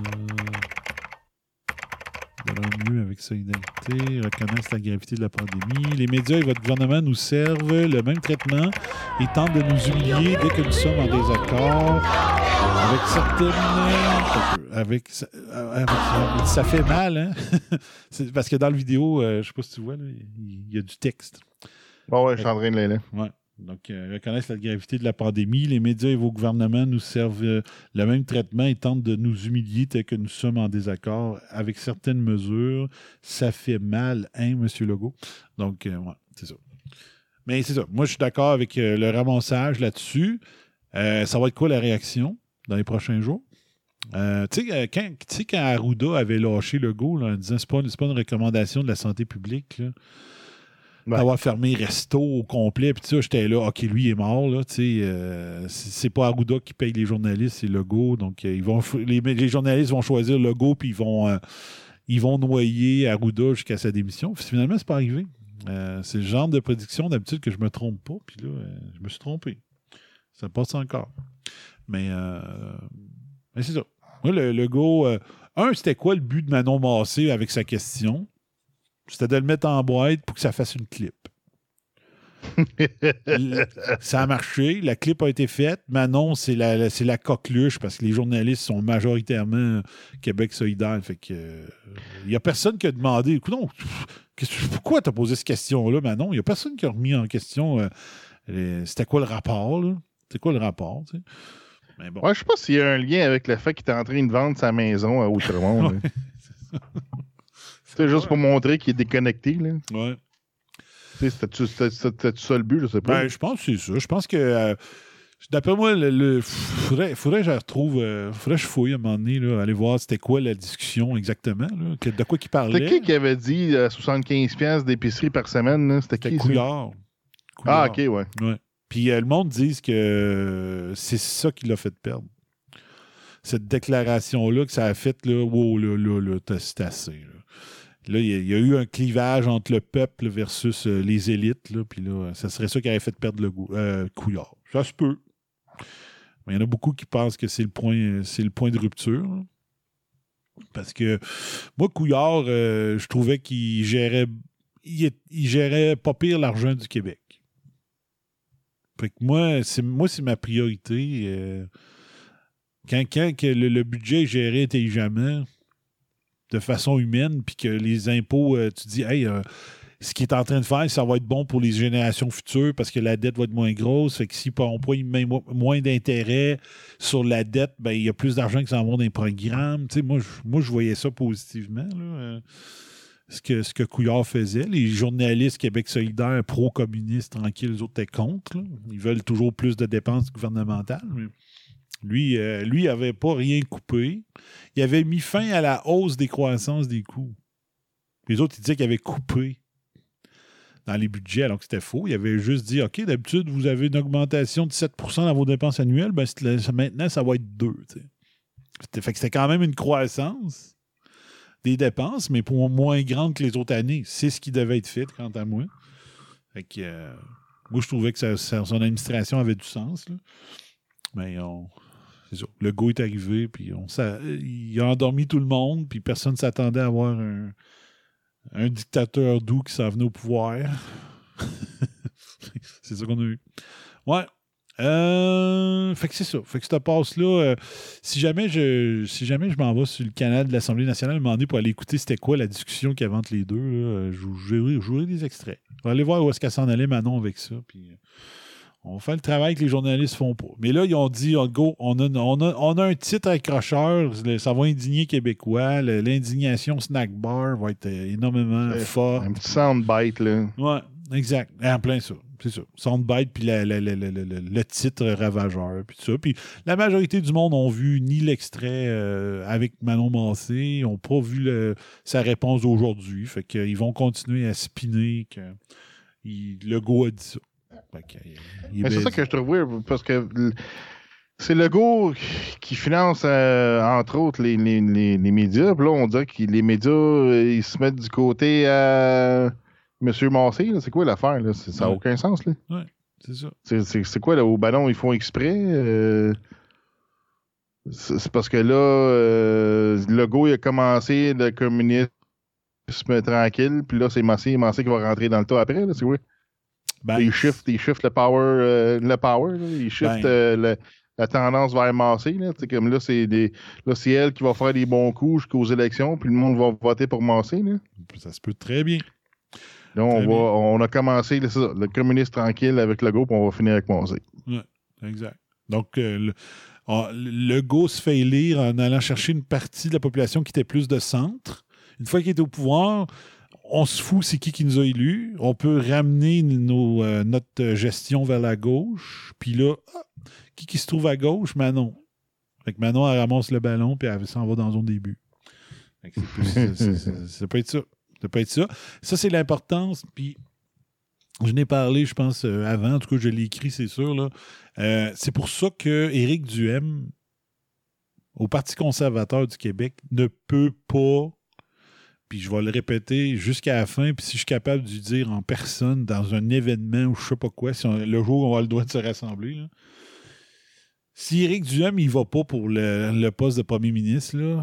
S11: mieux avec solidarité, reconnaissent la gravité de la pandémie. Les médias et votre gouvernement nous servent le même traitement et tentent de nous humilier dès que nous sommes en désaccord avec certaines... Avec, avec, avec ça fait mal, hein? C'est parce que dans la vidéo, euh, je sais pas si tu vois, là, il, il y a du texte.
S10: Bon, ouais, je suis en train de l'aider.
S11: Ouais. Donc, euh, reconnaissent la gravité de la pandémie. Les médias et vos gouvernements nous servent euh, le même traitement et tentent de nous humilier tel que nous sommes en désaccord avec certaines mesures. Ça fait mal, hein, M. Legault? Donc, euh, ouais, c'est ça. Mais c'est ça. Moi, je suis d'accord avec euh, le ramassage là-dessus. Euh, ça va être quoi la réaction dans les prochains jours? Euh, tu sais, quand, quand Arruda avait lâché Legault là, en disant que ce n'est pas, pas une recommandation de la santé publique, là, ouais. D'avoir fermé resto au complet, puis ça, j'étais là, OK, lui, il est mort, là, tu sais, euh, c'est, c'est pas Arruda qui paye les journalistes, c'est Legault, donc euh, ils vont, les, les journalistes vont choisir Legault, puis ils vont, euh, ils vont noyer Arruda jusqu'à sa démission. Puis finalement, c'est pas arrivé. Euh, c'est le genre de prédiction, d'habitude, que je me trompe pas, puis là, euh, je me suis trompé. Ça passe encore. Mais, euh, mais c'est ça. Moi, le Legault, euh, un, c'était quoi le but de Manon Massé avec sa question? C'était de le mettre en boîte pour que ça fasse une clip. Ça a marché. La clip a été faite. Manon, c'est la, la, c'est la coqueluche parce que les journalistes sont majoritairement Québec solidaire. Fait que il n'y a personne qui a demandé. Écoute, non, pourquoi tu as posé cette question-là, Manon? Il n'y a personne qui a remis en question euh, les, c'était quoi le rapport, là? C'était quoi le rapport, tu sais? Mais bon.
S10: Ouais, je sais pas s'il y a un lien avec le fait qu'il est en train de vendre sa maison à Outremont. Ouais, c'est C'est juste pour montrer qu'il est déconnecté, là.
S11: Ouais.
S10: C'était-tu, c'était, c'était ça le but, je sais pas.
S11: Ben, je pense que c'est ça. Je pense que, euh, d'après moi, il le, le, faudrait, faudrait que je retrouve, euh, faudrait que je fouille à un moment donné, là, aller voir c'était quoi la discussion exactement, là, de quoi qu'il parlait.
S10: C'était qui qui avait dit euh, soixante-quinze piastres d'épicerie par semaine, là? C'était, c'était qui?
S11: Couillard.
S10: Couillard. Ah, OK, ouais.
S11: Ouais. Puis euh, le monde dit que euh, c'est ça qui l'a fait perdre. Cette déclaration-là que ça a fait, là, wow, là, là, là, c'est assez, là. Là, il y, y a eu un clivage entre le peuple versus euh, les élites. Là, puis là, ça serait ça qui aurait fait perdre le goût. Euh, Couillard. Ça se peut. Mais il y en a beaucoup qui pensent que c'est le point, c'est le point de rupture. Là. Parce que moi, Couillard, euh, je trouvais qu'il gérait il, il gérait pas pire l'argent du Québec. Fait que moi, c'est, moi, c'est ma priorité. Euh, quand quand que le, le budget est géré intelligemment, de façon humaine, puis que les impôts, euh, tu dis, hey, euh, ce qu'il est en train de faire, ça va être bon pour les générations futures parce que la dette va être moins grosse. Fait que si on prend moins d'intérêt sur la dette, ben il y a plus d'argent qui s'en va dans les programmes. Tu sais, moi, je, moi, je voyais ça positivement, là, euh, ce que, ce que Couillard faisait. Les journalistes Québec solidaire, pro-communistes, tranquilles, les autres étaient contre. Là. Ils veulent toujours plus de dépenses gouvernementales. Mais lui, euh, lui, il n'avait pas rien coupé. Il avait mis fin à la hausse des croissances des coûts. Les autres, ils disaient qu'il avait coupé dans les budgets, alors que c'était faux. Il avait juste dit, OK, d'habitude, vous avez une augmentation de sept pour cent dans vos dépenses annuelles, ben, maintenant, ça va être deux. C'était, fait que c'était quand même une croissance des dépenses, mais pour moins grande que les autres années. C'est ce qui devait être fait, quant à moi. Fait que, euh, moi, je trouvais que ça, ça, son administration avait du sens. Là. Mais on... c'est ça. Le go est arrivé, puis on, ça, il a endormi tout le monde, puis personne ne s'attendait à avoir un... un dictateur doux qui s'en venait au pouvoir. C'est ça qu'on a eu. Ouais. Euh, fait que c'est ça. Fait que cette passe-là, euh, si jamais je si jamais je m'en vais sur le canal de l'Assemblée nationale, me demander pour aller écouter c'était quoi la discussion qu'il y avait entre les deux, là, je vous jouerai des extraits. On va aller voir où est-ce qu'elle s'en allait, Manon, avec ça. Puis on va faire le travail que les journalistes font pas. Mais là, ils ont dit, oh, go, on a, on, a, on a un titre accrocheur, ça va indigner Québécois. Le, l'indignation snack bar va être énormément
S10: c'est
S11: fort.
S10: Un petit soundbite, là.
S11: Ouais, exact. En plein ça. C'est ça. Soundbite, puis la, la, la, la, la, le titre ravageur, puis tout ça. Puis la majorité du monde n'ont vu ni l'extrait euh, avec Manon Massé, n'ont pas vu le, sa réponse d'aujourd'hui. Fait qu'ils vont continuer à spinner que il, le go a dit ça. Fait que, il,
S10: Mais c'est ça que je trouve weird, parce que c'est Legault qui finance, euh, entre autres, les, les, les, les médias. Puis là, on dirait que les médias, ils se mettent du côté à M. Massé. Là. C'est quoi l'affaire? Là? C'est, ça n'a
S11: ouais.
S10: aucun sens. Là.
S11: Ouais, c'est ça.
S10: C'est, c'est, c'est quoi, là, au ballon, ils font exprès? Euh, c'est, c'est parce que là, euh, Legault, il a commencé le communisme tranquille, puis là, c'est Massé, Massé qui va rentrer dans le tas après. Là, c'est quoi? Ben, il shift, il shift le power, euh, le power, là. Il shift ben, euh, le, la tendance vers Massé. Là. Comme là, c'est des, là, c'est elle qui va faire des bons coups jusqu'aux élections, puis le monde va voter pour Massé. Là.
S11: Ça se peut très bien.
S10: Là, on, va, on a commencé là, ça, le communiste tranquille avec Legault, puis on va finir avec Massé.
S11: Oui, exact. Donc, euh, le, on, Legault se fait élire en allant chercher une partie de la population qui était plus de centre. Une fois qu'il est au pouvoir, on se fout c'est qui qui nous a élus. On peut ramener nos, euh, notre gestion vers la gauche. Puis là, ah, qui qui se trouve à gauche? Manon. Fait que Manon, elle ramasse le ballon puis elle s'en va dans son début. Fait que c'est plus, c'est, c'est, c'est, ça peut être ça. Ça peut être ça. Ça, c'est l'importance. Puis je n'ai parlé, je pense, euh, avant. En tout cas, je l'ai écrit, c'est sûr. Là. Euh, c'est pour ça que Éric Duhaime, au Parti conservateur du Québec, ne peut pas. Puis je vais le répéter jusqu'à la fin, puis si je suis capable de lui dire en personne, dans un événement ou je sais pas quoi, si on, le jour où on va le droit de se rassembler, là, si Éric Duhaime, il va pas pour le, le poste de premier ministre, là,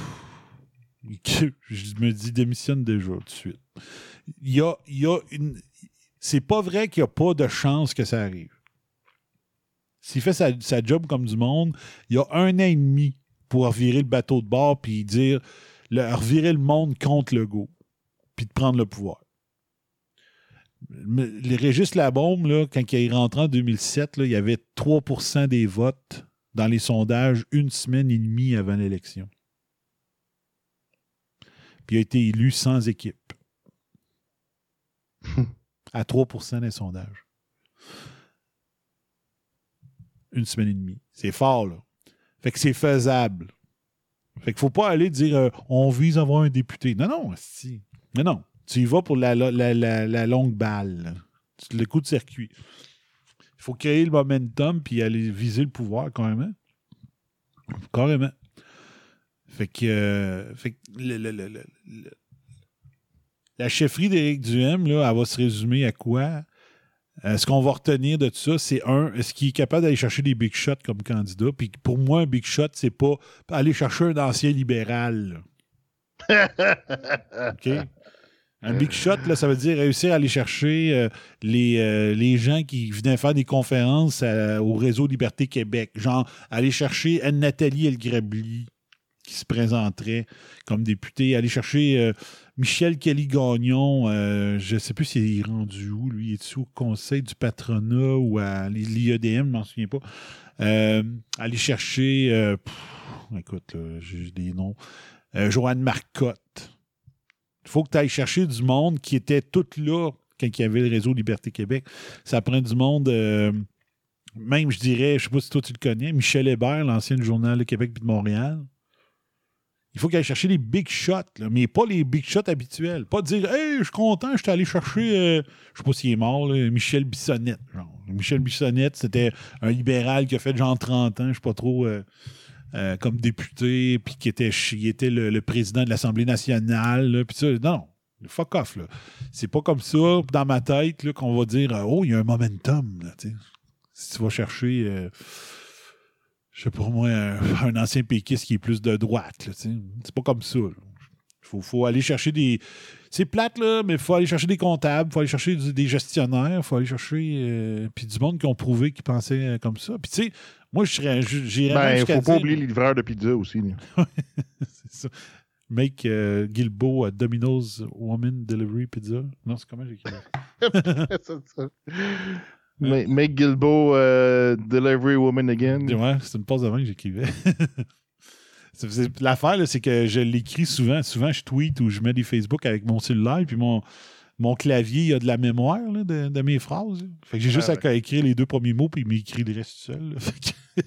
S11: je me dis démissionne déjà tout de suite. Il y a, il y a une... C'est pas vrai qu'il n'y a pas de chance que ça arrive. S'il fait sa, sa job comme du monde, il y a un an et demi pour revirer le bateau de bord puis dire... Le, revirer le monde contre Legault, puis de prendre le pouvoir. Le Régis Labaume, là, quand il est rentré en deux mille sept, là, il y avait trois pour cent des votes dans les sondages une semaine et demie avant l'élection. Puis il a été élu sans équipe. À trois pour cent des sondages. Une semaine et demie. C'est fort, là. Fait que c'est faisable. Fait qu'il ne faut pas aller dire euh, on vise à avoir un député. Non, non, si. Non, non. Tu y vas pour la, la, la, la longue balle. Le coup de circuit. Il faut créer le momentum puis aller viser le pouvoir carrément. Carrément. Fait que, euh, fait que le, le, le, le, le, la chefferie d'Éric Duhaime, là, elle va se résumer à quoi? Euh, ce qu'on va retenir de tout ça, c'est un, est-ce qu'il est capable d'aller chercher des big shots comme candidat? Puis pour moi, un big shot, c'est pas aller chercher un ancien libéral. OK? Un big shot, là, ça veut dire réussir à aller chercher euh, les, euh, les gens qui venaient faire des conférences à, au réseau Liberté Québec. Genre, aller chercher Anne-Nathalie Elgrabli qui se présenterait comme député, aller chercher euh, Michel Kelly-Gagnon, euh, je ne sais plus s'il est rendu où, lui, il est au conseil du patronat ou à l'I E D M, je ne m'en souviens pas. Euh, aller chercher, euh, pff, écoute, là, j'ai des noms, euh, Joanne Marcotte. Il faut que tu ailles chercher du monde qui était tout là quand il y avait le réseau Liberté Québec. Ça prend du monde, euh, même, je dirais, je ne sais pas si toi tu le connais, Michel Hébert, l'ancien du Journal de Québec et de Montréal. Il faut qu'il aille chercher les big shots, là, mais pas les big shots habituels. Pas dire « Hey, je suis content, je suis allé chercher, euh, je sais pas s'il est mort, là, Michel Bissonnette. » Genre. Michel Bissonnette, c'était un libéral qui a fait genre trente ans, je sais pas trop, euh, euh, comme député, puis qui était, il était le, le président de l'Assemblée nationale. Puis ça, non, fuck off. Là. C'est pas comme ça, dans ma tête, là, qu'on va dire « Oh, il y a un momentum. » Si tu vas chercher... Euh, je sais pas moi, un, un ancien péquiste qui est plus de droite. Là, c'est pas comme ça. Il faut, faut aller chercher des... C'est plate, là, mais il faut aller chercher des comptables, il faut aller chercher du, des gestionnaires, il faut aller chercher... Euh, puis du monde qui ont prouvé qu'ils pensaient comme ça. Puis tu sais, moi, je serais... J'irais
S10: ben, il faut pas
S11: dire...
S10: oublier les livreurs de pizza aussi.
S11: C'est ça. Make uh, Guilbeault à Domino's Woman Delivery Pizza. Non, c'est comment j'écris
S10: ça? Make, make Guilbeault uh, Delivery Woman Again.
S11: Ouais, c'est une pause avant que j'écrivais. L'affaire, là, c'est que je l'écris souvent. Souvent, je tweet ou je mets des Facebook avec mon cellulaire, puis mon, mon clavier, il y a de la mémoire là, de, de mes phrases. Là. Fait que j'ai juste ah, à ouais. écrire les deux premiers mots, puis il m'écrit le reste tout seul. Fait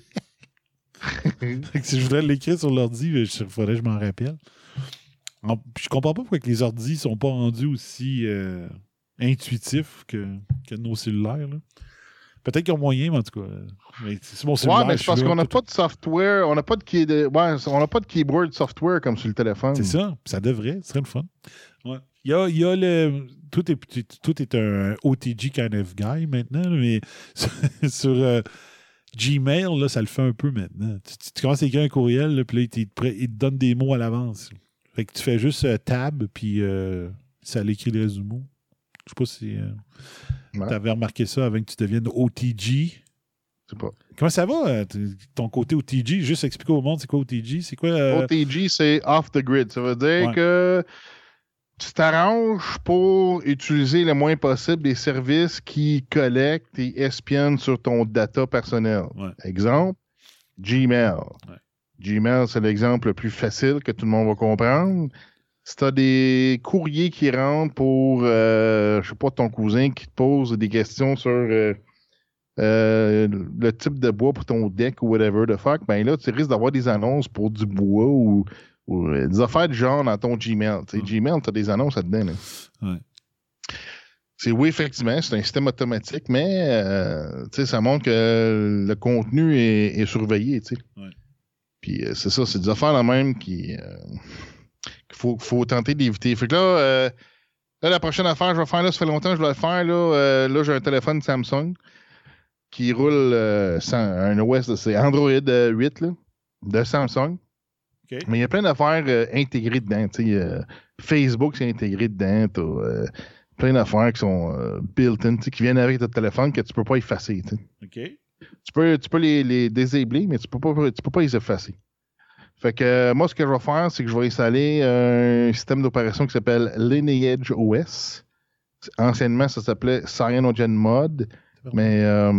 S11: que... fait que si je voudrais l'écrire sur l'ordi, il faudrait que je m'en rappelle. En, je comprends pas pourquoi que les ordis sont pas rendus aussi... Euh... intuitif que, que nos cellulaires. Là. Peut-être qu'ils ont moyen, mais en tout cas. Mais c'est mon cellulaire.
S10: Ouais, mais c'est parce qu'on n'a pas de software, on n'a pas de, key de, ouais, on n'a pas de keyboard software comme sur le téléphone.
S11: C'est ça, ça devrait, ce serait le fun. Ouais. Il y a, il y a le. Tout est, tout est un O T G kind of guy maintenant, mais sur euh, Gmail, là, ça le fait un peu maintenant. Tu, tu commences à écrire un courriel, là, puis là, il te, il te donne des mots à l'avance. Fait que tu fais juste euh, tab, puis euh, ça l'écrit le reste du mot. Je sais pas si euh, ouais. tu avais remarqué ça avant que tu deviennes O T G.
S10: Je sais pas.
S11: Comment ça va, euh, ton côté O T G? Juste expliquer au monde, c'est quoi O T G? C'est quoi? Euh...
S10: O T G, c'est off the grid. Ça veut dire ouais. que tu t'arranges pour utiliser le moins possible des services qui collectent et espionnent sur ton data personnel.
S11: Ouais.
S10: Exemple, Gmail.
S11: Ouais.
S10: Gmail, c'est l'exemple le plus facile que tout le monde va comprendre. Si tu as des courriers qui rentrent pour, euh, je sais pas, ton cousin qui te pose des questions sur euh, euh, le type de bois pour ton deck ou whatever the fuck, ben là, tu risques d'avoir des annonces pour du bois ou, ou euh, des affaires du genre dans ton Gmail. Tu sais, mm. Gmail, tu as des annonces là-dedans. Là.
S11: Ouais.
S10: C'est oui, effectivement, c'est un système automatique, mais euh, tu sais, ça montre que le contenu est, est surveillé. Tu sais.
S11: Ouais.
S10: Puis euh, c'est ça, c'est des affaires là même qui... Euh, qu'il faut, faut tenter d'éviter. Fait que là, euh, là, la prochaine affaire que je vais faire, là, ça fait longtemps que je vais le faire. Là, euh, là j'ai un téléphone Samsung qui roule euh, sans, un O S, c'est Android euh, huit là, de Samsung.
S11: Okay.
S10: Mais il y a plein d'affaires euh, intégrées dedans. Euh, Facebook, c'est intégré dedans. T'as euh, plein d'affaires qui sont euh, built-in, qui viennent avec ton téléphone que tu peux pas effacer.
S11: Okay.
S10: Tu peux, tu peux les, les désabler, mais tu peux pas, tu peux pas les effacer. Fait que euh, moi, ce que je vais faire, c'est que je vais installer un système d'opération qui s'appelle Lineage O S. Anciennement, ça s'appelait CyanogenMod, mais euh,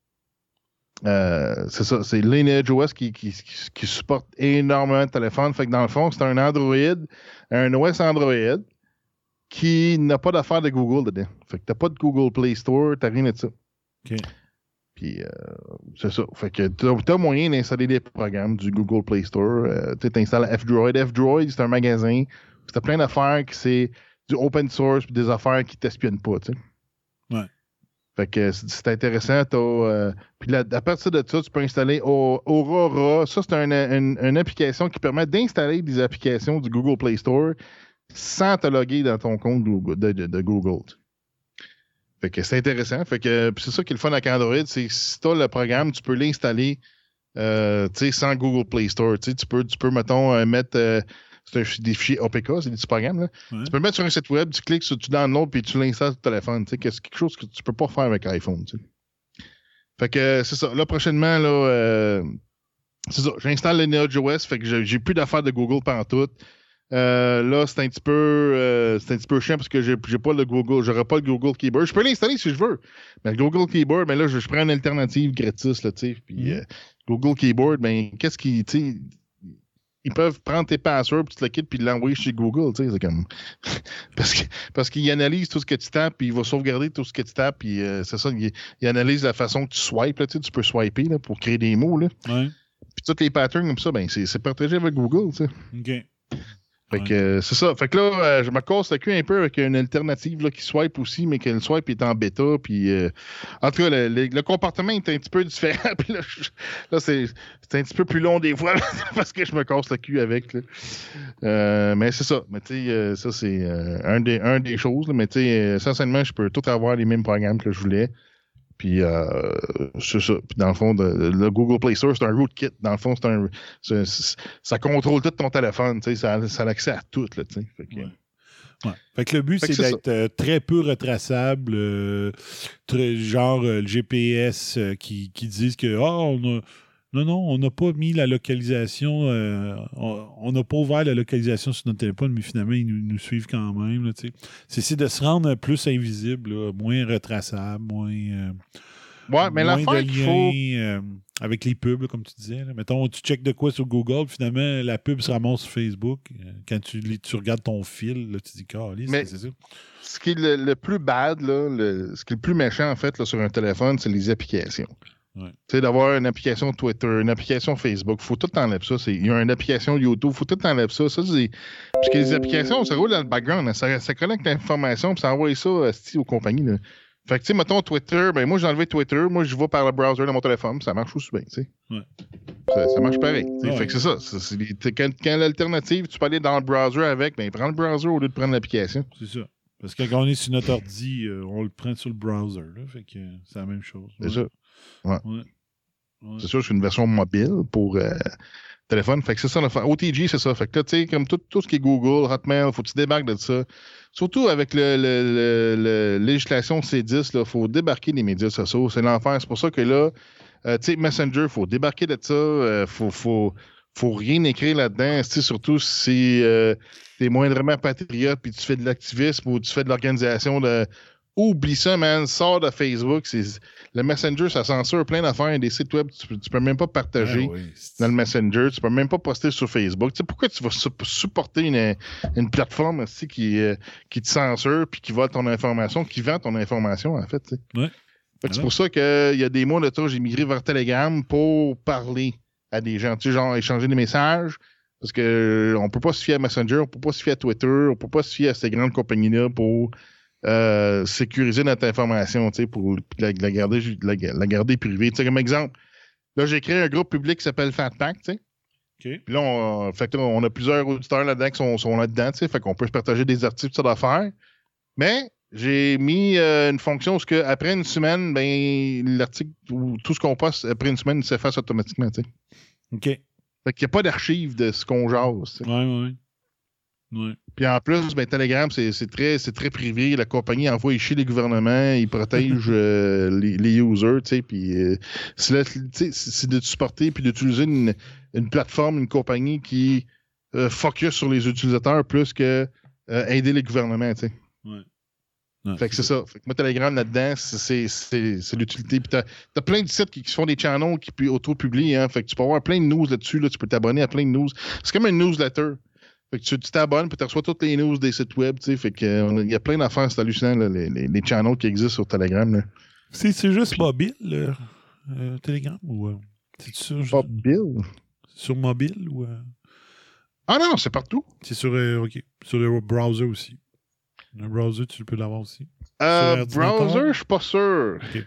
S10: euh, c'est ça, c'est Lineage O S qui, qui, qui, qui supporte énormément de téléphones. Fait que dans le fond, c'est un Android, un O S Android qui n'a pas d'affaire de Google dedans. Fait que t'as pas de Google Play Store, t'as rien de ça.
S11: OK.
S10: Puis, euh, c'est ça. Fait que t'as, t'as moyen d'installer des programmes du Google Play Store. Euh, tu t'installes F-Droid. F-Droid, c'est un magasin. T'as plein d'affaires qui c'est du open source puis des affaires qui t'espionnent pas, tu sais.
S11: Ouais.
S10: Fait que c'est, c'est intéressant. T'as, euh, puis là, à partir de ça, tu peux installer Aurora. Ça, c'est un, une, une application qui permet d'installer des applications du Google Play Store sans te loguer dans ton compte de, de, de Google. Fait que c'est intéressant. Fait que c'est ça qui est le fun avec Android, c'est que si tu as le programme, tu peux l'installer euh, sans Google Play Store. Tu peux, tu peux, mettons, euh, mettre euh, c'est un, des fichiers A P K, c'est des petits programmes. Là. Ouais. Tu peux le mettre sur un site web, tu cliques sur tu download puis tu l'installes sur ton téléphone. C'est quelque chose que tu peux pas faire avec iPhone. T'sais. Fait que c'est ça. Là, prochainement, là, euh, c'est ça. J'installe le NeoJOS, fait que j'ai, j'ai plus d'affaires de Google pendant tout. Euh, là, c'est un petit peu euh, c'est un petit peu chiant parce que j'ai, j'ai pas le Google, j'aurais pas le Google Keyboard. Je peux l'installer si je veux. Mais le Google Keyboard, ben là, je, je prends une alternative gratis, là, tu sais. Puis euh, Google Keyboard, ben, qu'est-ce qui, tu sais, ils peuvent prendre tes passwords, puis tu le quittes, puis l'envoyer chez Google, tu sais, c'est comme... parce, que, parce qu'ils analysent tout ce que tu tapes, puis ils vont sauvegarder tout ce que tu tapes, puis euh, c'est ça, ils, ils analysent la façon que tu swipes, là, tu sais, tu peux swiper, là, pour créer des mots, là.
S11: Ouais.
S10: Puis tous les patterns comme ça, ben, c'est, c'est partagé avec Google, tu sais.
S11: OK.
S10: Fait que euh, c'est ça. Fait que là, euh, je me casse le cul un peu avec une alternative là, qui swipe aussi, mais que le swipe est en bêta. Puis, euh, en tout cas, le, le, le comportement est un petit peu différent. Puis là, je, là c'est, c'est un petit peu plus long des fois parce que je me casse le cul avec. Là. Euh, mais c'est ça. Mais tu sais, euh, ça, c'est euh, un, des, un des choses. Là, mais tu sais, euh, essentiellement, je peux tout avoir les mêmes programmes que je voulais. Puis, euh, c'est ça. Puis, dans le fond, de, le Google Play Store, c'est un rootkit. Dans le fond, c'est un, c'est, c'est, ça contrôle tout ton téléphone. Tu sais, ça, ça a l'accès à tout. Là, tu sais. Fait que,
S11: ouais. Ouais. Fait que le but,
S10: fait
S11: c'est,
S10: c'est
S11: d'être euh, très peu retraçable. Euh, très, genre euh, le G P S euh, qui, qui disent que oh, on a, non, non, on n'a pas mis la localisation, euh, on n'a pas ouvert la localisation sur notre téléphone, mais finalement, ils nous, nous suivent quand même. Là, c'est, c'est de se rendre plus invisible, là, moins retraçable, moins. Euh,
S10: ouais, mais
S11: moins
S10: l'affaire
S11: de
S10: qu'il
S11: liens,
S10: faut...
S11: euh, avec les pubs, là, comme tu disais. Là. Mettons, tu checkes de quoi sur Google, finalement, la pub se ramasse sur Facebook. Euh, quand tu, tu regardes ton fil, là, tu dis, calisse,
S10: mais
S11: c'est ça.
S10: Ce qui est le, le plus bad, là, le, ce qui est le plus méchant, en fait, là, sur un téléphone, c'est les applications.
S11: Ouais.
S10: Tu sais, d'avoir une application Twitter, une application Facebook, faut tout enlèver ça. Il y a une application YouTube, faut tout enlèver ça. ça c'est... Parce que les applications, ça roule dans le background, hein, ça, ça collecte l'information, puis ça envoie ça euh, aux compagnies. Là. Fait que, tu sais, mettons Twitter, ben moi, j'ai enlevé Twitter, moi, je vais par le browser dans mon téléphone, ça marche aussi bien, tu sais.
S11: Ouais.
S10: Ça, ça marche pareil. Ah
S11: ouais.
S10: Fait que c'est ça. C'est, c'est, quand, quand l'alternative, tu peux aller dans le browser avec, ben prends le browser au lieu de prendre l'application.
S11: C'est ça. Parce que quand on est sur notre ordi, euh, on le prend sur le browser, là. Fait que euh, c'est la même chose.
S10: C'est
S11: ouais.
S10: ça. Ouais.
S11: Ouais. Ouais.
S10: C'est sûr, c'est une version mobile pour euh, téléphone. Fait que c'est ça l'affaire. O T G, c'est ça. Fait que là, tu sais, comme tout, tout ce qui est Google, Hotmail, faut que tu débarques de ça. Surtout avec le, le, le, le législation C dix, il faut débarquer des médias sociaux. C'est l'enfer. C'est pour ça que là, euh, tu sais, Messenger, il faut débarquer de ça. Euh, faut, faut, faut rien écrire là-dedans. Surtout si euh, tu es moindrement patriote puis tu fais de l'activisme ou tu fais de l'organisation de. Oublie ça, man. Sors de Facebook. C'est... Le Messenger, ça censure plein d'affaires. Des sites web, tu, tu peux même pas partager
S11: ah oui,
S10: dans le Messenger. Tu peux même pas poster sur Facebook. Tu sais, pourquoi tu vas su- supporter une, une plateforme aussi qui, euh, qui te censure puis qui vole ton information, qui vend ton information, en fait. Tu sais.
S11: Ouais.
S10: Fait que c'est pour ça qu'il y a des mois de temps, j'ai migré vers Telegram pour parler à des gens. Tu sais, genre échanger des messages. Parce que euh, on peut pas se fier à Messenger, on peut pas se fier à Twitter, on peut pas se fier à ces grandes compagnies-là pour Euh, sécuriser notre information, tu sais, pour la, la, garder, la, la garder privée. Tu sais, comme exemple, là, j'ai créé un groupe public qui s'appelle Fatpack, tu sais.
S11: Okay.
S10: Puis là, on, fait que là, on a plusieurs auditeurs là-dedans qui sont, sont là-dedans, tu sais, fait qu'on peut se partager des articles, tout ça d'affaires. Mais j'ai mis euh, une fonction où que, après une semaine, ben, l'article ou tout ce qu'on poste après une semaine, il s'efface automatiquement, tu sais.
S11: OK.
S10: Fait qu'il n'y a pas d'archives de ce qu'on jase, tu sais.
S11: Ouais, ouais. Ouais.
S10: Puis en plus, ben, Telegram, c'est, c'est, très, c'est très privé. La compagnie envoie chez les gouvernements, ils protègent euh, les, les users, tu sais. Puis euh, c'est, là, c'est de supporter puis d'utiliser une, une plateforme, une compagnie qui euh, focus sur les utilisateurs plus que euh, aider les gouvernements, tu sais.
S11: Ouais. Non,
S10: fait que c'est ça. ça. Fait que moi, Telegram, là-dedans, c'est, c'est, c'est, c'est l'utilité. Puis t'as, t'as plein de sites qui, qui font des channels qui auto-publient, hein. Fait que tu peux avoir plein de news là-dessus, là. Tu peux t'abonner à plein de news. C'est comme une newsletter. Fait que tu, tu t'abonnes puis tu reçois toutes les news des sites web, tu sais. Fait que il y a plein d'affaires, c'est hallucinant, là, les, les, les channels qui existent sur Telegram, là.
S11: C'est, c'est juste mobile, euh, euh, Telegram, ou euh, c'est sur
S10: mobile?
S11: Sur mobile ou euh...
S10: Ah non, c'est partout.
S11: C'est sur euh, OK, sur le browser aussi. Le browser, tu peux l'avoir aussi.
S10: Euh, browser, je suis pas sûr.
S11: OK.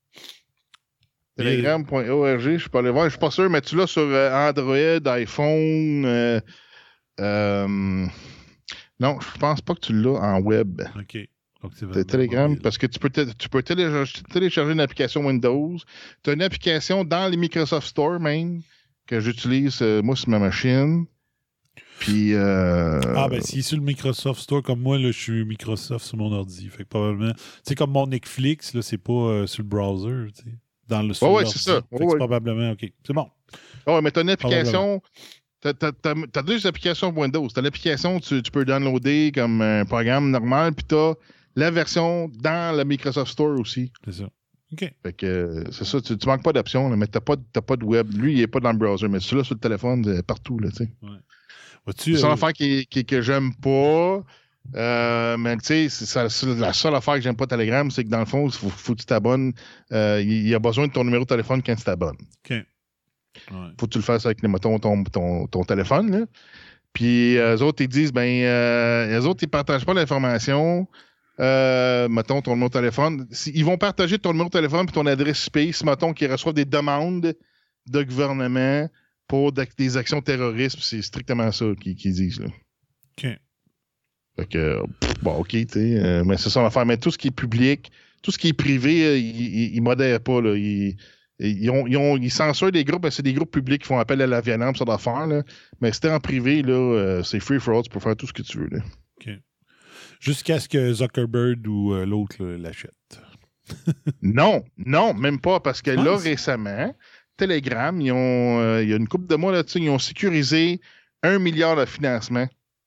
S10: Telegram point org, je suis pas allé voir, je suis pas sûr, mais tu l'as sur euh, Android, iPhone. Euh, Euh, non, je pense pas que tu l'as en web.
S11: OK. Donc, c'est vraiment
S10: Telegram,
S11: mobile.
S10: parce que tu peux, te- tu peux télécharger, télécharger une application Windows. Tu as une application dans les Microsoft Store, même, que j'utilise, euh, moi, sur ma machine. Puis. Euh...
S11: Ah, ben, s'il est sur le Microsoft Store, comme moi, là, je suis Microsoft sur mon ordi. Fait que probablement. C'est comme mon Netflix, là, c'est pas euh, sur le browser, tu sais. Dans le sur
S10: Oh, ouais,
S11: l'ordi.
S10: c'est ça.
S11: Fait que
S10: Oh, ouais.
S11: c'est probablement, OK. C'est bon.
S10: Ah ouais, mais tu as une application. Tu as deux applications Windows. Tu as l'application que tu, tu peux downloader comme un programme normal, puis tu as la version dans le Microsoft Store aussi.
S11: C'est ça. OK.
S10: Fait que euh, c'est ça, tu, tu manques pas d'options, là, mais tu n'as pas, t'as pas de web. Lui, il n'est pas dans le browser, mais celui-là sur le téléphone, c'est partout, là, tu sais.
S11: Ouais. Vois-tu,
S10: C'est une
S11: euh,
S10: affaire qui, qui, que j'aime pas. Euh, mais tu sais, c'est ça- c'est la seule affaire que j'aime pas Telegram, c'est que dans le fond, il faut, faut que tu t'abonnes. Euh, Il y a besoin de ton numéro de téléphone quand tu t'abonnes.
S11: OK. Ouais.
S10: Faut que tu le fasses avec mettons, ton, ton, ton téléphone. Là. Puis euh, eux autres, ils disent, ben, euh, eux autres, ils partagent pas l'information. Euh, mettons, ton numéro de téléphone. Si- ils vont partager ton numéro de téléphone et ton adresse I P si, mettons, qu'ils reçoivent des demandes de gouvernement pour d'ac- des actions terroristes. C'est strictement ça qu'ils qu'ils disent. Là.
S11: OK.
S10: Fait que, pff, bon, OK, tu sais, euh, mais c'est ça l'affaire. Mais tout ce qui est public, tout ce qui est privé, euh, ils, ils, ils modèrent pas, là. Ils, ils, ont, ils, ont, ils censurent des groupes, ben, c'est des groupes publics qui font appel à la violence, ça d'affaires, là. Mais si t'es en privé, là, euh, c'est free for all, tu peux faire tout ce que tu veux, là.
S11: OK. Jusqu'à ce que Zuckerberg ou euh, l'autre là, l'achète.
S10: Non, non, même pas, parce que
S11: Je
S10: là,
S11: pense.
S10: récemment, Telegram, ils ont, euh, il y a une couple de mois là-dessus, ils ont sécurisé un milliard de financement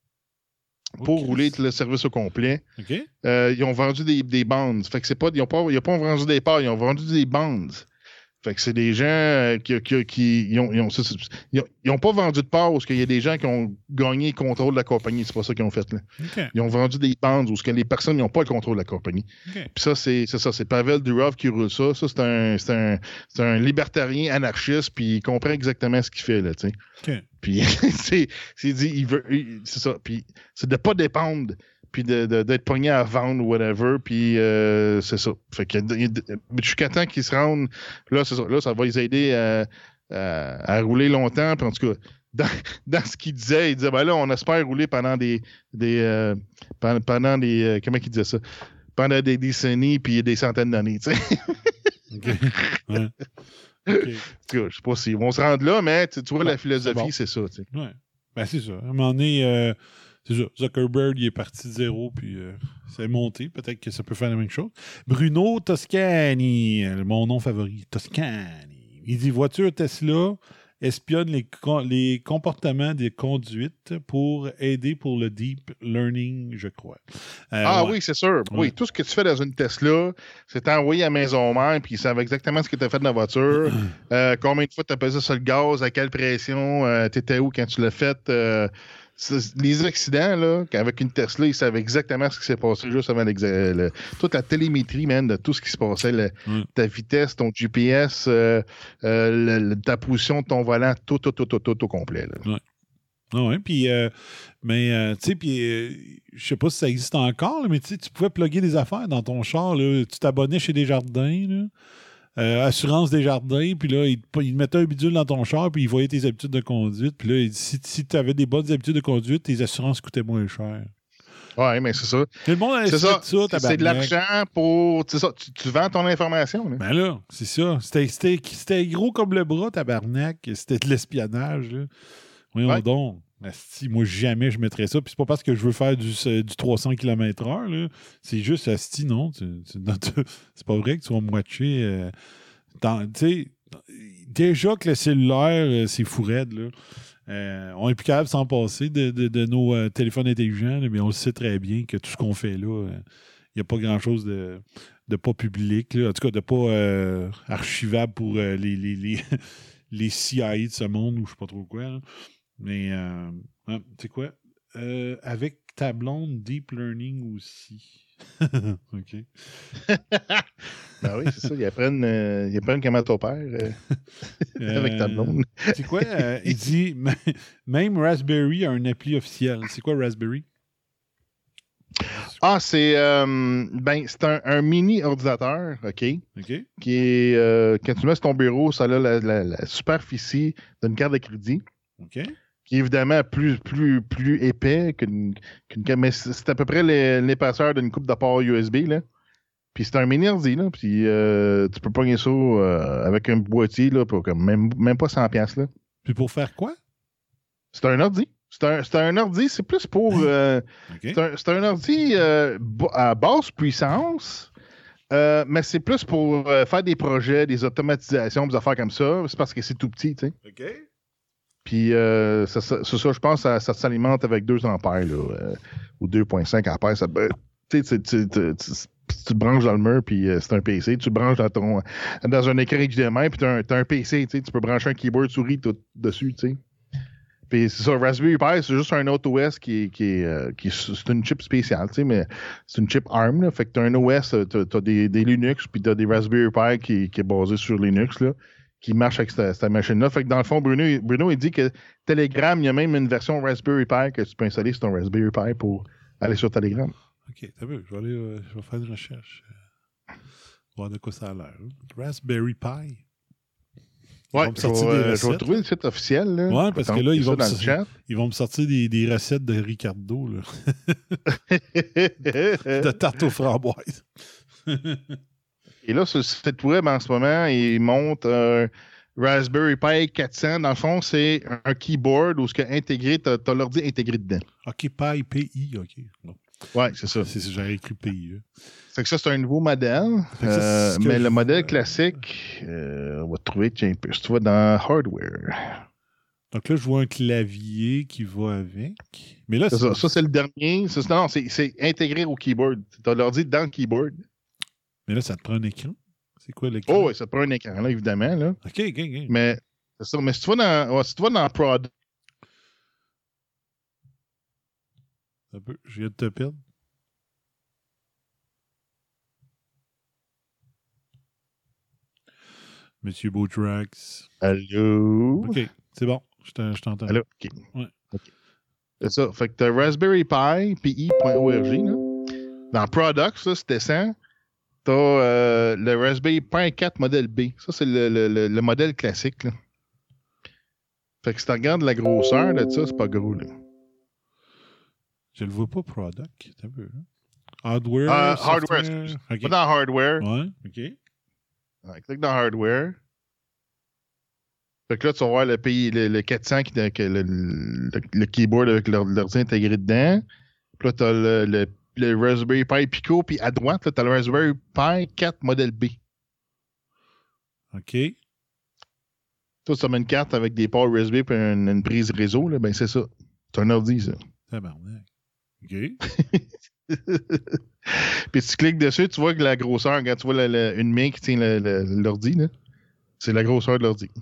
S10: pour
S11: Ok.
S10: rouler le service au complet.
S11: OK?
S10: Euh, ils ont vendu des, des bonds. Fait que c'est pas, ils n'ont pas, ils ont pas vendu des parts, ils ont vendu des bonds. Fait que c'est des gens euh, qui, qui, qui ils ont, ils ont, c'est- c'est- ils ont, ils ont pas vendu de parts parce qu'il y a des gens qui ont gagné le contrôle de la compagnie. C'est pas ça qu'ils ont fait, là.
S11: OK.
S10: Ils ont vendu des bonds où ce que les personnes n'ont pas le contrôle de la compagnie.
S11: OK.
S10: Puis ça, c'est, c'est ça. C'est Pavel Durov qui roule ça. Ça, c'est un, c'est un, c'est un libertarien anarchiste, puis il comprend exactement ce qu'il fait, là, tu sais.
S11: OK.
S10: Puis c'est, c'est dit, il veut, il- c'est ça. Puis c'est de pas dépendre, puis de, de- d'être pogné à vendre ou whatever, puis euh, c'est ça. Fait que il- jusqu'à temps qu'ils se rendent, là, c'est ça. Là, ça va les aider à, à, à rouler longtemps. Puis en tout cas, dans, dans ce qu'il disait, il disait, ben là, on espère rouler pendant des, des euh, pendant, pendant des, euh, comment il disait ça? Pendant des décennies, puis des centaines d'années, tu sais.
S11: OK. Ouais. OK.
S10: En tout cas, je sais pas s'ils vont se rendre là, mais tu, tu vois,
S11: Ben,
S10: la philosophie,
S11: c'est bon.
S10: c'est ça, tu sais.
S11: Ouais. Ben, c'est ça. À un moment donné, euh, c'est ça. Zuckerberg, il est parti de zéro, puis euh, c'est monté. Peut-être que ça peut faire la même chose. Bruno Toscani, euh, mon nom favori, Toscani. Il dit voiture Tesla espionne les, com- les comportements des conduites pour aider pour le deep learning, je crois. Euh,
S10: Ah
S11: ouais.
S10: oui, c'est sûr.
S11: Ouais.
S10: Oui, tout ce que tu fais dans une Tesla, c'est envoyé à maison mère, puis ils savent exactement ce que tu as fait dans la voiture, euh, combien de fois tu as pesé sur le gaz, à quelle pression, euh, tu étais où quand tu l'as fait. euh, c'est- les accidents, là, avec une Tesla, ils savent exactement ce qui s'est passé juste avant l'exa- le- toute la télémétrie, man, de tout ce qui se passait, le-
S11: Mm.
S10: ta vitesse, ton G P S, euh, euh, le- le- ta position de ton volant, tout, tout, tout, tout, tout au complet. Là.
S11: Ah ouais, puis, euh, mais, euh, tu sais, puis, euh, je sais pas si ça existe encore, là, mais tu sais, tu pouvais plugger des affaires dans ton char, là. Tu t'abonnais chez Desjardins, là. Euh, assurance Desjardins, puis là, il te, il te mettait un bidule dans ton char, puis il voyait tes habitudes de conduite, puis là, il dit, si, si tu avais des bonnes habitudes de conduite, tes assurances coûtaient moins cher.
S10: Ouais, mais c'est ça.
S11: Tout le monde a
S10: C'est
S11: essayé
S10: ça.
S11: de ça,
S10: C'est de
S11: tabarnak.
S10: l'argent pour. C'est ça. Tu, tu vends ton information. Là.
S11: Ben là, c'est ça. C'était, c'était, c'était gros comme le bras, tabarnak. C'était de l'espionnage, là. Voyons
S10: Ouais.
S11: donc. Asti, moi, jamais je mettrais ça. Puis c'est pas parce que je veux faire du, du trois cents kilomètres heure, là. C'est juste, Asti, non. Tu, tu, dans te- c'est pas vrai que tu vas me watcher. euh, dans- tu sais, déjà que le cellulaire, euh, c'est fou raide, là. Euh, on est plus capable de s'en passer de, de, de nos euh, téléphones intelligents, là, mais on le sait très bien que tout ce qu'on fait là, il n'y a pas grand-chose de, de pas public, là. En tout cas, de pas euh, archivable pour euh, les, les, les, les C I A de ce monde ou je sais pas trop quoi. Là. Mais, euh, hein, tu sais quoi? Euh, avec ta blonde, Deep Learning aussi. OK.
S10: Ben oui, c'est ça. Ils apprennent, euh, ils apprennent comment t'opères euh, avec ta blonde.
S11: Euh, c'est quoi? Euh, il dit, même Raspberry a un appli officiel. C'est quoi Raspberry?
S10: Ah, c'est euh, ben, c'est un, un mini ordinateur, OK?
S11: OK.
S10: Qui est, euh, quand tu le mets sur ton bureau, ça a la, la, la superficie d'une carte de crédit.
S11: OK.
S10: qui est évidemment plus, plus, plus épais qu'une, qu'une... Mais c'est à peu près les- l'épaisseur d'une coupe de port U S B, là. Puis c'est un mini ordi, là. Puis euh, tu peux pogner ça euh, avec un boîtier, là, pour comme même, même pas cent piastres, là.
S11: Puis pour faire quoi?
S10: C'est un ordi. C'est un, c'est un ordi, c'est plus pour... euh,
S11: OK.
S10: c'est, un, c'est un ordi euh, ba- à basse puissance, euh, mais c'est plus pour euh, faire des projets, des automatisations, des affaires comme ça. C'est parce que c'est tout petit, tu sais.
S11: OK.
S10: Puis euh, ça, ça, ça, ça, je pense, ça, ça s'alimente avec deux ampères, là, euh, ou deux virgule cinq ampères. Ça, ben, tu sais, tu, tu, tu, tu, tu te branches dans le mur, puis euh, c'est un P C. Tu te branches dans, ton, dans un écran H D M I, puis tu as, un P C. Tu sais, tu peux brancher un keyboard souris tout dessus, tu sais. Puis c'est ça, Raspberry Pi, c'est juste un autre O S qui est, qui est, euh, qui est- c'est une chip spéciale, tu sais, mais c'est une chip ARM, là. Fait que t'as un O S, t'as, t'as des, des Linux, puis t'as des Raspberry Pi qui, qui est basé sur Linux, là, qui marche avec cette, cette machine-là. Fait que dans le fond, Bruno, il- Bruno, il dit que Telegram, il y a même une version Raspberry Pi que tu peux installer sur ton Raspberry Pi pour aller sur Telegram.
S11: OK, t'as vu, je vais aller, euh, je vais faire une recherche. euh, voir de quoi ça a l'air. Raspberry Pi. Ils
S10: Ouais,
S11: vont me
S10: je
S11: sortir
S10: vais,
S11: des
S10: euh, je vais
S11: recettes,
S10: trouver le site officiel. Là.
S11: Ouais, parce que là,
S10: Attends,
S11: ils vont,
S10: ça
S11: me
S10: dans le
S11: sortir,
S10: chat.
S11: ils vont me sortir des, des recettes de Ricardo, là. de tarte aux framboises.
S10: Et là, sur le site web, en ce moment, il monte un Raspberry Pi quatre cents. Dans le fond, c'est un keyboard où ce que intégré, t'as, t'as l'ordi intégré dedans.
S11: OK, Pi, P I, OK. Non.
S10: Ouais, c'est ça.
S11: C'est, j'aurais écrit P I. Là.
S10: Fait que ça, c'est un nouveau modèle.
S11: Fait que ça,
S10: Euh,
S11: c'est ce que
S10: mais
S11: je-
S10: le modèle classique, euh, on va trouver, tiens, plus tu vas dans Hardware.
S11: Donc là, je vois un clavier qui va avec. Mais là,
S10: C'est ça, ça, c'est le dernier. Ça, c'est- non, c'est, c'est intégré au keyboard. T'as l'ordi dans le keyboard.
S11: Mais là, ça te prend un écran. C'est quoi l'écran?
S10: Oh, ouais, ça te prend un écran, là, évidemment. Là.
S11: OK, OK, OK.
S10: Mais, c'est ça. Mais si tu vas dans, ouais, si tu vas dans Prod,
S11: Un peu, je viens de te perdre. Monsieur Beautrax.
S10: Allô?
S11: OK, c'est bon. Je, t'en- je t'entends.
S10: Allô? OK.
S11: Ouais.
S10: OK. C'est ça. Fait que t'as Raspberry Pi, P I point org, là. Dans Products, là, c'était ça. T'as euh, le Raspberry Pi quatre modèle B. Ça, c'est le, le, le, le modèle classique, là. Fait que si tu regardes la grosseur de ça, c'est pas gros, là.
S11: Je le vois pas, Product. T'as vu, hein? Hardware.
S10: Euh,
S11: software.
S10: hardware, excuse.
S11: OK.
S10: Va dans Hardware.
S11: Ouais, OK.
S10: Ouais, clique dans Hardware. Fait que là, tu vas voir le, P I, le, le quatre cents, qui, le, le, le, le keyboard avec l'or- l'ordi intégré dedans. Puis là, tu as le, le, le Raspberry Pi Pico. Puis à droite, tu as le Raspberry Pi quatre modèle B.
S11: OK.
S10: Toi, ça met une carte avec des ports U S B et une, une prise réseau. Là, ben, c'est ça. C'est un ordi, ça.
S11: Tabarnak. OK.
S10: Puis tu cliques dessus, tu vois que la grosseur, quand tu vois la- la- une main qui tient le- le- l'ordi, là, c'est la grosseur de l'ordi.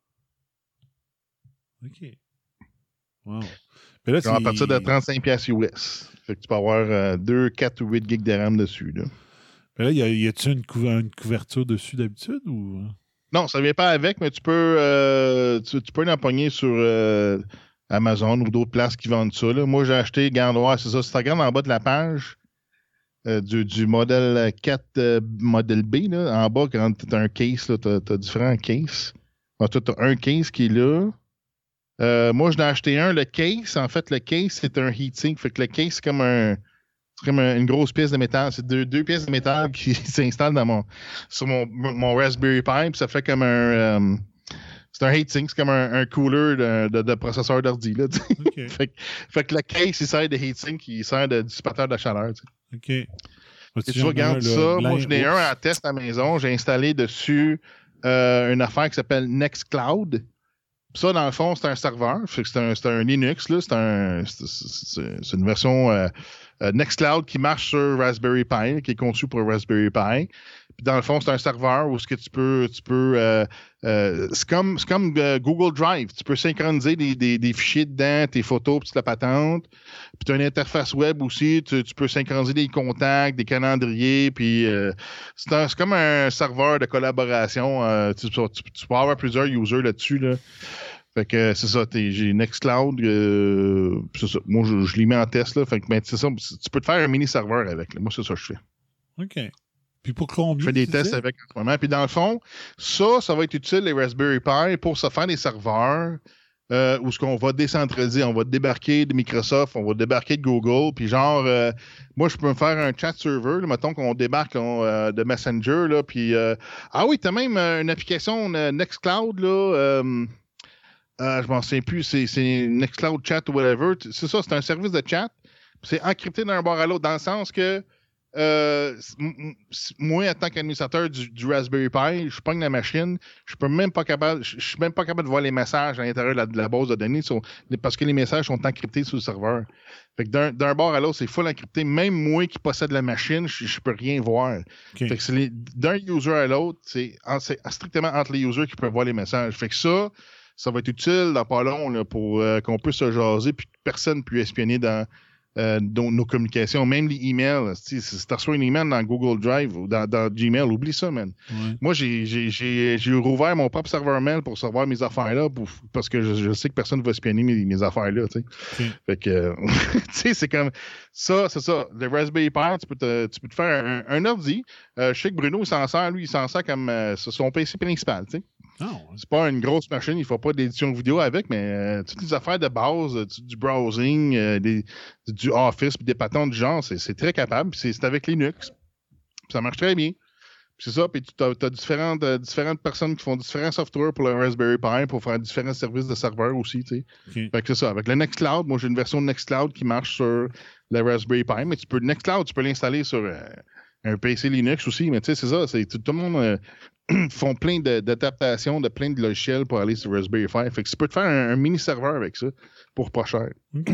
S11: OK. Wow. Mais là,
S10: Genre à
S11: c'est-
S10: partir de trente-cinq piastres U S. Fait que tu peux avoir euh, deux, quatre ou huit gigs de RAM dessus. Là.
S11: Mais là, y, a, y a-tu une, couver- une couverture dessus d'habitude ou.
S10: Non, ça ne vient pas avec, mais tu peux, euh, tu, tu peux l'empoigner sur euh, Amazon ou d'autres places qui vendent ça. Là. Moi, j'ai acheté, garde ouais, c'est ça. Si tu regardes en bas de la page euh, du, du modèle quatre euh, modèle B, là, en bas, quand tu as un case, tu as, différents cases. En tout, tu as un case qui est là. Euh, moi, je l'ai acheté un. Le case, en fait, le case, c'est un heatsink. Fait que le case, c'est comme un. C'est comme un- une grosse pièce de métal. C'est deux, deux pièces de métal qui s'installent dans mon, sur mon, mon Raspberry Pi. Puis ça fait comme un. euh, c'est un heatsink, c'est comme un, un cooler de, de, de processeur d'ordi. Là, tu sais.
S11: OK.
S10: fait, que- fait que le case, il sert de heatsink, il sert de dissipateur de chaleur. Tu sais.
S11: OK.
S10: Et tu regardes ça. Moi, j'en ai un en test à la maison. J'ai installé dessus euh, une affaire qui s'appelle Nextcloud. Puis ça, dans le fond, c'est un serveur. Fait que c'est un, c'est un Linux. Là. C'est, un, c'est, c'est- c'est une version euh, euh, Nextcloud qui marche sur Raspberry Pi, qui est conçu pour Raspberry Pi. Puis dans le fond, c'est un serveur où ce que tu peux, tu peux, euh, euh, c'est comme, c'est comme euh, Google Drive. Tu peux synchroniser des, des, des fichiers dedans, tes photos, puis tu la patente. Puis tu as une interface web aussi. Tu, tu peux synchroniser des contacts, des calendriers. Puis euh, c'est, un- c'est comme un serveur de collaboration. Euh, tu, tu, tu peux avoir plusieurs users là-dessus. Là. Fait que euh, c'est ça. T'es, j'ai Nextcloud. Euh, c'est ça. Moi, je, je l'ai mis en test. Là. Fait que ben, c'est ça. Tu peux te faire un mini serveur avec. Là. Moi, c'est ça que je fais.
S11: OK. Puis pour combien?
S10: Je fais des
S11: tu
S10: tests
S11: disais?
S10: avec en ce moment. Puis dans le fond, ça, ça va être utile, les Raspberry Pi, pour se faire des serveurs euh, où ce qu'on va décentraliser, on va débarquer de Microsoft, on va débarquer de Google, puis genre, euh, moi, je peux me faire un chat server, là, mettons qu'on débarque on, euh, de Messenger, là, puis... Euh, ah oui, t'as même euh, une application euh, Nextcloud, là... Euh, Euh, je m'en souviens plus, c'est, c'est Nextcloud Chat ou whatever. C'est ça, c'est un service de chat. C'est encrypté d'un bord à l'autre, dans le sens que euh, m- moi, en tant qu'administrateur du, du Raspberry Pi, je pogne la machine, je peux même pas capable, je suis même pas capable de voir les messages à l'intérieur de la, de la base de données sur, parce que les messages sont encryptés sur le serveur. Fait que d'un, d'un bord à l'autre, c'est full encrypté. Même moi qui possède la machine, je, je peux rien voir.
S11: Okay.
S10: Fait que c'est les, d'un user à l'autre, c'est, c'est strictement entre les users qui peuvent voir les messages. Fait que ça, ça va être utile dans pas long là, pour euh, qu'on puisse se jaser puis que personne ne puisse espionner dans, euh, dans nos communications, même les emails. Si, si tu reçois un email dans Google Drive ou dans, dans Gmail, oublie ça, man. Ouais. Moi, j'ai, j'ai, j'ai, j'ai rouvert mon propre serveur mail pour recevoir mes affaires-là pour, parce que je, je sais que personne ne va espionner mes, mes affaires-là. Tu sais. Okay. Fait que, tu sais, c'est comme ça, c'est ça. Le Raspberry Pi, tu peux te, tu peux te faire un, un ordi. Euh, je sais que Bruno, il s'en sert, lui, il s'en sert comme euh, son P C principal, tu sais. Oh. C'est pas une grosse machine, il ne faut pas d'édition vidéo avec, mais euh, toutes les affaires de base, euh, du browsing, euh, des, du Office, puis des patents du genre, c'est, c'est très capable. Puis c'est, c'est avec Linux. Puis ça marche très bien. Puis c'est ça, puis tu as différentes, euh, différentes personnes qui font différents softwares pour le Raspberry Pi pour faire différents services de serveur aussi, tu sais. Okay. Fait que c'est ça. Avec le Nextcloud, moi j'ai une version de Nextcloud qui marche sur le Raspberry Pi, mais tu peux Nextcloud, tu peux l'installer sur euh, un P C Linux aussi, mais tu sais, c'est ça, c'est tout, tout le monde... Euh, font plein de, d'adaptations de plein de logiciels pour aller sur Raspberry Pi. Fait que tu peux te faire un, un mini-serveur avec ça pour pas cher.
S11: OK.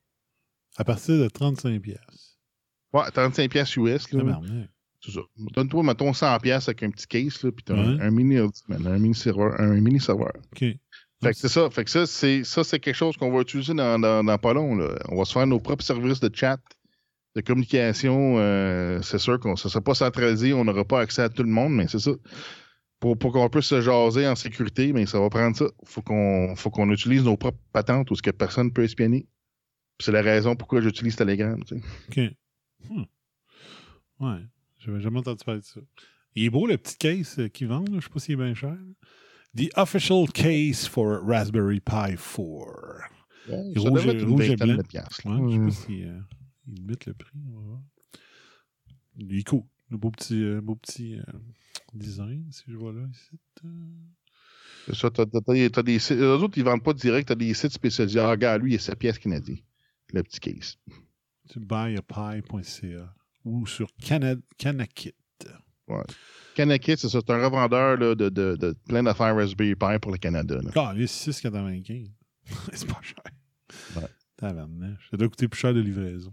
S11: À partir de trente-cinq piastres.
S10: Ouais, trente-cinq piastres U S. Là.
S11: Ah, ben,
S10: c'est ça. Donne-toi, mettons, cent piastres avec un petit case, là, puis t'as ouais. un, un mini un mini-serveur. Un mini-serveur.
S11: OK.
S10: Fait que c'est ça. Fait que ça, c'est, ça, c'est quelque chose qu'on va utiliser dans, dans, dans pas long. Là. On va se faire nos propres services de chat, de communication. Euh, c'est sûr qu'on ne sera pas centralisé, on n'aura pas accès à tout le monde, mais c'est ça. Pour, pour qu'on puisse se jaser en sécurité, mais ça va prendre ça. Faut qu'on, faut qu'on utilise nos propres patentes où ce que personne ne peut espionner. Puis c'est la raison pourquoi j'utilise Telegram. Tu sais.
S11: OK. Hmm. Ouais. J'avais jamais entendu parler de ça. Il est beau le petit case qu'ils vendent. Je ne sais pas s'il est bien cher. The official case for Raspberry Pi four.
S10: Ouais, ça rouge, devrait être une vingtaine de piastres.
S11: Ouais, je ne sais pas s'ils euh, ils mettent le prix. On va voir. Il est cool. Le beau petit, euh, beau petit euh, design, si je vois là, ici. Euh...
S10: C'est ça, t'as, t'as, t'as des sites. Eux autres, ils ne vendent pas direct, t'as des sites spécialisés. Ah, regarde, lui, il y a sa pièce canadienne. Le petit case.
S11: Tu buy a pie point c a ou sur Cana- Canakit.
S10: Ouais. Canakit, c'est ça, c'est un revendeur là, de, de, de plein d'affaires Raspberry Pi pour le Canada. Là.
S11: Ah, il est six quatre-vingt-quinze. C'est pas cher. Ouais. Tabarnache. Ça doit coûter plus cher de livraison.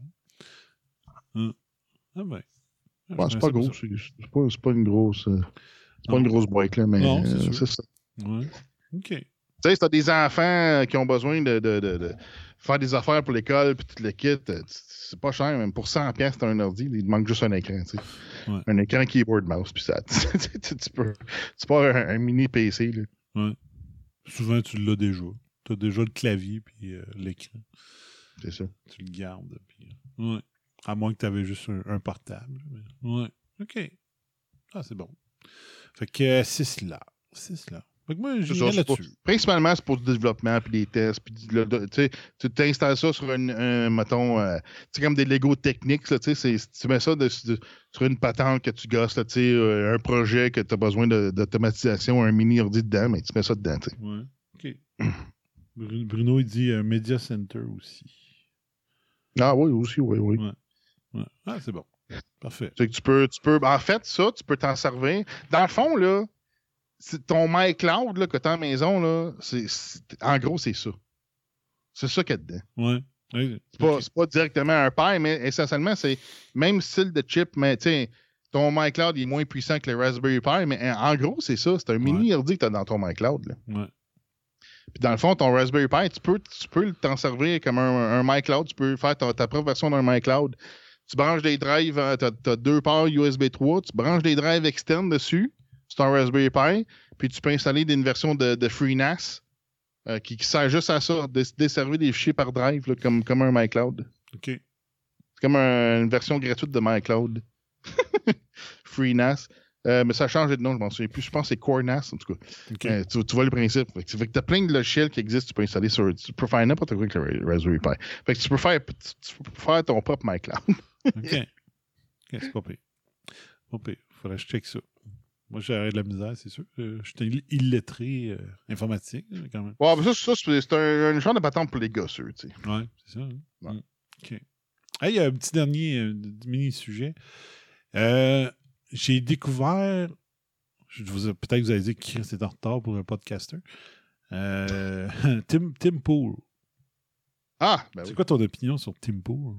S11: Hum. Ah ben.
S10: Ouais, c'est pas gros, c'est, c'est, pas, c'est pas une grosse. Euh, c'est non. pas une grosse boîte, là, mais non, c'est, euh, c'est ça.
S11: Ouais. OK.
S10: Tu sais, si t'as des enfants qui ont besoin de, de, de, de faire des affaires pour l'école puis tout le kit, c'est pas cher, même pour cent piastres, t'as un ordi, il manque juste un écran, tu sais. Ouais. Un écran keyboard mouse, puis ça. tu peux. C'est pas un, un mini P C, là.
S11: Ouais. Souvent, tu l'as déjà. T'as déjà le clavier puis euh, l'écran.
S10: C'est ça.
S11: Tu le gardes, puis. Ouais. À moins que tu avais juste un, un portable. Mais... Ouais. OK. Ah, c'est bon. Fait que euh, c'est cela. C'est cela. Fait que moi, j'ai rien là-dessus.
S10: Pour, principalement, c'est pour du développement, puis des tests, puis tu t'installes ça sur un, un mettons, euh, tu sais, comme des Lego techniques, là, tu mets ça de, de, sur une patente que tu gosses, là, euh, un projet que tu as besoin de, d'automatisation, un mini ordi dedans, mais tu mets ça dedans, tu sais.
S11: Ouais. OK. Bruno, il dit un Media Center aussi.
S10: Ah oui, aussi, oui, oui.
S11: Ouais. Ouais. Ah, c'est bon. Parfait.
S10: C'est que tu peux, tu peux. En fait, ça, tu peux t'en servir. Dans le fond, là, c'est ton MyCloud là, que tu as à la maison, là, c'est, c'est, en gros, c'est ça. C'est ça qu'il y a dedans.
S11: Ouais. Oui.
S10: C'est, pas, c'est pas directement un Pi, mais essentiellement, c'est même style de chip, mais tu sais, ton MyCloud il est moins puissant que le Raspberry Pi, mais en gros, c'est ça. C'est un mini ouais. ordi que tu as dans ton MyCloud. Là.
S11: Ouais.
S10: Puis dans le fond, ton Raspberry Pi, tu peux, tu peux t'en servir comme un, un MyCloud. Tu peux faire ta, ta propre version d'un MyCloud. Tu branches des drives, tu as deux ports U S B trois, tu branches des drives externes dessus, c'est ton Raspberry Pi, puis tu peux installer une version de, de FreeNAS euh, qui, qui sert juste à ça, de desservir des fichiers par drive, là, comme, comme un MyCloud.
S11: OK.
S10: C'est comme un, une version gratuite de MyCloud. FreeNAS. Euh, mais ça a changé de nom, je m'en souviens plus. Je pense que c'est Cornas, en tout cas.
S11: Okay.
S10: Euh, tu, tu vois le principe. Fait que, fait que tu as plein de logiciels qui existent, tu peux installer sur. Tu peux faire n'importe quoi avec le Raspberry Pi. Fait que tu peux faire, tu, tu peux faire ton propre MyCloud.
S11: OK. OK, c'est pas pire. Pas pire. Faudrait que je check ça. Moi, j'aurais de la misère, c'est sûr. Euh, je suis illettré euh, informatique, quand même.
S10: Ouais, mais ça, ça c'est, c'est un, un genre de patente pour les gosseux, tu sais.
S11: Ouais, c'est ça. Hein?
S10: Ouais.
S11: OK. Hey, un petit dernier euh, mini-sujet. Euh. J'ai découvert, je vous, peut-être que vous allez dire que Chris est en retard pour un podcaster, euh, Tim, Tim Pool.
S10: Ah, ben
S11: C'est
S10: oui.
S11: quoi ton opinion sur Tim Pool?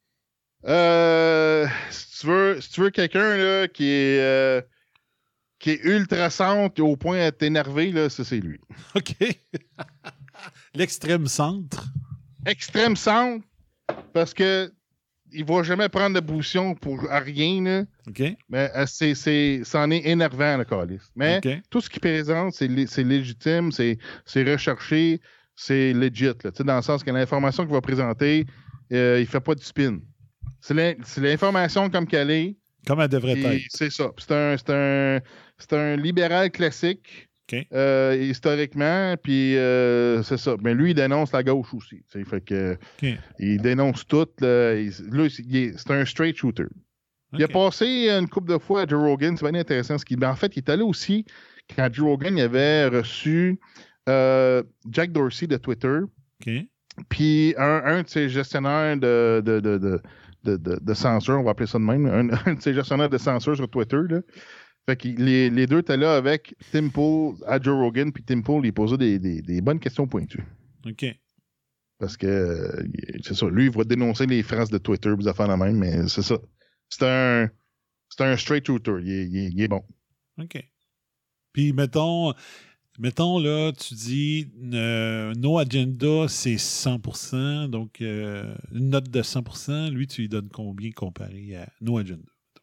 S10: Euh, si tu veux, si tu veux quelqu'un là, qui est euh, qui est ultra centre au point à t'énerver, là, ça c'est lui.
S11: OK. L'extrême centre.
S10: Extrême centre, parce que il va jamais prendre de position pour rien, là.
S11: OK.
S10: Mais euh, c'est, c'est, c'en est énervant, le calice. Mais
S11: okay.
S10: tout ce qu'il présente, c'est, lé- c'est légitime, c'est, c'est recherché, c'est legit, là. Dans le sens que l'information qu'il va présenter, euh, il fait pas de spin. C'est, l'in- c'est l'information comme qu'elle est.
S11: Comme elle devrait être.
S10: C'est ça. C'est un, c'est un, c'est un libéral classique.
S11: Okay.
S10: Euh, historiquement, puis euh, c'est ça. Mais lui, il dénonce la gauche aussi. Fait que,
S11: okay.
S10: Il dénonce tout. Là, il, là, il est, c'est un straight shooter. Okay. Il a passé une couple de fois à Joe Rogan. C'est bien intéressant. Ce qu'il, ben, en fait, il est allé aussi quand Joe Rogan avait reçu euh, Jack Dorsey de Twitter.
S11: Okay.
S10: Puis un, un de ses gestionnaires de, de, de, de, de, de, de censure, on va appeler ça de même, un, un de ses gestionnaires de censure sur Twitter, là. Fait que les, les deux étaient là avec Tim Pool à Joe Rogan, puis Tim Pool, il posait des, des, des bonnes questions pointues.
S11: OK.
S10: Parce que, euh, c'est ça, lui, il va dénoncer les phrases de Twitter, des affaires la même, mais c'est ça. C'est un, c'est un straight shooter, il est, il est, il est bon.
S11: OK. Puis, mettons, mettons là, tu dis, euh, No Agenda, c'est cent pour cent, donc euh, une note de cent pour cent, lui, tu lui donnes combien comparé à No Agenda?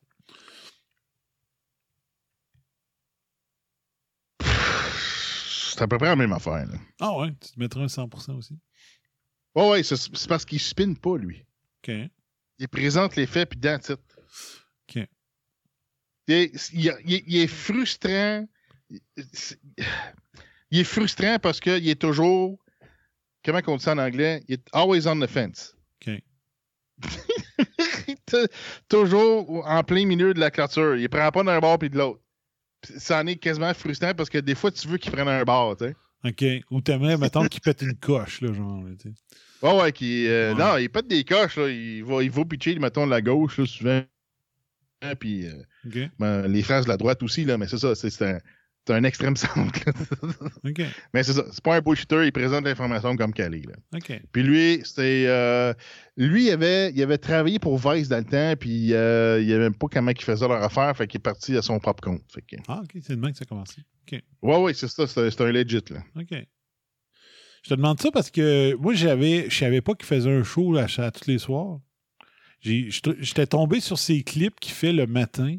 S10: C'est à peu près la même affaire. Là.
S11: Ah ouais, tu te mettrais un cent pour cent aussi?
S10: Ouais, ouais, c'est, c'est parce qu'il spinne pas, lui.
S11: OK.
S10: Il présente les faits, puis that's it.
S11: OK.
S10: Il est, il est, il est frustrant. Il est frustrant parce qu'il est toujours... Comment on dit ça en anglais? Il est always on the fence.
S11: OK.
S10: Toujours en plein milieu de la clôture. Il prend pas d'un bord puis de l'autre. Ça en est quasiment frustrant parce que des fois, tu veux qu'il prenne un bord, tu sais.
S11: OK. Ou t'aimerais, mettons, qu'il pète une coche, là, genre, tu sais.
S10: Ouais, ouais, qui, euh,
S11: ouais.
S10: Non, il pète des coches, là. Il va, il va pitcher, mettons, de la gauche, là, souvent. Puis euh,
S11: okay.
S10: ben, les phrases de la droite aussi, là, mais c'est ça, c'est, c'est, un, c'est un extrême centre.
S11: OK.
S10: Mais c'est ça, c'est pas un bullshitter, il présente l'information comme qu'elle est, là.
S11: OK.
S10: Puis lui, c'était... Euh, lui, il avait, il avait travaillé pour Vice dans le temps, puis euh, il avait même pas comment il faisait leur affaire, fait qu'il est parti à son propre compte. Fait que...
S11: Ah, OK, c'est demain que ça a commencé. OK.
S10: Ouais, ouais, c'est ça, c'est, c'est un legit, là.
S11: OK. Je te demande ça parce que moi, j'avais, je savais pas qu'il faisait un show là, à tous les soirs. J'ai, j'étais tombé sur ses clips qu'il fait le matin.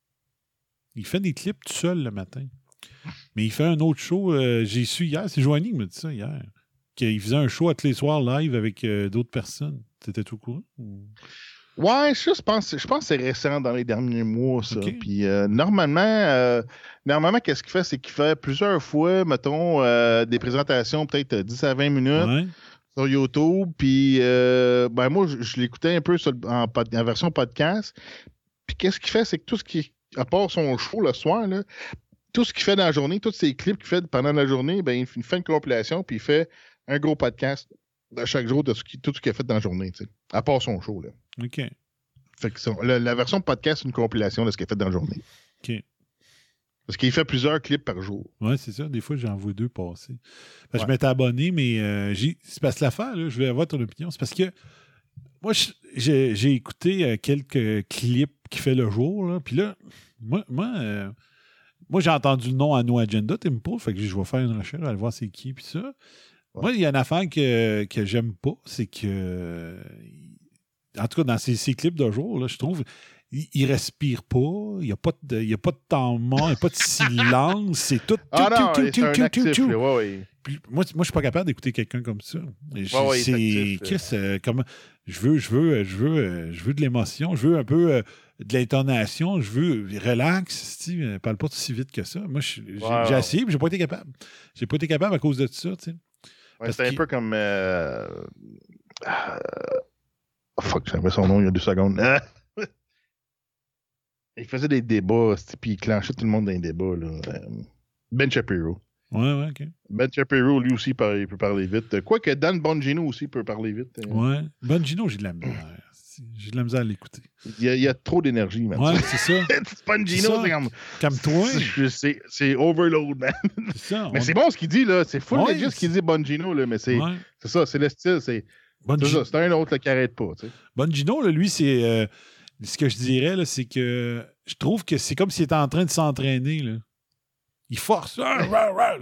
S11: Il fait des clips tout seul le matin. Mais il fait un autre show. Euh, j'ai su hier, c'est Joanie qui m'a dit ça hier, qu'il faisait un show à tous les soirs live avec euh, d'autres personnes. T'étais tout au courant? Ou...
S10: Ouais, ça, je pense, je pense que c'est récent dans les derniers mois, ça.
S11: Okay.
S10: Puis euh, normalement, euh, normalement, qu'est-ce qu'il fait? C'est qu'il fait plusieurs fois, mettons, euh, des présentations peut-être dix à vingt minutes
S11: ouais.
S10: sur YouTube. Puis euh, ben moi, je, je l'écoutais un peu sur, en, en version podcast. Puis qu'est-ce qu'il fait? C'est que tout ce qui, à part son show le soir, là, tout ce qu'il fait dans la journée, tous ses clips qu'il fait pendant la journée, ben, il fait une compilation, puis il fait un gros podcast de chaque jour de ce qui, tout ce qu'il a fait dans la journée, tu sais, à part son show, là.
S11: OK.
S10: Fait que son, la, la version podcast, c'est une compilation de ce qu'il a fait dans la journée.
S11: OK.
S10: Parce qu'il fait plusieurs clips par jour.
S11: Oui, c'est ça. Des fois, j'en vois deux passer. Parce que
S10: ouais.
S11: Je m'étais abonné, mais euh, j'ai... c'est parce que l'affaire, là, je voulais avoir ton opinion. C'est parce que moi, j'ai, j'ai écouté euh, quelques clips qu'il fait le jour, là, puis là, moi, moi, euh, moi, j'ai entendu le nom à No Agenda, Tim Pool, fait que je vais faire une recherche, aller voir c'est qui, puis ça. Ouais. Moi, il y a une affaire que, que j'aime pas, c'est que... En tout cas, dans ces, ces clips de jour, là, je trouve, il, il respire pas, il n'y a, a pas de temps mort, il n'y a pas de silence, c'est tout...
S10: Ah non, c'est un actif, là, ouais, ouais.
S11: Puis, moi, moi, je suis pas capable d'écouter quelqu'un comme ça.
S10: Ouais, ouais,
S11: c'est...
S10: actif,
S11: Chris, euh, comme... Je veux, je veux, je veux, je veux de l'émotion, je veux un peu... Euh, de l'intonation. Je veux relax, Steve, parle pas aussi vite que ça. Moi, j'ai,
S10: wow.
S11: j'ai essayé, mais j'ai pas été capable. J'ai pas été capable à cause de ça, tu sais.
S10: Ouais, c'est un peu comme... Euh... Oh, fuck, j'ai son nom il y a deux secondes. Il faisait des débats, puis il clenchait tout le monde dans les débats. Là. Ben Shapiro.
S11: Ouais, ouais, OK.
S10: Ben Shapiro, lui aussi, il peut parler vite. Quoique Dan Bongino aussi peut parler vite.
S11: Ouais. Bongino, j'ai de la misère. J'ai de la misère à l'écouter.
S10: Il y a, il y a trop d'énergie, man.
S11: Ouais, c'est ça.
S10: Bongino, c'est comme...
S11: Calme-toi.
S10: C'est, c'est overload, man.
S11: C'est ça.
S10: Mais
S11: on...
S10: c'est bon ce qu'il dit, là. C'est full
S11: ouais,
S10: legit ce qu'il dit, Bongino, là. Mais c'est,
S11: ouais.
S10: c'est ça, c'est le style. C'est, Bongino... c'est ça, c'est un autre là, qui arrête pas, tu sais.
S11: Bongino, là, lui, c'est... Euh, ce que je dirais, là, c'est que je trouve que c'est comme s'il était en train de s'entraîner, là. Il force. Là,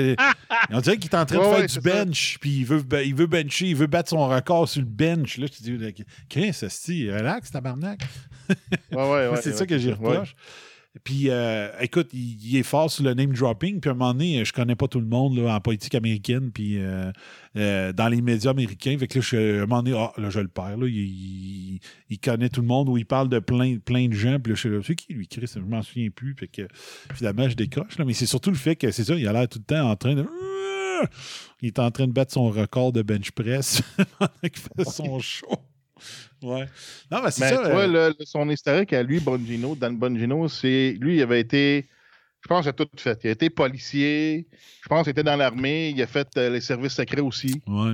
S11: on dirait qu'il est en train de ouais, faire ouais, du bench, puis il veut, il veut bencher, il veut battre son record sur le bench. Là, tu te dis, Chris, c'est relax, tabarnak.
S10: Ouais, ouais, ouais,
S11: c'est
S10: ouais,
S11: ça que j'y reproche.
S10: Ouais.
S11: Puis, euh, écoute, il, il est fort sur le name dropping. Puis, à un moment donné, je connais pas tout le monde là, en politique américaine, puis euh, euh, dans les médias américains. Fait que là, je, à un moment donné, ah, là, je le perds. Là, il, il, il connaît tout le monde, ou il parle de plein, plein de gens. Puis là, je suis là, c'est qui, lui, Chris? Je m'en souviens plus. Fait que finalement, je décroche. Là. Mais c'est surtout le fait que, c'est ça, il a l'air tout le temps en train de... Il est en train de battre son record de bench press pendant qu'il fait son show. Ouais. Non, mais c'est
S10: mais
S11: ça.
S10: Tu vois,
S11: euh...
S10: le, son historique à lui, Bongino, Dan Bongino, c'est. Lui, il avait été. Je pense qu'il a tout fait. Il a été policier. Je pense qu'il était dans l'armée. Il a fait euh, les services secrets aussi.
S11: Ouais.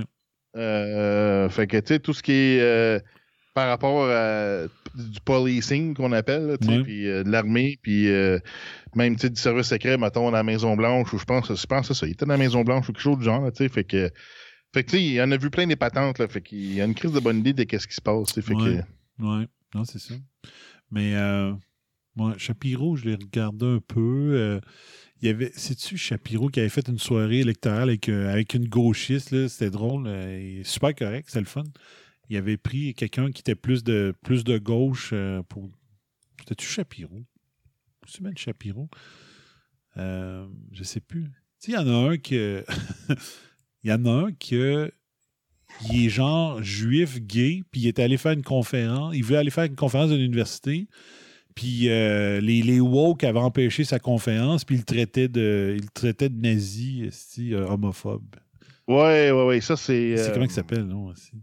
S10: Euh, fait que, tu sais, tout ce qui est euh, par rapport à du policing qu'on appelle, tu sais,
S11: ouais.
S10: puis euh, de l'armée, puis euh, même, tu sais, du service secret, mettons, dans la Maison-Blanche, ou je pense, je pense que c'est ça. Il était dans la Maison-Blanche ou quelque chose du genre, tu sais, fait que. Fait que, tu sais, il en a vu plein des patentes, là. Fait qu'il y a une crise de bonne idée de qu'est-ce qui se passe, tu sais. Fait
S11: ouais.
S10: que...
S11: Ouais, non, c'est ça. Mais, euh, ouais, Shapiro, je l'ai regardé un peu. Euh, il y avait, sais-tu, Shapiro qui avait fait une soirée électorale avec, euh, avec une gauchiste, là. C'était drôle. Euh, super correct, c'était le fun. Il avait pris quelqu'un qui était plus de, plus de gauche euh, pour. C'était-tu Shapiro? C'est même Shapiro? Euh, je sais plus. Tu sais, il y en a un qui. Il y en a un qui il est genre juif, gay, puis il est allé faire une conférence. Il voulait aller faire une conférence de l'université, puis euh, les, les woke avaient empêché sa conférence, puis il le traitait de, il le traitait de nazi, si, euh, homophobe.
S10: Ouais, ouais, ouais, ça c'est...
S11: C'est
S10: euh...
S11: comment il s'appelle, non? Aussi?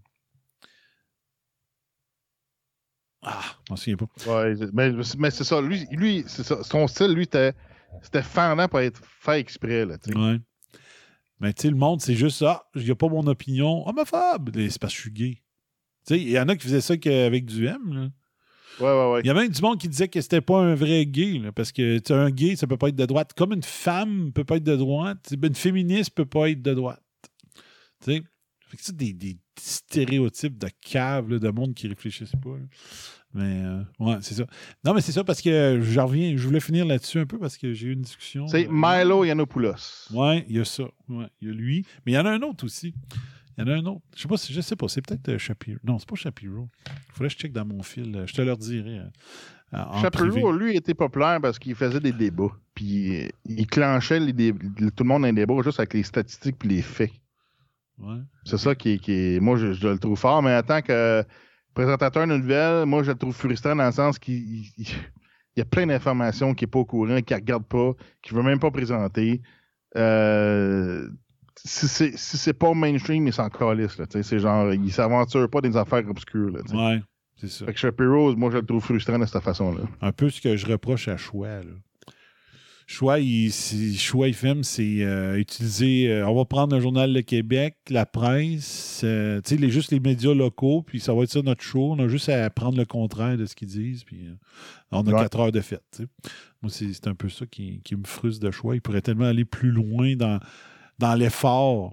S11: Ah, je m'en souviens pas.
S10: Ouais, mais, mais c'est ça, lui, lui c'est ça, son style, lui, c'était, c'était fendant pour être fait exprès, là, tu sais.
S11: Ouais. Mais tu sais, le monde, c'est juste ça. Ah, il n'y a pas mon opinion homophobe. C'est parce que je suis gay. Tu sais, il y en a qui faisaient ça avec du M. Là.
S10: Ouais, ouais, ouais.
S11: Il y a même du monde qui disait que c'était pas un vrai gay. Là, parce que tu sais, un gay, ça peut pas être de droite. Comme une femme peut pas être de droite. Une féministe peut pas être de droite. Tu sais, fait que c'est des, des stéréotypes de cave, là, de monde qui réfléchissent pas. Là. Mais, euh, ouais, c'est ça. Non, mais c'est ça parce que je reviens, je voulais finir là-dessus un peu parce que j'ai eu une discussion.
S10: C'est euh, Milo Yiannopoulos.
S11: Ouais, il y a ça. Ouais, il y a lui. Mais il y en a un autre aussi. Il y en a un autre. Je sais pas, je sais pas. C'est peut-être euh, Shapiro. Non, c'est pas Shapiro. Il faudrait que je check dans mon fil. Je te le redirai. Euh, en
S10: Shapiro,
S11: privé.
S10: lui, était populaire parce qu'il faisait des débats. Puis il clenchait les dé- tout le monde dans les débats juste avec les statistiques et les faits.
S11: Ouais.
S10: C'est ça qui est. Qui est... Moi, je, je le trouve fort, mais en tant que présentateur de nouvelles, moi, je le trouve frustrant dans le sens qu'il il, il y a plein d'informations qu'il n'est pas au courant, qu'il ne regarde pas, qu'il ne veut même pas présenter. Euh, si c'est, si c'est pas mainstream, il s'en calisse. Là, c'est genre, il ne s'aventure pas dans des affaires obscures. Là,
S11: ouais, c'est ça.
S10: Fait que Shapiro, moi, je le trouve frustrant de cette façon-là.
S11: Un peu ce que je reproche à Choix, là. Choix, il, Choix F M, c'est euh, utiliser... Euh, on va prendre le Journal Le Québec, la presse, euh, tu sais, les, juste les médias locaux, puis ça va être ça notre show. On a juste à prendre le contraire de ce qu'ils disent, puis euh, on a ouais. quatre heures de fête. T'sais. Moi, c'est, c'est un peu ça qui, qui me frustre de Choix. Il pourrait tellement aller plus loin dans, dans l'effort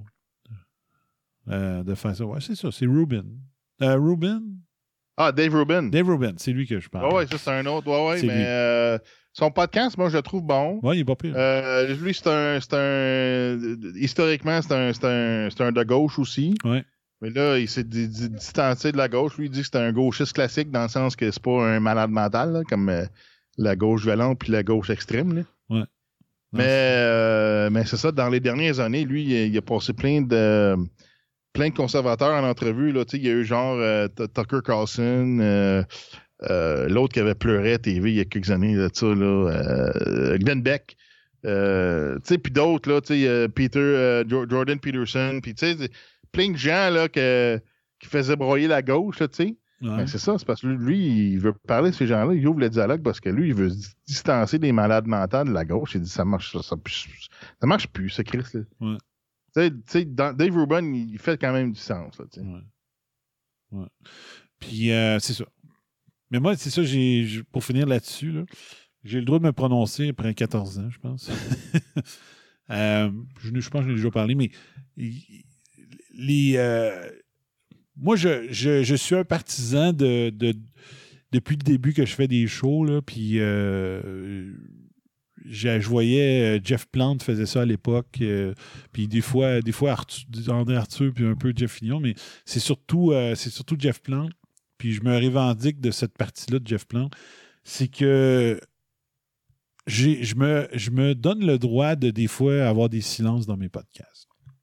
S11: euh, de faire ça. Ouais, c'est ça, c'est Rubin. Euh, Rubin?
S10: Ah, Dave Rubin.
S11: Dave Rubin, c'est lui que je parle.
S10: Oh, ouais, ça, c'est un autre. Ouais, ouais, c'est mais... Euh, son podcast, moi, je le trouve bon.
S11: Oui, il est pas pire.
S10: Euh, lui, c'est un, c'est un... Historiquement, c'est un, c'est un, c'est un de gauche aussi.
S11: Ouais.
S10: Mais là, il s'est d- d- distancé de la gauche. Lui, il dit que c'est un gauchiste classique dans le sens que c'est pas un malade mental, là, comme euh, la gauche violente puis la gauche extrême. Là.
S11: Ouais.
S10: Mais, euh, mais c'est ça, dans les dernières années, lui, il, il a passé plein de... plein de conservateurs en entrevue. Là. Il y a eu genre euh, Tucker Carlson, euh, euh, l'autre qui avait pleuré à T V il y a quelques années, là, ça, là, euh, Glenn Beck. Euh, tu sais, puis d'autres, là, tu sais, euh, Peter, euh, Jordan Peterson, puis tu sais, plein de gens, là, que, qui faisaient broyer la gauche, tu sais. Ouais. Ben, c'est ça, c'est parce que lui, il veut parler de ces gens-là, il ouvre le dialogue parce que lui, il veut se distancer des malades mentaux de la gauche. Il dit, ça marche, ça, ça, ça marche plus, ce Chris, là. Ouais. Tu sais, Dave Rubin, il fait quand même du sens, là, tu sais.
S11: Ouais. Ouais. Puis, euh, c'est ça. Mais moi, c'est ça, j'ai, pour finir là-dessus, là, j'ai le droit de me prononcer après quatorze ans, je pense. euh, je, je pense que j'en ai déjà parlé, mais les... Euh, moi, je, je, je suis un partisan de, de... Depuis le début que je fais des shows, là, puis euh, je, je voyais Jeff Plante faisait ça à l'époque, euh, puis des fois, des fois Arthur, André Arthur, puis un peu Jeff Fillion, mais c'est surtout, euh, c'est surtout Jeff Plante, puis je me revendique de cette partie-là de Jeff Plante, c'est que j'ai, je, me, je me donne le droit de, des fois, avoir des silences dans mes podcasts.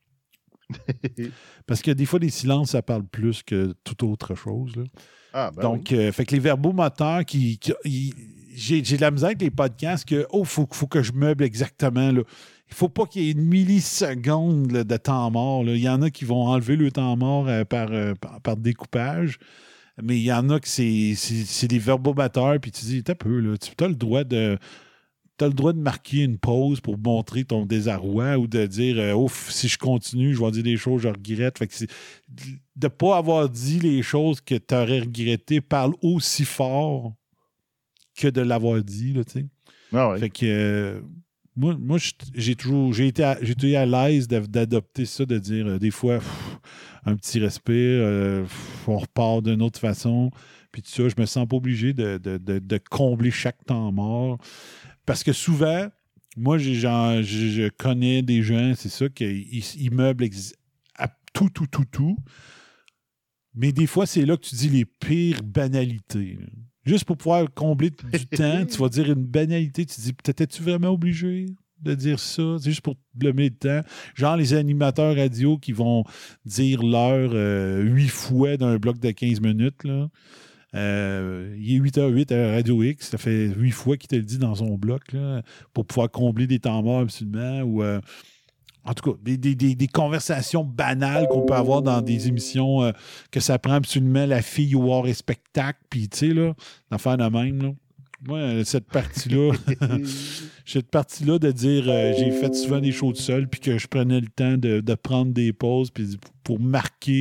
S11: Parce que des fois, les silences, ça parle plus que toute autre chose. Là.
S10: Ah, ben
S11: Donc,
S10: oui.
S11: euh, fait que les verbomoteurs qui. qui ils, j'ai, j'ai de la misère avec les podcasts que, oh, il faut, faut que je meuble exactement. Là. Il ne faut pas qu'il y ait une milliseconde là, de temps mort. Là. Il y en a qui vont enlever le temps mort euh, par, euh, par, par découpage. Mais il y en a que c'est, c'est, c'est des verbomoteurs, puis tu dis, t'as peu, là, tu as le droit de. Tu as le droit de marquer une pause pour montrer ton désarroi ou de dire euh, ouf, si je continue, je vais dire des choses que je regrette. Fait que c'est, de ne pas avoir dit les choses que tu aurais regrettées parle aussi fort que de l'avoir dit. Là,
S10: ah ouais.
S11: Fait que euh, moi, moi j'ai toujours j'ai été, à, j'ai été à l'aise d'adopter ça, de dire euh, des fois pff, un petit respect, euh, pff, on repart d'une autre façon. Puis tout ça, je me sens pas obligé de, de, de, de combler chaque temps mort. Parce que souvent, moi, j'ai, genre, je, je connais des gens, c'est ça, qu'ils ils meublent ex- à tout, tout, tout, tout. Mais des fois, c'est là que tu dis les pires banalités. Là. Juste pour pouvoir combler du temps, tu vas dire une banalité, tu te dis, peut-être es-tu vraiment obligé de dire ça? C'est juste pour blâmer le temps. Genre les animateurs radio qui vont dire l'heure euh, huit fois dans un bloc de quinze minutes, là. Euh, il est huit heures huit à Radio X, ça fait huit fois qu'il te le dit dans son bloc là, pour pouvoir combler des temps morts absolument ou euh, en tout cas des, des, des, des conversations banales qu'on peut avoir dans des émissions euh, que ça prend absolument la fille au voir et spectacle puis tu sais là, d'affaire de même là. Moi, cette partie-là, cette partie-là de dire euh, j'ai fait souvent des shows tout seul puis que je prenais le temps de, de prendre des pauses puis pour marquer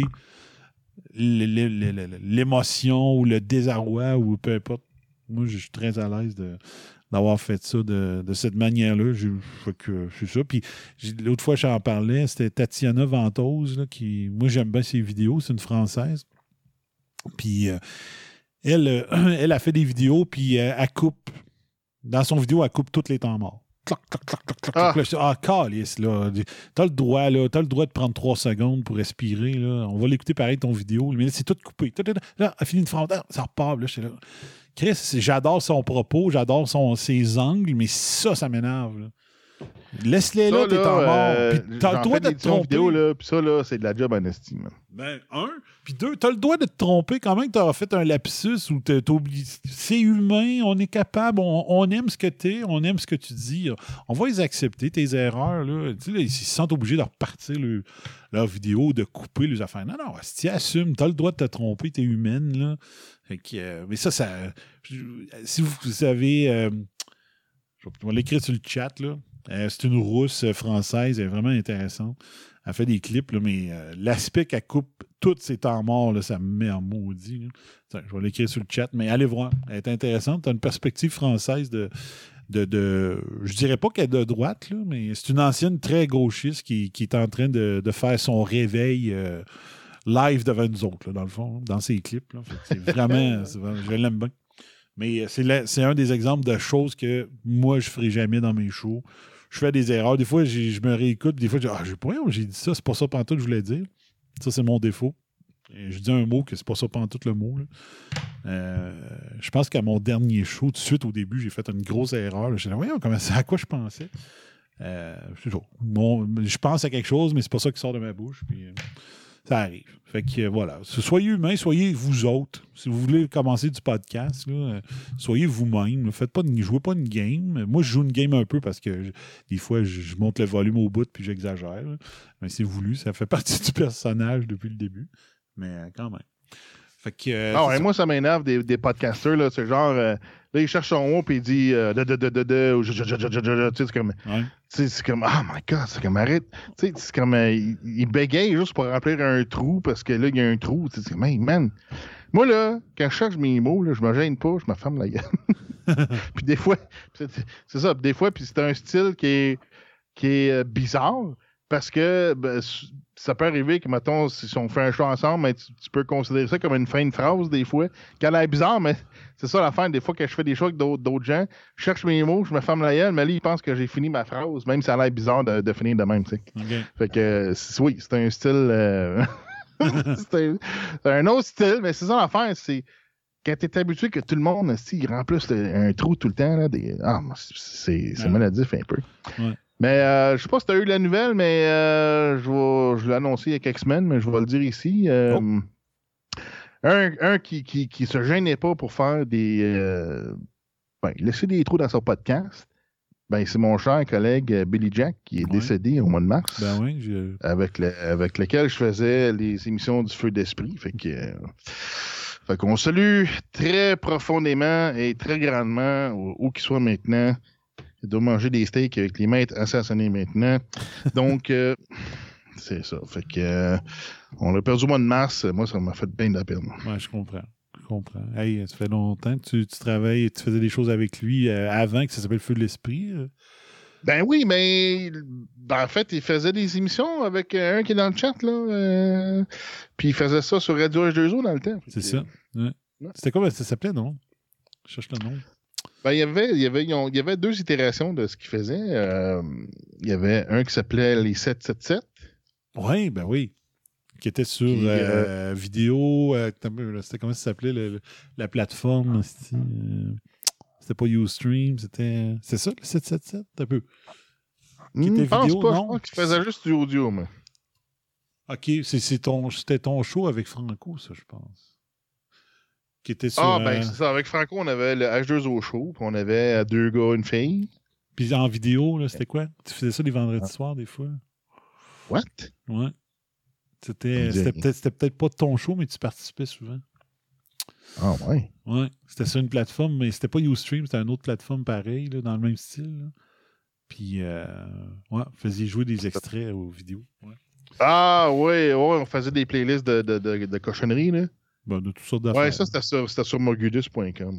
S11: l'émotion ou le désarroi ou peu importe. Moi, je suis très à l'aise de, d'avoir fait ça de, de cette manière-là. Je, que, c'est ça. Puis l'autre fois, j'en parlais, c'était Tatiana Ventose, là, qui, moi, j'aime bien ses vidéos. C'est une Française. Puis euh, elle, euh, elle a fait des vidéos, puis euh, elle coupe. Dans son vidéo, elle coupe tous les temps morts. Clac, clac, clac, clac, clac. Ah, ah calice, là. T'as le droit, là. T'as le droit de prendre trois secondes pour respirer, là. On va l'écouter pareil, ton vidéo. Mais là, c'est tout coupé. Là, elle finit une phrase. Ça repart, là. là. Chris, j'adore son propos, j'adore son, ses angles, mais ça, ça m'énerve, là. Laisse-les là, là t'es en mort.
S10: Euh,
S11: Puis t'as le droit de te tromper.
S10: Vidéo, là, puis ça, là, c'est de la job en estime.
S11: Ben, un. Puis deux, t'as le droit de te tromper quand même que t'auras fait un lapsus ou t'as oublié. C'est humain, on est capable, on, on aime ce que t'es, on aime ce que tu dis. On va les accepter, tes erreurs, là. Tu sais, là, ils se sentent obligés de repartir le, leur vidéo, de couper les affaires. Non, non, si tu assumes, t'as le droit de te tromper, t'es humaine, là. Fait que, euh, mais ça, ça. Si vous, vous avez. Euh, je vais l'écrire sur le chat, là. Euh, c'est une Rousse française, elle est vraiment intéressante. Elle fait des clips, là, mais euh, l'aspect qu'elle coupe tous ses temps morts, là, ça me met en maudit. Là. Attends, je vais l'écrire sur le chat, mais allez voir. Elle est intéressante. Tu as une perspective française de, de, de. Je dirais pas qu'elle est de droite, là, mais c'est une ancienne très gauchiste qui, qui est en train de, de faire son réveil euh, live devant nous autres, là, dans le fond, dans ses clips. Là. Fait que c'est vraiment. c'est vraiment je l'aime bien. Mais c'est, la, c'est un des exemples de choses que moi, je ne ferai jamais dans mes shows. Je fais des erreurs. Des fois, je me réécoute. Des fois, je dis, ah, j'ai pas j'ai dit ça, c'est pas ça pantoute que je voulais dire. Ça, c'est mon défaut. Et je dis un mot que c'est pas ça pantoute le mot. Là. Euh, je pense qu'à mon dernier show, tout de suite au début, j'ai fait une grosse erreur. Là. Je dis, voyons, comment c'est à quoi je pensais. Euh, bon, je pense à quelque chose, mais c'est pas ça qui sort de ma bouche. Puis, euh, ça arrive. Fait que euh, voilà. Soyez humains, soyez vous autres. Si vous voulez commencer du podcast, là, euh, soyez vous-même. Faites pas de, jouez pas une game. Moi, je joue une game un peu parce que je, des fois, je, je monte le volume au bout puis j'exagère. Là. Mais c'est voulu, ça fait partie du personnage depuis le début. Mais euh, quand même. Fait que, euh,
S10: ah ouais, moi, ça m'énerve des, des podcasters. Là, c'est genre, euh, là, il cherche son mot puis il dit euh, de, de, de, de, de, ou je, je, je, je, je, je, tu sais, c'est comme,
S11: ouais.
S10: c'est comme, oh my God, c'est comme, arrête. Tu sais, c'est comme, euh, il, il bégaye juste pour remplir un trou parce que là, il y a un trou. C'est comme, hey, man. Moi, là, quand je cherche mes mots, là, je me gêne pas, je me ferme la gueule. Puis des fois, c'est, c'est ça, des fois, puis c'est un style qui est, qui est euh, bizarre parce que, ben, ça peut arriver que, mettons, si on fait un show ensemble, ben, tu, tu peux considérer ça comme une fin de phrase, des fois. Quand elle est bizarre, mais c'est ça l'affaire. Des fois, quand je fais des shows avec d'autres, d'autres gens, je cherche mes mots, je me ferme la gueule, mais lui, il pense que j'ai fini ma phrase, même si ça a l'air bizarre de, de finir de même, tu sais.
S11: Okay.
S10: Fait que, c'est, oui, c'est un style... Euh... c'est, un, c'est un autre style, mais c'est ça l'affaire, c'est... Quand t'es habitué que tout le monde, si, il remplisse un trou tout le temps, là, des... ah, c'est, c'est ouais. maladif un peu.
S11: Ouais.
S10: Mais euh, je sais pas si tu as eu la nouvelle, mais euh, je, vais, je l'ai annoncé il y a quelques semaines, mais je vais le dire ici. Euh, oh. Un, un qui, qui, qui se gênait pas pour faire des... Euh, ben, laisser des trous dans son podcast, ben, c'est mon cher collègue Billy Jack qui est ouais. décédé au mois de mars.
S11: Ben oui, je...
S10: avec, le, avec lequel je faisais les émissions du Feu d'Esprit. Fait que... Euh, fait qu'on salue très profondément et très grandement, où, où qu'il soit maintenant. Il doit manger des steaks avec les maîtres assassinés maintenant. Donc, euh, c'est ça. Fait que euh, on l'a perdu au mois de mars. Moi, ça m'a fait bien de la peine.
S11: Ouais, je comprends. Je comprends. Hey, ça fait longtemps que tu, tu travailles et tu faisais des choses avec lui euh, avant que ça s'appelle Feu de l'Esprit. Euh.
S10: Ben oui, mais ben, en fait, il faisait des émissions avec euh, un qui est dans le chat, là. Euh, puis il faisait ça sur Radio H deux O dans le temps.
S11: C'est ça. Ouais. Ouais. C'était quoi ça s'appelait, non? Je cherche le nom.
S10: Ben, il y avait, il y avait, ils ont, il y avait deux itérations de ce qu'ils faisaient. Euh, il y avait un qui s'appelait les sept sept sept.
S11: Oui, ben oui. Qui était sur Puis, euh, euh, vidéo. Euh, c'était comment ça s'appelait le, le, la plateforme? C'était, euh, c'était pas Ustream, c'était. C'est ça, le sept sept sept, un peu. Qui
S10: mmh,
S11: était
S10: pense
S11: vidéo,
S10: pas,
S11: non?
S10: Je pense qu'il faisait juste du audio, mais.
S11: OK, c'est, c'est ton, c'était ton show avec Franco, ça, je pense. Qui était sur,
S10: ah, ben,
S11: euh...
S10: c'est ça. Avec Franco, on avait le H deux O show, puis on avait deux gars, une fille.
S11: Puis en vidéo, là, c'était quoi? Tu faisais ça les vendredis ah. soirs, des fois?
S10: What?
S11: Ouais. C'était, c'était, peut-être, c'était peut-être pas ton show, mais tu participais souvent.
S10: Ah, ouais?
S11: Ouais. C'était sur une plateforme, mais c'était pas Ustream, c'était une autre plateforme pareille, là, dans le même style. Là. Puis, euh, ouais, vous faisiez jouer des extraits aux vidéos. Ouais.
S10: Ah, ouais, ouais, on faisait des playlists de, de, de, de cochonneries, là.
S11: Ben, de toutes sortes d'affaires.
S10: Ouais, ça, c'était sur, c'était sur mogulus point com.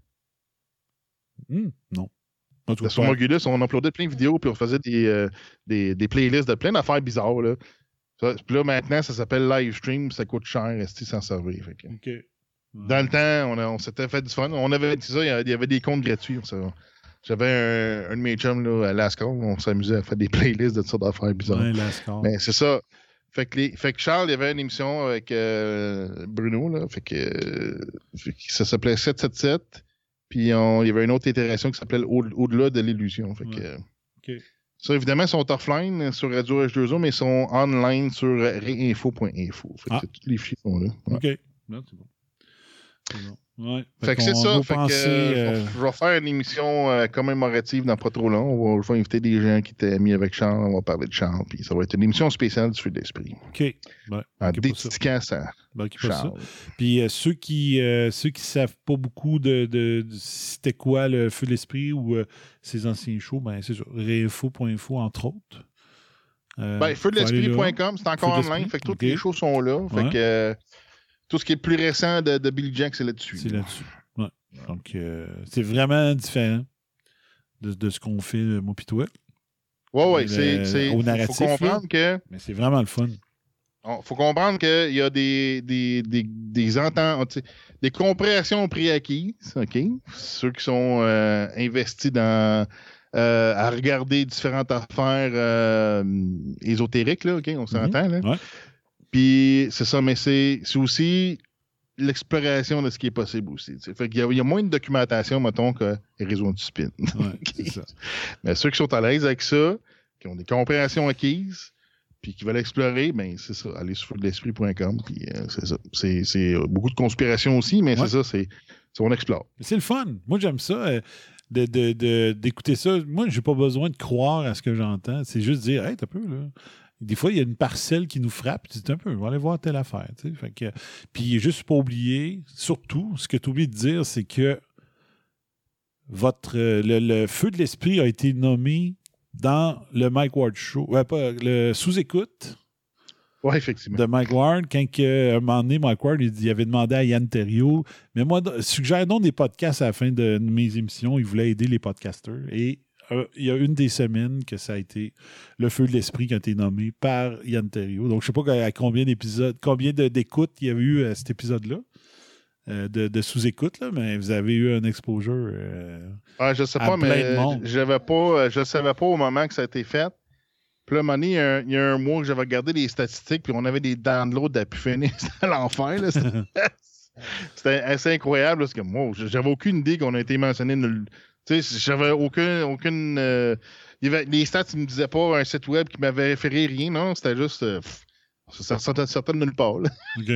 S11: Mmh, non.
S10: C'était sur Mogulus, on uploadait plein de vidéos, puis on faisait des, euh, des, des playlists de plein d'affaires bizarres, là. Ça, puis là, maintenant, ça s'appelle Livestream, ça coûte cher, rester sans servir. Fait que...
S11: OK. Ouais.
S10: Dans le temps, on, a, on s'était fait du fun. On avait, ça, il y avait des comptes gratuits. Ça. J'avais un, un de mes chums, là, à Lascar, on s'amusait à faire des playlists de toutes sortes d'affaires bizarres.
S11: Ouais, Lascar.
S10: Mais c'est ça. Fait que, les, fait que Charles, il y avait une émission avec euh, Bruno, là. Fait que, euh, fait que ça s'appelait sept sept sept. Puis on, il y avait une autre itération qui s'appelait Au- Au-delà de l'illusion. Fait que,
S11: ouais. Okay.
S10: Ça, évidemment, ils sont offline sur Radio H deux O, mais ils sont online sur réinfo point info. Fait que
S11: ah.
S10: tous les fichiers sont là. Ouais.
S11: OK. Là, c'est bon. C'est bon. Ouais.
S10: Fait, fait que c'est ça. Fait penser, que, euh... je vais faire une émission euh, commémorative dans pas trop long. On va, je vais inviter des gens qui étaient amis avec Charles. On va parler de Charles. Puis ça va être une émission spéciale du Feu d'Esprit.
S11: OK. Ouais,
S10: en dédicace à
S11: ben,
S10: Charles.
S11: Puis euh, ceux qui euh, ceux qui savent pas beaucoup de, de, de c'était quoi le Feu d'Esprit ou euh, ses anciens shows, ben c'est ça. réinfo point info, entre autres. Euh,
S10: ben, feu de l'esprit point com, c'est encore en ligne. Fait que tous okay. les shows sont là. Fait ouais. que euh, tout ce qui est le plus récent de, de Billy Jack, c'est là-dessus.
S11: C'est là-dessus. Ouais. Donc, euh, c'est vraiment différent de, de ce qu'on fait, moi pis toi.
S10: Ouais, ouais. C'est, c'est,
S11: au narratif.
S10: Faut comprendre que.
S11: Mais c'est vraiment le fun.
S10: Il faut comprendre qu'il y a des, des, des, des ententes, des compréhensions préacquises, OK? Ceux qui sont euh, investis dans. Euh, à regarder différentes affaires euh, ésotériques, là, OK? On s'entend, mm-hmm. là.
S11: Ouais.
S10: Puis c'est ça, mais c'est, c'est aussi l'exploration de ce qui est possible aussi. T'sais. Fait qu'il y a, il y a moins de documentation, mettons, que les réseaux du spin.
S11: Ouais, c'est ça.
S10: Mais ceux qui sont à l'aise avec ça, qui ont des compréhensions acquises, puis qui veulent explorer, ben c'est ça, allez sur feu de l'esprit point com, puis euh, c'est ça. C'est, c'est euh, beaucoup de conspiration aussi, mais ouais. c'est ça, c'est, c'est on explore.
S11: C'est le fun. Moi, j'aime ça, euh, de, de, de, d'écouter ça. Moi, j'ai pas besoin de croire à ce que j'entends. C'est juste dire, hey, t'as peu, là. Des fois, il y a une parcelle qui nous frappe, tu dis un peu, on va aller voir telle affaire. Tu sais. Fait que, puis, juste pas oublier, surtout, ce que tu oublies de dire, c'est que votre euh, le, le feu de l'esprit a été nommé dans le Mike Ward Show, ouais, pas, le sous-écoute
S10: ouais, effectivement.
S11: de Mike Ward, quand que, un moment donné, Mike Ward, il, il avait demandé à Yann Terriot, mais moi, suggère donc des podcasts à la fin de mes émissions, il voulait aider les podcasters, et euh, il y a une des semaines que ça a été le feu de l'esprit qui a été nommé par Yann Terriot. Donc, je ne sais pas à combien d'épisodes, combien de, d'écoutes il y a eu à cet épisode-là. Euh, de, de sous-écoute, là, mais vous avez eu un exposure euh,
S10: ah, je sais
S11: à
S10: pas,
S11: plein
S10: mais
S11: de monde.
S10: J'avais pas, je ne savais pas au moment que ça a été fait. Puis là, à un moment donné, il y a un, il y a un mois que j'avais regardé les statistiques, puis on avait des downloads à pu finir. C'était l'enfer. Là. C'était, c'était assez incroyable. Là, parce que moi, j'avais aucune idée qu'on a été mentionné. Tu sais, j'avais aucun, aucune... Euh, il y avait, les stats, ils me disaient pas un site web qui m'avait référé rien. Non, c'était juste... Euh, pff, ça sortait de nulle part. Là. Okay.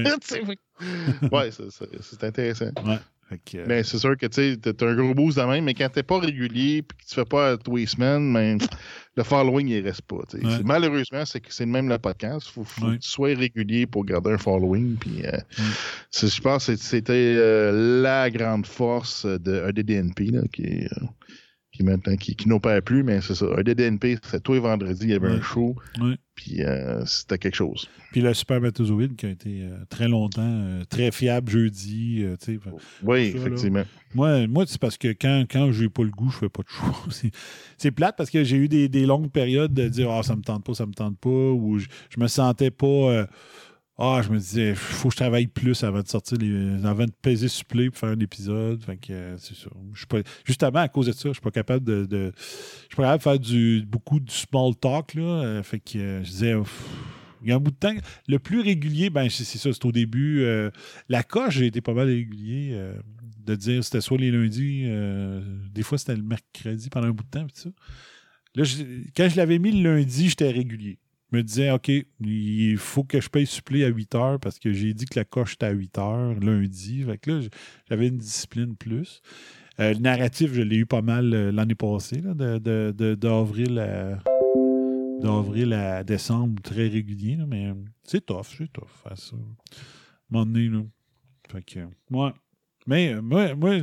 S10: ouais, c'est, c'est, c'est intéressant.
S11: Ouais. Okay.
S10: Mais c'est sûr que tu as un gros boost de même, mais quand t'es pas régulier et que tu fais pas tous les semaines, ben, le following, il reste pas. Ouais. C'est, malheureusement, c'est que c'est le même le podcast. Il faut, faut ouais. que tu sois régulier pour garder un following. Puis, euh, ouais. Je pense que c'était euh, la grande force de A D D N P là, qui est. Euh, qui maintenant qui, qui n'opère plus, mais c'est ça. Un D D N P, c'était tous les vendredis, il y avait ouais. un show, ouais. puis euh, c'était quelque chose.
S11: Puis le Supermatozoïde qui a été euh, très longtemps, euh, très fiable jeudi. Euh, tu sais,
S10: oui, ça, effectivement.
S11: Là. Moi, moi, c'est parce que quand, quand j'ai pas le goût, je fais pas de show. c'est, c'est plate parce que j'ai eu des, des longues périodes de dire « Ah, oh, ça me tente pas, ça me tente pas », ou je, je me sentais pas... Euh, Ah, je me disais, il faut que je travaille plus avant de sortir, les, avant de peser sur play pour faire un épisode. Fait que euh, c'est ça. Je suis pas, justement, à cause de ça, je suis pas capable de. de je suis pas capable de faire du, beaucoup de small talk. Là, euh, fait que euh, je disais, pff, il y a un bout de temps. Le plus régulier, ben c'est, c'est ça, c'est au début. Euh, la coche, j'ai été pas mal régulier. Euh, de dire c'était soit les lundis, euh, des fois c'était le mercredi pendant un bout de temps. Pis ça. Là, je, quand je l'avais mis le lundi, j'étais régulier. Je me disais, OK, il faut que je paye supplé à huit heures parce que j'ai dit que la coche était à huit heures lundi. Fait que là, j'avais une discipline plus. Euh, le narratif, je l'ai eu pas mal euh, l'année passée, là, de, de, de, d'avril, à, d'avril à décembre, très régulier. Là, mais c'est tough, c'est tough faire ça. À un moment donné, là. Fait que, moi, mais moi, moi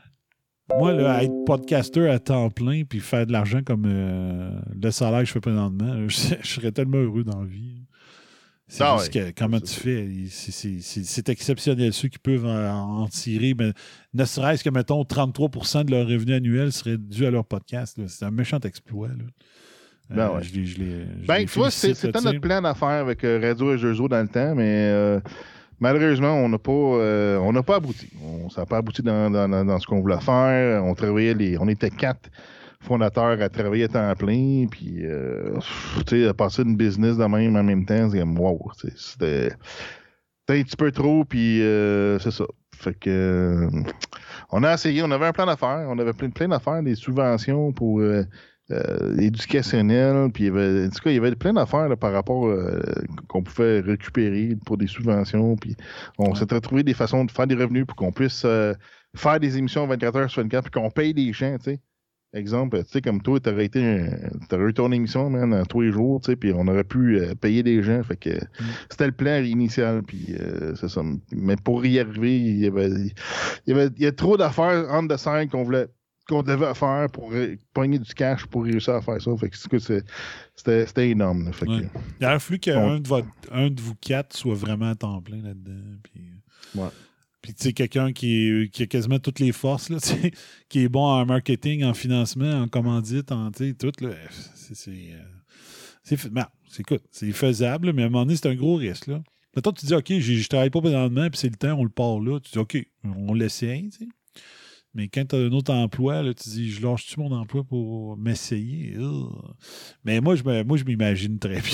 S11: Moi, là, être podcaster à temps plein puis faire de l'argent comme euh, le salaire que je fais présentement, je, je serais tellement heureux dans la vie. C'est ah juste ouais, que comment tu fais. C'est, c'est, c'est, c'est exceptionnel. Ceux qui peuvent en, en tirer, ben, ne serait-ce que, mettons, trente-trois pour cent de leur revenu annuel serait dû à leur podcast. Là. C'est un méchant exploit. Là.
S10: Ben euh, ouais.
S11: je les, je les, je
S10: ben,
S11: les
S10: tu vois, c'est, c'était notre plan d'affaires avec euh, Radio et Jeuzo dans le temps, mais... Euh... Malheureusement, on n'a pas, euh, on n'a pas abouti. On, ça n'a pas abouti dans, dans, dans ce qu'on voulait faire. On travaillait les, on était quatre fondateurs à travailler à temps plein, puis euh, tu sais, à passer une business de même en même temps, c'est comme wow, c'était, c'était un petit peu trop, puis euh, c'est ça. Fait que euh, on a essayé, on avait un plan d'affaires, on avait plein, plein d'affaires, des subventions pour euh, Euh, éducationnel, puis il y avait, en tout cas, il y avait plein d'affaires là, par rapport euh, qu'on pouvait récupérer pour des subventions, puis on ouais. s'était trouvé des façons de faire des revenus pour qu'on puisse euh, faire des émissions vingt-quatre heures sur vingt-quatre, puis qu'on paye des gens, tu sais. Exemple, tu sais, comme toi, t'aurais été, t'aurais eu ton émission, man, tous les jours, tu sais, puis on aurait pu euh, payer des gens, fait que mm. c'était le plan initial, puis euh, c'est ça. Mais pour y arriver, il y avait, il y avait, il y a trop d'affaires on the side qu'on voulait qu'on devait faire pour pogner du cash pour réussir à faire ça. Fait que c'est, c'était, c'était énorme. Là. Fait
S11: ouais.
S10: que,
S11: il aurait fallu qu'un on... de, votre, un de vous quatre soit vraiment à temps plein là-dedans. Puis,
S10: ouais.
S11: puis tu sais, quelqu'un qui, est, qui a quasiment toutes les forces, là, qui est bon en marketing, en financement, en commandite, en tout, là, c'est... c'est, euh, c'est, ben, c'est, écoute, c'est faisable, mais à un moment donné, c'est un gros risque. Là. Maintenant, tu dis, OK, je travaille pas présentement, puis c'est le temps, on le part là. Tu dis, OK, on l'essaye, tu sais. Mais quand tu as un autre emploi, là, tu dis, je lâche-tu mon emploi pour m'essayer? Ugh. Mais moi, je, moi, je m'imagine très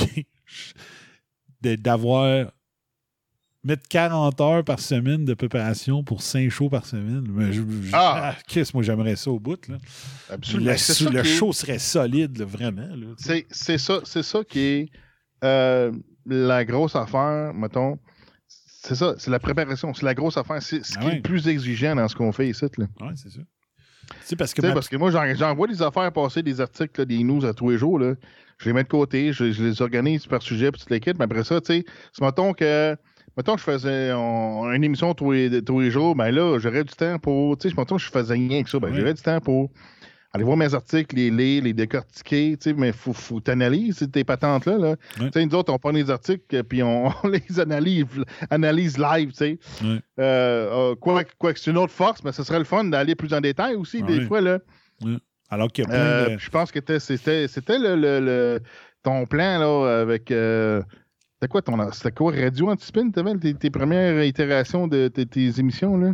S11: bien d'avoir... mettre quarante heures par semaine de préparation pour cinq shows par semaine. Mais je, je, ah! ah Chris, moi, j'aimerais ça au bout. Là.
S10: Absolument.
S11: Le,
S10: c'est
S11: le
S10: ça
S11: show
S10: est...
S11: serait solide, là, vraiment. Là,
S10: c'est, c'est, ça, c'est ça qui est euh, la grosse affaire, mettons, c'est ça, c'est la préparation, c'est la grosse affaire. C'est ce ah qui ouais. est le plus exigeant dans ce qu'on fait ici.
S11: Oui, c'est ça. C'est parce que,
S10: ma...
S11: ma...
S10: parce que moi, j'en, j'envoie des affaires passer, des articles, là, des news à tous les jours. Là. Je les mets de côté, je, je les organise par sujet, puis toute l'équipe. Mais après ça, tu sais, c'est mettons que, mettons que je faisais on, une émission tous les, tous les jours, ben là, j'aurais du temps pour, tu sais, mettons que je faisais rien que ça, ben ouais. j'aurais du temps pour aller voir mes articles, les lire, les décortiquer, tu sais, mais il faut, faut t'analyser tes patentes-là. Là. Ouais. Tu sais, nous autres, on prend les articles, puis on, on les analyse, analyse live, tu sais. Ouais. Euh, euh, quoi, quoi que c'est une autre force, mais ce serait le fun d'aller plus en détail aussi, ouais. des fois, là.
S11: Ouais. Alors qu'il y a plein
S10: euh,
S11: de...
S10: Je pense que c'était, c'était le, le, le, ton plan, là, avec... Euh, c'était quoi ton... C'était quoi, Radio Antispin, t'avais tes, tes premières itérations de, de tes émissions, là?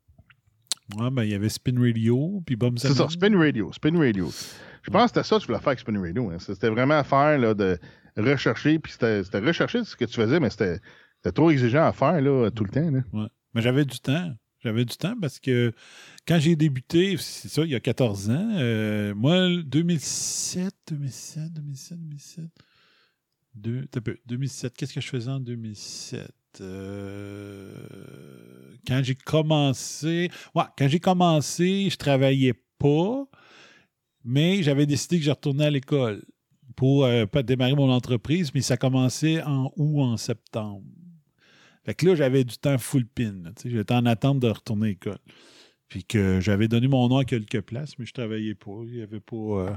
S11: Ouais, ben, il y avait Spin Radio, puis Bob
S10: C'est ça, Spin Radio, Spin Radio. Je pense que c'était ça que tu voulais faire avec Spin Radio. Hein. C'était vraiment à faire, là, de rechercher, puis c'était, c'était rechercher ce que tu faisais, mais c'était, c'était trop exigeant à faire, là, tout le temps, là.
S11: Ouais. Mais j'avais du temps. J'avais du temps parce que quand j'ai débuté, c'est ça, il y a quatorze ans, euh, moi, deux mille sept, deux mille sept, deux mille sept, deux mille sept, deux, deux mille sept, qu'est-ce que je faisais en deux mille sept? Euh, quand j'ai commencé, ouais, quand j'ai commencé, je travaillais pas, mais j'avais décidé que je retournais à l'école pour euh, pas démarrer mon entreprise, mais ça commençait en août, en septembre. Fait que là, j'avais du temps full pin. J'étais en attente de retourner à l'école. Puis que j'avais donné mon nom à quelques places, mais je travaillais pas. Il y avait pas. Euh...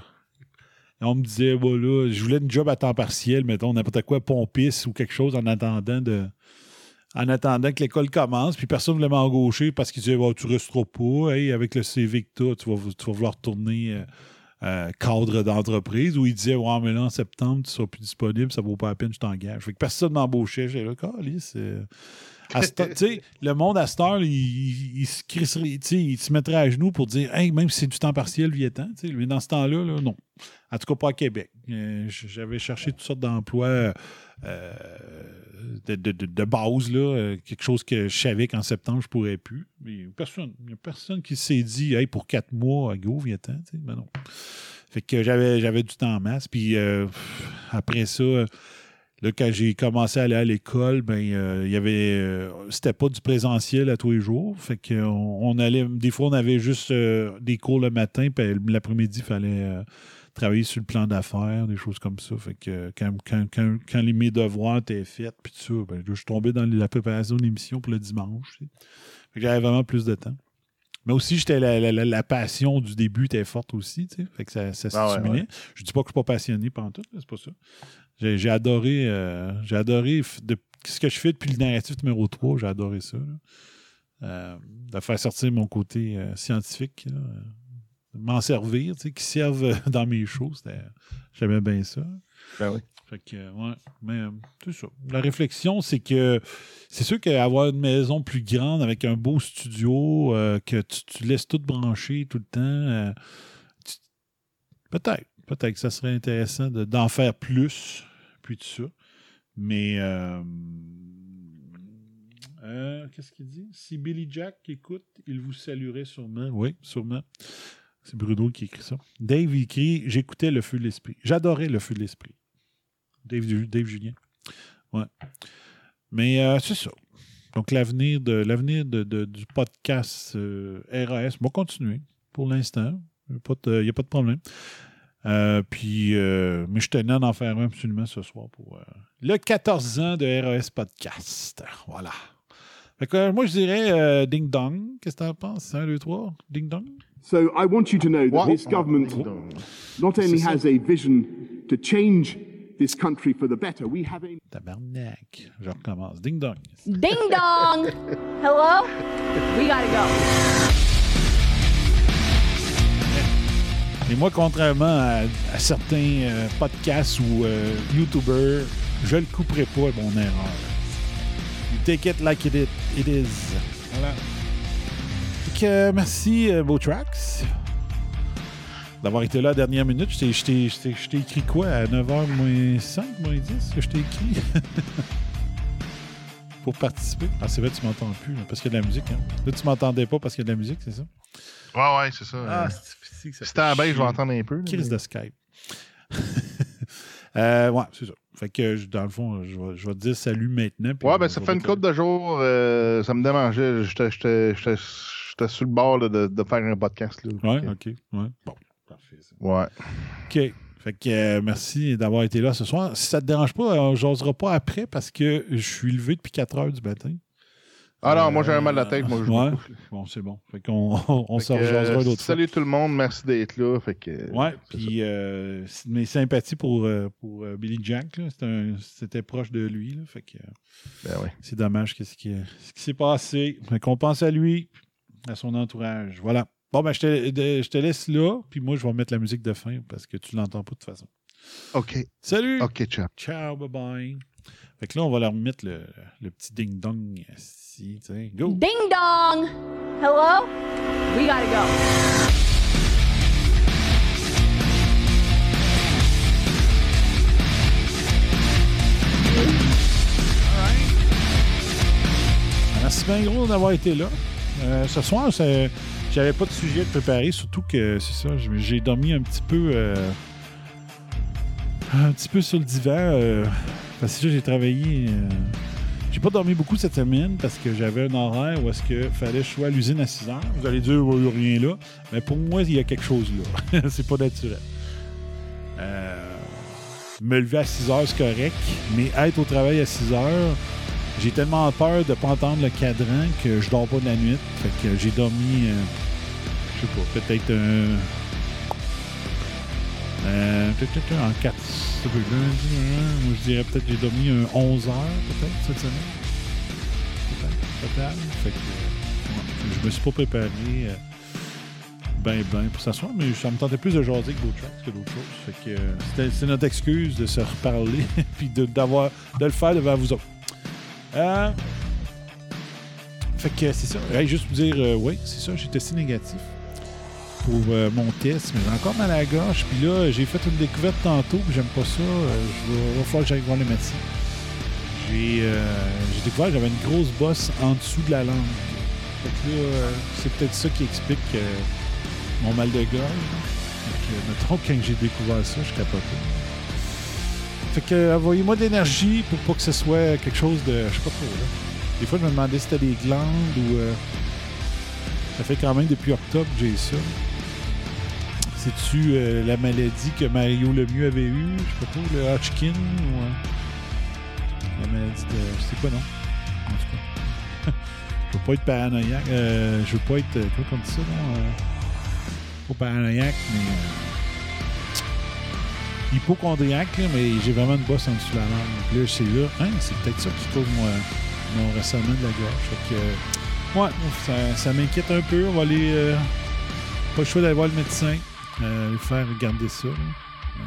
S11: On me disait, voilà, je voulais une job à temps partiel, mettons, n'importe quoi, pompiste ou quelque chose en attendant de. En attendant que l'école commence, puis personne ne voulait m'embaucher parce qu'ils disaient oh, tu ne resteras pas, hey, avec le C V que tu as, tu vas, tu vas vouloir retourner euh, euh, cadre d'entreprise, ou ils disaient ouais, mais là, en septembre, tu ne seras plus disponible, ça ne vaut pas la peine, je t'engage. Fait que personne ne m'embauchait. J'étais là, calice. Tu sais, le monde à cette heure, il, il, il, se crisserait, il se mettrait à genoux pour dire hey, même si c'est du temps partiel, viens-t'en. Mais dans ce temps-là, là, non. En tout cas, pas à Québec. Euh, j'avais cherché toutes sortes d'emplois. Euh, de, de, de, de base, là, euh, quelque chose que je savais qu'en septembre, je ne pourrais plus. Mais personne, il n'y a personne qui s'est dit hey, pour quatre mois, go, viens-t'en. Ben non. Fait que j'avais, j'avais du temps en masse. Puis euh, après ça, là, quand j'ai commencé à aller à l'école, ben euh, il y avait. Euh, c'était pas du présentiel à tous les jours. Fait que on, on allait. Des fois, on avait juste euh, des cours le matin, puis l'après-midi, il fallait. Euh, travailler sur le plan d'affaires, des choses comme ça. Fait que quand, quand, quand, quand les, mes devoirs étaient faits, puis tout ça, ben, je suis tombé dans la préparation de l'émission pour le dimanche. Fait que j'avais vraiment plus de temps. Mais aussi, j'étais la, la, la, la passion du début était forte aussi. T'sais. Fait que ça, ça ah stimulait. Ouais, ouais. Je dis pas que je suis pas passionné pendant tout, c'est pas ça. J'ai, j'ai adoré, euh, j'ai adoré de, ce que je fais depuis le narratif numéro trois, j'ai adoré ça. Euh, de faire sortir mon côté euh, scientifique. Là. M'en servir, tu sais, qui servent dans mes shows. J'aimais bien ça.
S10: Ben oui.
S11: Fait que, ouais, mais c'est ça. La réflexion, c'est que c'est sûr qu'avoir une maison plus grande avec un beau studio, euh, que tu, tu laisses tout brancher tout le temps, euh, tu, peut-être, peut-être que ça serait intéressant de, d'en faire plus, puis tout ça. Mais, euh, euh, qu'est-ce qu'il dit? Si Billy Jack écoute, il vous saluerait sûrement. Oui, sûrement. C'est Bruno qui écrit ça. Dave écrit « J'écoutais Le Feu de l'Esprit ». J'adorais Le Feu de l'Esprit. Dave, Dave Julien. Ouais. Mais euh, c'est ça. Donc, l'avenir, de, l'avenir de, de, du podcast euh, R A S va continuer pour l'instant. Il n'y a pas de problème. Euh, puis, euh, mais je tenais d'en faire un absolument ce soir pour euh, le quatorze ans de R A S Podcast. Voilà. Fait que, euh, moi, je dirais euh, Ding Dong. Qu'est-ce que tu en penses? un, deux, trois. Ding Dong.
S14: So I want you to know that
S10: What?
S14: this government not only has a vision to change this country for the better, we have a...
S11: Tabarnak. Je recommence. Ding Dong.
S15: Ding Dong! Hello? We gotta go.
S11: Et moi, contrairement à, à certains euh, podcasts ou euh, YouTubers, je le couperai pas, mon erreur. You take it like it, it, it is. Voilà. Donc, euh, merci, euh, Beautrax, d'avoir été là à la dernière minute. Je t'ai, je t'ai, je t'ai, je t'ai écrit quoi à neuf heures moins cinq, moins dix que je t'ai écrit pour participer. Ah, c'est vrai, tu m'entends plus là, parce qu'il y a de la musique. Hein. Là, tu m'entendais pas parce qu'il y a de la musique, c'est ça?
S10: Ouais, ouais, c'est ça.
S11: Ah, c'est, c'est,
S10: c'est C'était à la baisse, je vais entendre un peu.
S11: Crise de Skype. euh, ouais, c'est ça. Fait que, je- dans le fond, je vais, je vais te dire salut maintenant. puis
S10: Ouais,
S11: on
S10: ben
S11: va-
S10: ça
S11: on
S10: fait
S11: va
S10: une
S11: te-
S10: couple de jours, euh, ça me démangeait. J'étais, j'étais, j'étais, j'étais sur le bord là, de, de faire un podcast. Là.
S11: Ouais,
S10: Ok.
S11: OK. Ouais. Bon, parfait. Ça.
S10: Ouais.
S11: OK. Fait que euh, merci d'avoir été là ce soir. Si ça ne te dérange pas, on ne jasera pas après parce que je suis levé depuis quatre heures du matin.
S10: Ah non, moi j'ai un mal de la tête, moi je
S11: Ouais.
S10: me couche.
S11: Bon, c'est bon. Fait qu'on on, on
S10: Fait
S11: se
S10: que,
S11: rejasera
S10: euh,
S11: d'autres fois.
S10: Salut tout le monde, merci d'être là. Fait que,
S11: Ouais, puis euh, c'est- mes sympathies pour, euh, pour euh, Billy Jack. là. C'était un- C'était proche de lui. Là, fait que, euh,
S10: Ben ouais.
S11: c'est dommage qu'est-ce qui, ce qui s'est passé. Fait qu'on pense à lui, à son entourage. Voilà. Bon, ben, je te, de- je te laisse là, puis moi, je vais mettre la musique de fin parce que tu l'entends pas de toute façon.
S10: OK.
S11: Salut!
S10: OK, ciao.
S11: Ciao, bye-bye. Fait que là, on va leur remettre le, le petit ding-dong ici. tu sais. Go!
S15: Ding dong! Hello? We gotta go.
S11: Merci bien gros d'avoir été là. Euh, ce soir, c'est- j'avais pas de sujet de préparer, surtout que c'est ça, j'ai- j'ai dormi un petit peu euh, un petit peu sur le divan. euh, parce que là, j'ai travaillé. euh, j'ai pas dormi beaucoup cette semaine parce que j'avais un horaire où est-ce que fallait que je sois à l'usine à six heures. Vous allez dire, il n'y a rien là. Mais pour moi, il y a quelque chose là. C'est pas naturel. Euh, me lever à six heures, c'est correct. Mais être au travail à six heures, j'ai tellement peur de ne pas entendre le cadran que je dors pas de la nuit. Fait que j'ai dormi, euh, je sais pas, peut-être un. Euh, peut-être en quatre. Moi, je dirais peut-être que j'ai dormi un onze heures, peut-être, cette semaine. Peut-être, total. Fait que ouais, je me suis pas préparé euh, ben, ben pour s'asseoir, mais ça me tentait plus de jaser que d'autres choses. Que d'autres choses. Fait que euh, c'était- c'est notre excuse de se reparler puis de, d'avoir, de le faire devant vous autres. Euh, fait que c'est ça. Hey, juste vous dire, euh, oui, c'est ça, j'ai testé négatif pour euh, mon test, mais j'ai encore mal à la gorge. Puis là, j'ai fait une découverte tantôt, puis j'aime pas ça. Euh, je vais, va falloir que j'aille voir le médecin. J'ai, euh, j'ai découvert que j'avais une grosse bosse en dessous de la langue. Fait que là, euh, c'est peut-être ça qui explique euh, mon mal de gorge. Fait que, mettons, quand j'ai découvert ça, je capotais. Fait que euh, envoyez-moi de l'énergie pour pas que ce soit quelque chose de. Je sais pas trop là. Des fois je me demandais si c'était des glandes ou. Euh, ça fait quand même depuis octobre que j'ai ça. C'est-tu euh, la maladie que Mario Lemieux avait eue? Je sais pas trop, le Hodgkin ou. Euh, la maladie de. Je sais pas non. En tout cas. Je veux pas être paranoïaque. Euh, je veux pas être. Quoi qu'on dit ça, non? Euh, pas paranoïaque, mais. Euh, hypochondriaque, là, mais j'ai vraiment une bosse en dessous de la langue. Puis là, c'est là, hein, c'est peut-être ça qui cause mon, mon resserrement de la gorge. Fait que, euh, ouais, ça, ça m'inquiète un peu. On va aller. Euh, pas le choix d'aller voir le médecin. Euh, lui faire regarder ça. Là. Euh,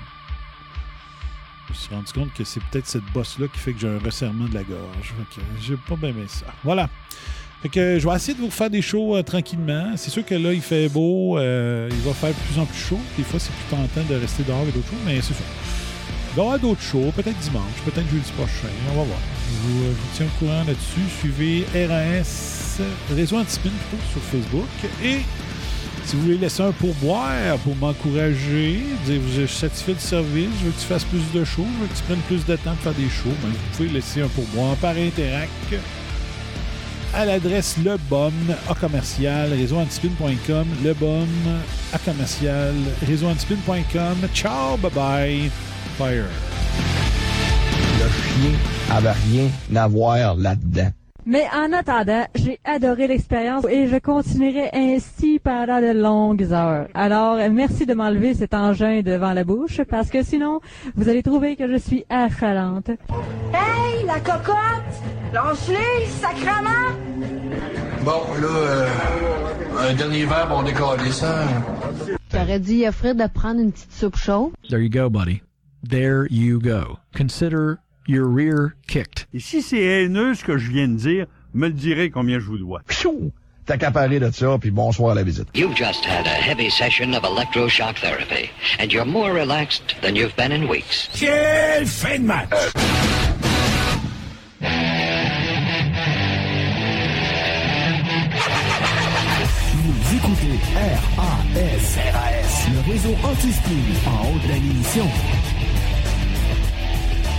S11: je me suis rendu compte que c'est peut-être cette bosse-là qui fait que j'ai un resserrement de la gorge. Fait que j'ai pas bien aimé ça. Voilà. Fait que je vais essayer de vous faire des shows euh, tranquillement. C'est sûr que là, il fait beau. Euh, il va faire de plus en plus chaud. Des fois, c'est plus tentant de rester dehors avec d'autres choses, mais c'est ça. Il va y avoir d'autres shows, peut-être dimanche, peut-être jeudi prochain. On va voir. Je vous, euh, je vous tiens au courant là-dessus. Suivez R A S, Réseau Antispin plutôt, sur Facebook. Et si vous voulez laisser un pourboire pour m'encourager, dire vous êtes satisfait du service, je veux que tu fasses plus de shows, je veux que tu prennes plus de temps pour faire des shows, ben, vous pouvez laisser un pourboire par Interac à l'adresse lebom à commercial réseau antispin point com, lebom à commercial réseau antispin point com. Ciao, bye bye, fire.
S16: Le chien avait rien à voir là-dedans.
S17: Mais en attendant, j'ai adoré l'expérience et je continuerai ainsi pendant de longues heures. Alors, merci de m'enlever cet engin devant la bouche parce que sinon, vous allez trouver que je suis affalante.
S18: Hey, la cocotte! Lance-les, sacrement!
S19: Bon, là, euh, un dernier verre, on décolle ça.
S20: T'aurais dit à Fred de prendre une petite soupe chaude?
S21: There you go, buddy. There you go. Consider your rear kicked.
S22: Et si c'est haineux ce que je viens de dire, me le direz combien je vous dois.
S16: Pfiou! T'as qu'à parler de ça, puis bonsoir à la visite.
S23: You've just had a heavy session of electroshock therapy, and you're more relaxed than you've been in weeks.
S19: Quelle fin de match!
S8: Vous écoutez R A S, R A S, le réseau anti-spin en haute définition.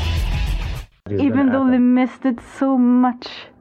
S2: is
S3: Even
S2: gonna
S3: though
S2: happen.
S3: they missed it so much.